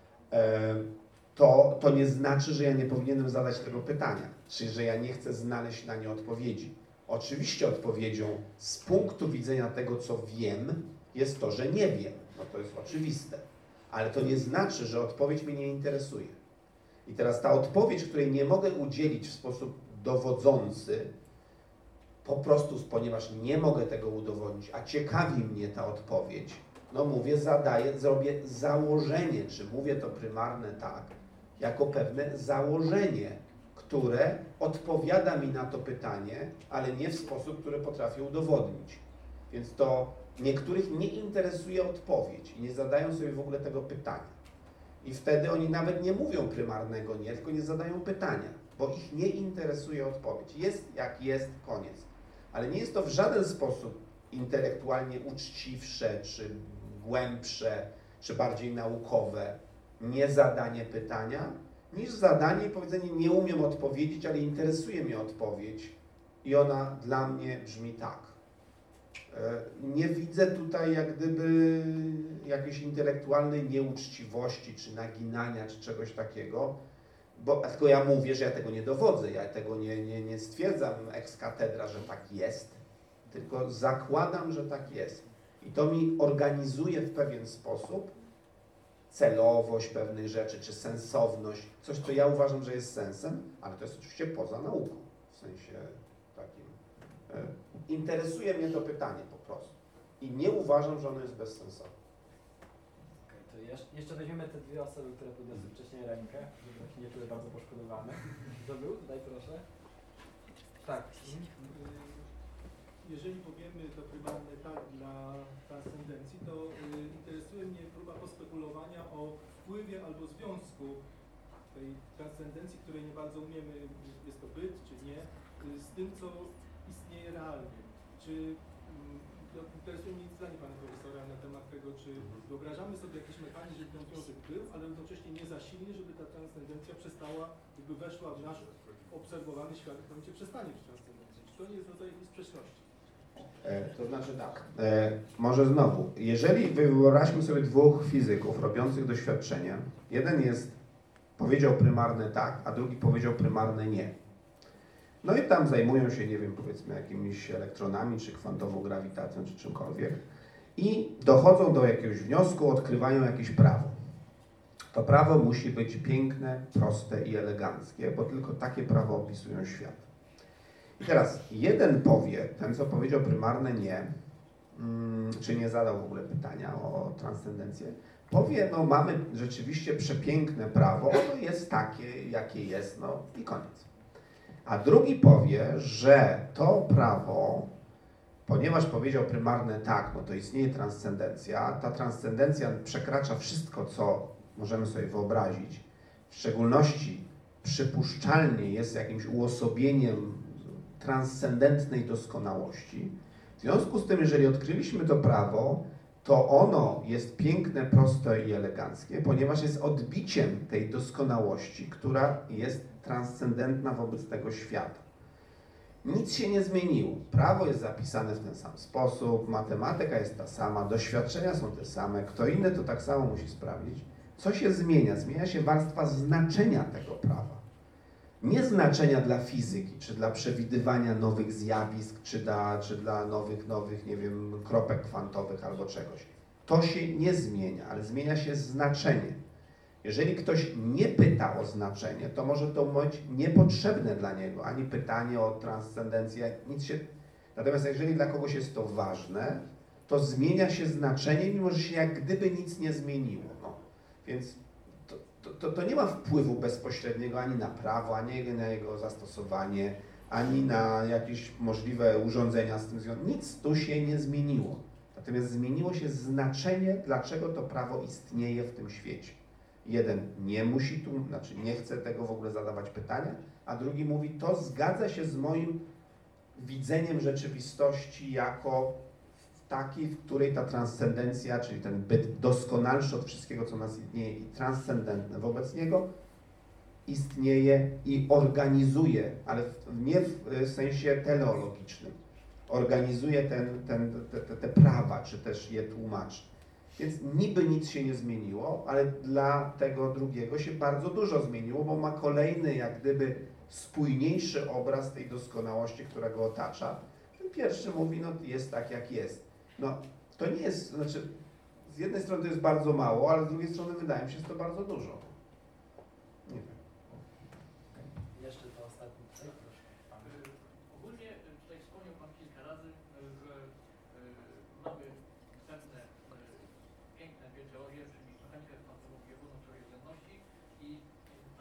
to, to nie znaczy, że ja nie powinienem zadać tego pytania, czyli że ja nie chcę znaleźć na nie odpowiedzi. Oczywiście odpowiedzią z punktu widzenia tego, co wiem, jest to, że nie wiem. No to jest oczywiste. Ale to nie znaczy, że odpowiedź mnie nie interesuje. I teraz ta odpowiedź, której nie mogę udzielić w sposób dowodzący, po prostu ponieważ nie mogę tego udowodnić, a ciekawi mnie ta odpowiedź, no mówię, zadaję, zrobię założenie, czy mówię to prymarne tak, jako pewne założenie, które odpowiada mi na to pytanie, ale nie w sposób, który potrafię udowodnić. Więc to niektórych nie interesuje odpowiedź i nie zadają sobie w ogóle tego pytania. I wtedy oni nawet nie mówią prymarnego nie, tylko nie zadają pytania, bo ich nie interesuje odpowiedź. Jest jak jest, koniec. Ale nie jest to w żaden sposób intelektualnie uczciwsze, czy głębsze, czy bardziej naukowe nie zadanie pytania, niż zadanie i powiedzenie nie umiem odpowiedzieć, ale interesuje mnie odpowiedź i ona dla mnie brzmi tak. Nie widzę tutaj jak gdyby jakiejś intelektualnej nieuczciwości, czy naginania, czy czegoś takiego, bo tylko ja mówię, że ja tego nie dowodzę, ja tego nie, nie, nie stwierdzam ex cathedra, że tak jest, tylko zakładam, że tak jest. I to mi organizuje w pewien sposób celowość pewnych rzeczy, czy sensowność, coś, co ja uważam, że jest sensem, ale to jest oczywiście poza nauką, w sensie takim. Interesuje mnie to pytanie po prostu i nie uważam, że ono jest bezsensowne. Okay, to jeszcze, jeszcze weźmiemy te dwie osoby, które podniosły wcześniej rękę, żeby się nie czuły bardzo poszkodowane. Kto był? Daj proszę. Tak. Jeżeli powiemy to prymarne tak dla transcendencji, to y, interesuje mnie próba pospekulowania o wpływie albo związku tej transcendencji, której nie bardzo umiemy, jest to byt czy nie, y, z tym, co istnieje realnie. Czy y, interesuje mnie zdanie pana profesora na temat tego, czy wyobrażamy sobie jakiś mechanizm, żeby ten związek był, ale jednocześnie nie za silny, żeby ta transcendencja przestała, jakby weszła w nasz obserwowany świat, w momencie przestanie być transcendencją. Czy to nie jest rodzaj jakiejś sprzeczności? E, to znaczy tak, e, może znowu, jeżeli wyobraźmy sobie dwóch fizyków robiących doświadczenia, jeden jest, powiedział prymarne tak, a drugi powiedział prymarne nie. No i tam zajmują się, nie wiem, powiedzmy jakimiś elektronami, czy kwantową grawitacją, czy czymkolwiek i dochodzą do jakiegoś wniosku, odkrywają jakieś prawo. To prawo musi być piękne, proste i eleganckie, bo tylko takie prawo opisują świat. I teraz jeden powie, ten co powiedział prymarne nie, hmm, czy nie zadał w ogóle pytania o transcendencję, powie, no mamy rzeczywiście przepiękne prawo, ono jest takie, jakie jest, no i koniec. A drugi powie, że to prawo, ponieważ powiedział prymarne tak, no to istnieje transcendencja, ta transcendencja przekracza wszystko, co możemy sobie wyobrazić, w szczególności przypuszczalnie jest jakimś uosobieniem transcendentnej doskonałości. W związku z tym, jeżeli odkryliśmy to prawo, to ono jest piękne, proste i eleganckie, ponieważ jest odbiciem tej doskonałości, która jest transcendentna wobec tego świata. Nic się nie zmieniło. Prawo jest zapisane w ten sam sposób, matematyka jest ta sama, doświadczenia są te same, kto inny to tak samo musi sprawdzić. Co się zmienia? Zmienia się warstwa znaczenia tego prawa. Nie znaczenia dla fizyki, czy dla przewidywania nowych zjawisk, czy dla, czy dla nowych, nowych, nie wiem, kropek kwantowych albo czegoś. To się nie zmienia, ale zmienia się znaczenie. Jeżeli ktoś nie pyta o znaczenie, to może to być niepotrzebne dla niego, ani pytanie o transcendencję, nic się... Natomiast jeżeli dla kogoś jest to ważne, to zmienia się znaczenie, mimo że się jak gdyby nic nie zmieniło. No. Więc to, to, to, to nie ma wpływu bezpośredniego ani na prawo, ani na jego zastosowanie, ani na jakieś możliwe urządzenia z tym związane. Nic tu się nie zmieniło. Natomiast zmieniło się znaczenie, dlaczego to prawo istnieje w tym świecie. Jeden nie musi tu, znaczy nie chce tego w ogóle zadawać pytania, a drugi mówi, to zgadza się z moim widzeniem rzeczywistości jako takiej, w której ta transcendencja, czyli ten byt doskonalszy od wszystkiego, co nas istnieje i transcendentne wobec niego, istnieje i organizuje, ale w, nie w sensie teleologicznym. Organizuje ten, ten, te, te, te prawa, czy też je tłumaczy. Więc niby nic się nie zmieniło, ale dla tego drugiego się bardzo dużo zmieniło, bo ma kolejny, jak gdyby spójniejszy obraz tej doskonałości, która go otacza. Ten pierwszy mówi, no jest tak jak jest. No to nie jest, znaczy z jednej strony to jest bardzo mało, ale z drugiej strony wydaje mi się, że to bardzo dużo. Nie wiem. Jeszcze to ostatnie. Proszę. Ogólnie tutaj wspomniał Pan kilka razy, że mamy wstępne, piękne dwie teorie, czyli mechanikę kwantową i ogólną teorię względności i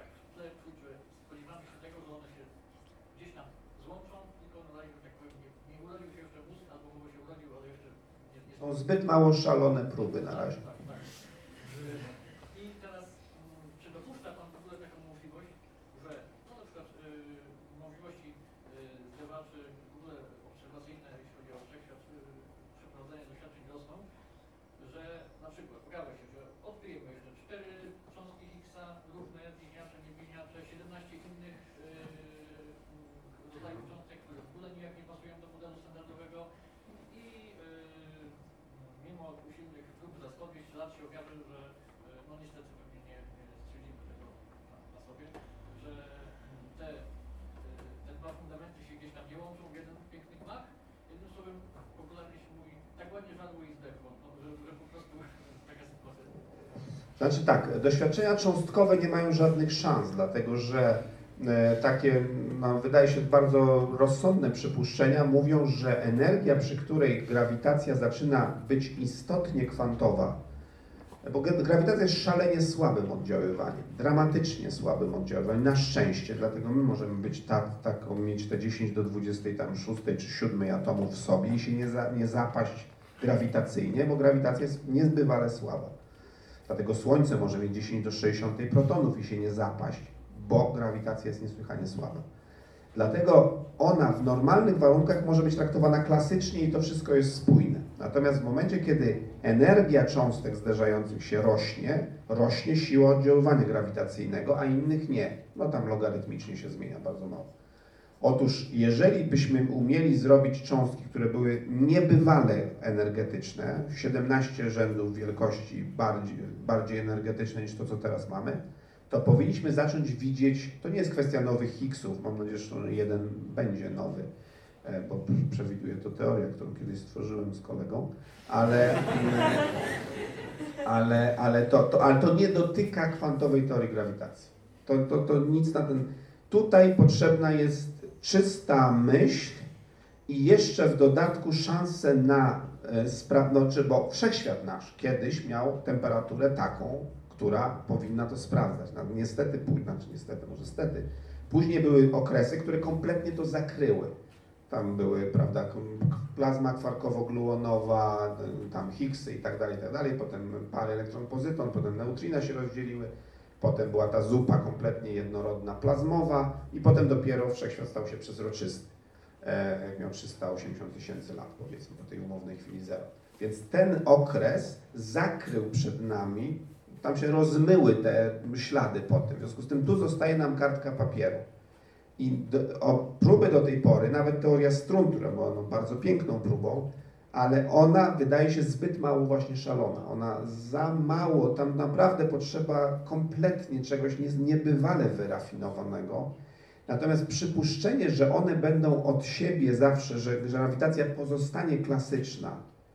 Są zbyt mało szalone próby na razie. Tak, tak. I teraz, mm, czy dopuszcza Pan w ogóle taką możliwość, że no na przykład y, możliwości y, zbywaczy w ogóle obserwacyjne, jeśli chodzi o wszechświat, y, przeprowadzenie doświadczeń rosną, że na przykład pojawia się, że odkryjemy jeszcze cztery cząstki Higgsa, różne bliźniacze, niebliźniacze, siedemnaście innych y, rodzajów cząstek, które w ogóle nijak nie pasują do modelu standardowego i y, mimo usilnych prób za sto dwieście lat się okaże, że y, no niestety pewnie nie, nie stwierdzimy tego na, na sobie, że te, y, te dwa fundamenty się gdzieś tam nie łączą w jeden piękny gmach. Jednym słowem, popularnie się mówi, tak ładnie żarło i zdechło, no, że, że po prostu taka sytuacja. Znaczy tak, doświadczenia cząstkowe nie mają żadnych szans, dlatego że e, takie, no, wydaje się bardzo rozsądne przypuszczenia mówią, że energia, przy której grawitacja zaczyna być istotnie kwantowa, bo gra- grawitacja jest szalenie słabym oddziaływaniem, dramatycznie słabym oddziaływaniem, na szczęście, dlatego my możemy być tak, taką, mieć te dziesięć do dwudziestej szóstej czy siódmej atomów w sobie i się nie, za, nie zapaść grawitacyjnie, bo grawitacja jest niezbywale słaba. Dlatego Słońce może mieć dziesięć do sześćdziesiątej protonów i się nie zapaść, bo grawitacja jest niesłychanie słaba. Dlatego ona w normalnych warunkach może być traktowana klasycznie i to wszystko jest spójne. Natomiast w momencie, kiedy energia cząstek zderzających się rośnie, rośnie siła oddziaływania grawitacyjnego, a innych nie. No tam logarytmicznie się zmienia bardzo mało. Otóż jeżeli byśmy umieli zrobić cząstki, które były niebywale energetyczne, siedemnaście rzędów wielkości bardziej, bardziej energetyczne niż to, co teraz mamy, to powinniśmy zacząć widzieć, to nie jest kwestia nowych Higgsów, mam nadzieję, że jeden będzie nowy, bo przewiduje to teoria, którą kiedyś stworzyłem z kolegą, ale, ale, ale, to, to, ale to nie dotyka kwantowej teorii grawitacji. To, to, to nic na ten... Tutaj potrzebna jest czysta myśl i jeszcze w dodatku szansę na e, sprawność, bo wszechświat nasz kiedyś miał temperaturę taką, która powinna to sprawdzać. No, niestety, znaczy niestety, może stety, później były okresy, które kompletnie to zakryły. Tam były, prawda, plazma kwarkowo-gluonowa, tam Higgsy i tak dalej, i tak dalej, potem pary elektron-pozyton, potem neutrina się rozdzieliły. Potem była ta zupa kompletnie jednorodna, plazmowa i potem dopiero wszechświat stał się przezroczysty. E, jak miał trzysta osiemdziesiąt tysięcy lat, powiedzmy, po tej umownej chwili zero. Więc ten okres zakrył przed nami, tam się rozmyły te ślady po tym. W związku z tym tu zostaje nam kartka papieru. I do, o, próby do tej pory, nawet teoria strun, która była no, bardzo piękną próbą, ale ona wydaje się zbyt mało właśnie szalona. Ona za mało, tam naprawdę potrzeba kompletnie czegoś niebywale wyrafinowanego. Natomiast przypuszczenie, że one będą od siebie zawsze, że grawitacja pozostanie klasyczna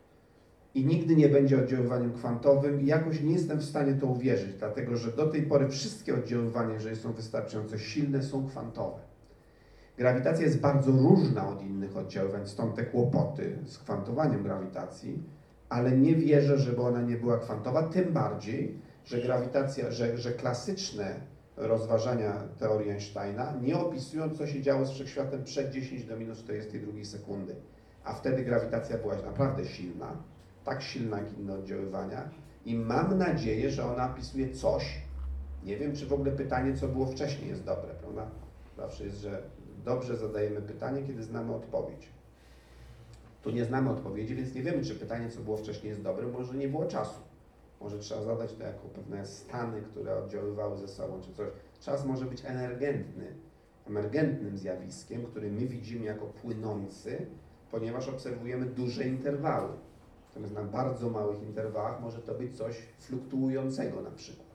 i nigdy nie będzie oddziaływaniem kwantowym, jakoś nie jestem w stanie to uwierzyć, dlatego że do tej pory wszystkie oddziaływania, jeżeli są wystarczająco silne, są kwantowe. Grawitacja jest bardzo różna od innych oddziaływań, stąd te kłopoty z kwantowaniem grawitacji, ale nie wierzę, żeby ona nie była kwantowa, tym bardziej, że grawitacja, że, że klasyczne rozważania teorii Einsteina nie opisują, co się działo z wszechświatem przed dziesięć do minus czterdziestej drugiej sekundy, a wtedy grawitacja była naprawdę silna, tak silna jak inne oddziaływania i mam nadzieję, że ona opisuje coś, nie wiem, czy w ogóle pytanie, co było wcześniej jest dobre, prawda? Zawsze jest, że dobrze zadajemy pytanie, kiedy znamy odpowiedź. Tu nie znamy odpowiedzi, więc nie wiemy, czy pytanie, co było wcześniej, jest dobre, może nie było czasu. Może trzeba zadać to jako pewne stany, które oddziaływały ze sobą, czy coś. Czas może być emergentny, emergentnym zjawiskiem, który my widzimy jako płynący, ponieważ obserwujemy duże interwały. Natomiast na bardzo małych interwałach może to być coś fluktuującego na przykład.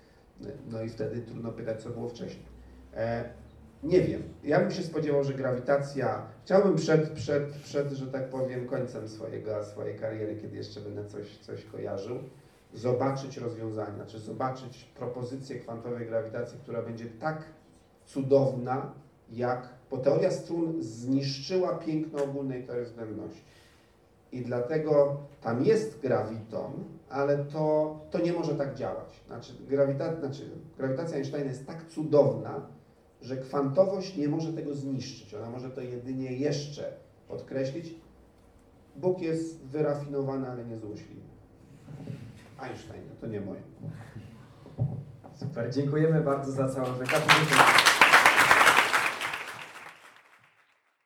No i wtedy trudno pytać, co było wcześniej. E, Nie wiem. Ja bym się spodziewał, że grawitacja... Chciałbym przed, przed, przed że tak powiem, końcem swojego, swojej kariery, kiedy jeszcze będę coś, coś kojarzył, zobaczyć rozwiązanie, znaczy zobaczyć propozycję kwantowej grawitacji, która będzie tak cudowna, jak... Bo teoria strun zniszczyła piękno ogólnej teorii względności. I dlatego tam jest grawiton, ale to, to nie może tak działać. Znaczy, grawita, znaczy, grawitacja Einsteina jest tak cudowna, że kwantowość nie może tego zniszczyć. Ona może to jedynie jeszcze podkreślić. Bóg jest wyrafinowany, ale nie złośliwy. Einstein, to nie moje. Super, dziękujemy bardzo za całą rzekę.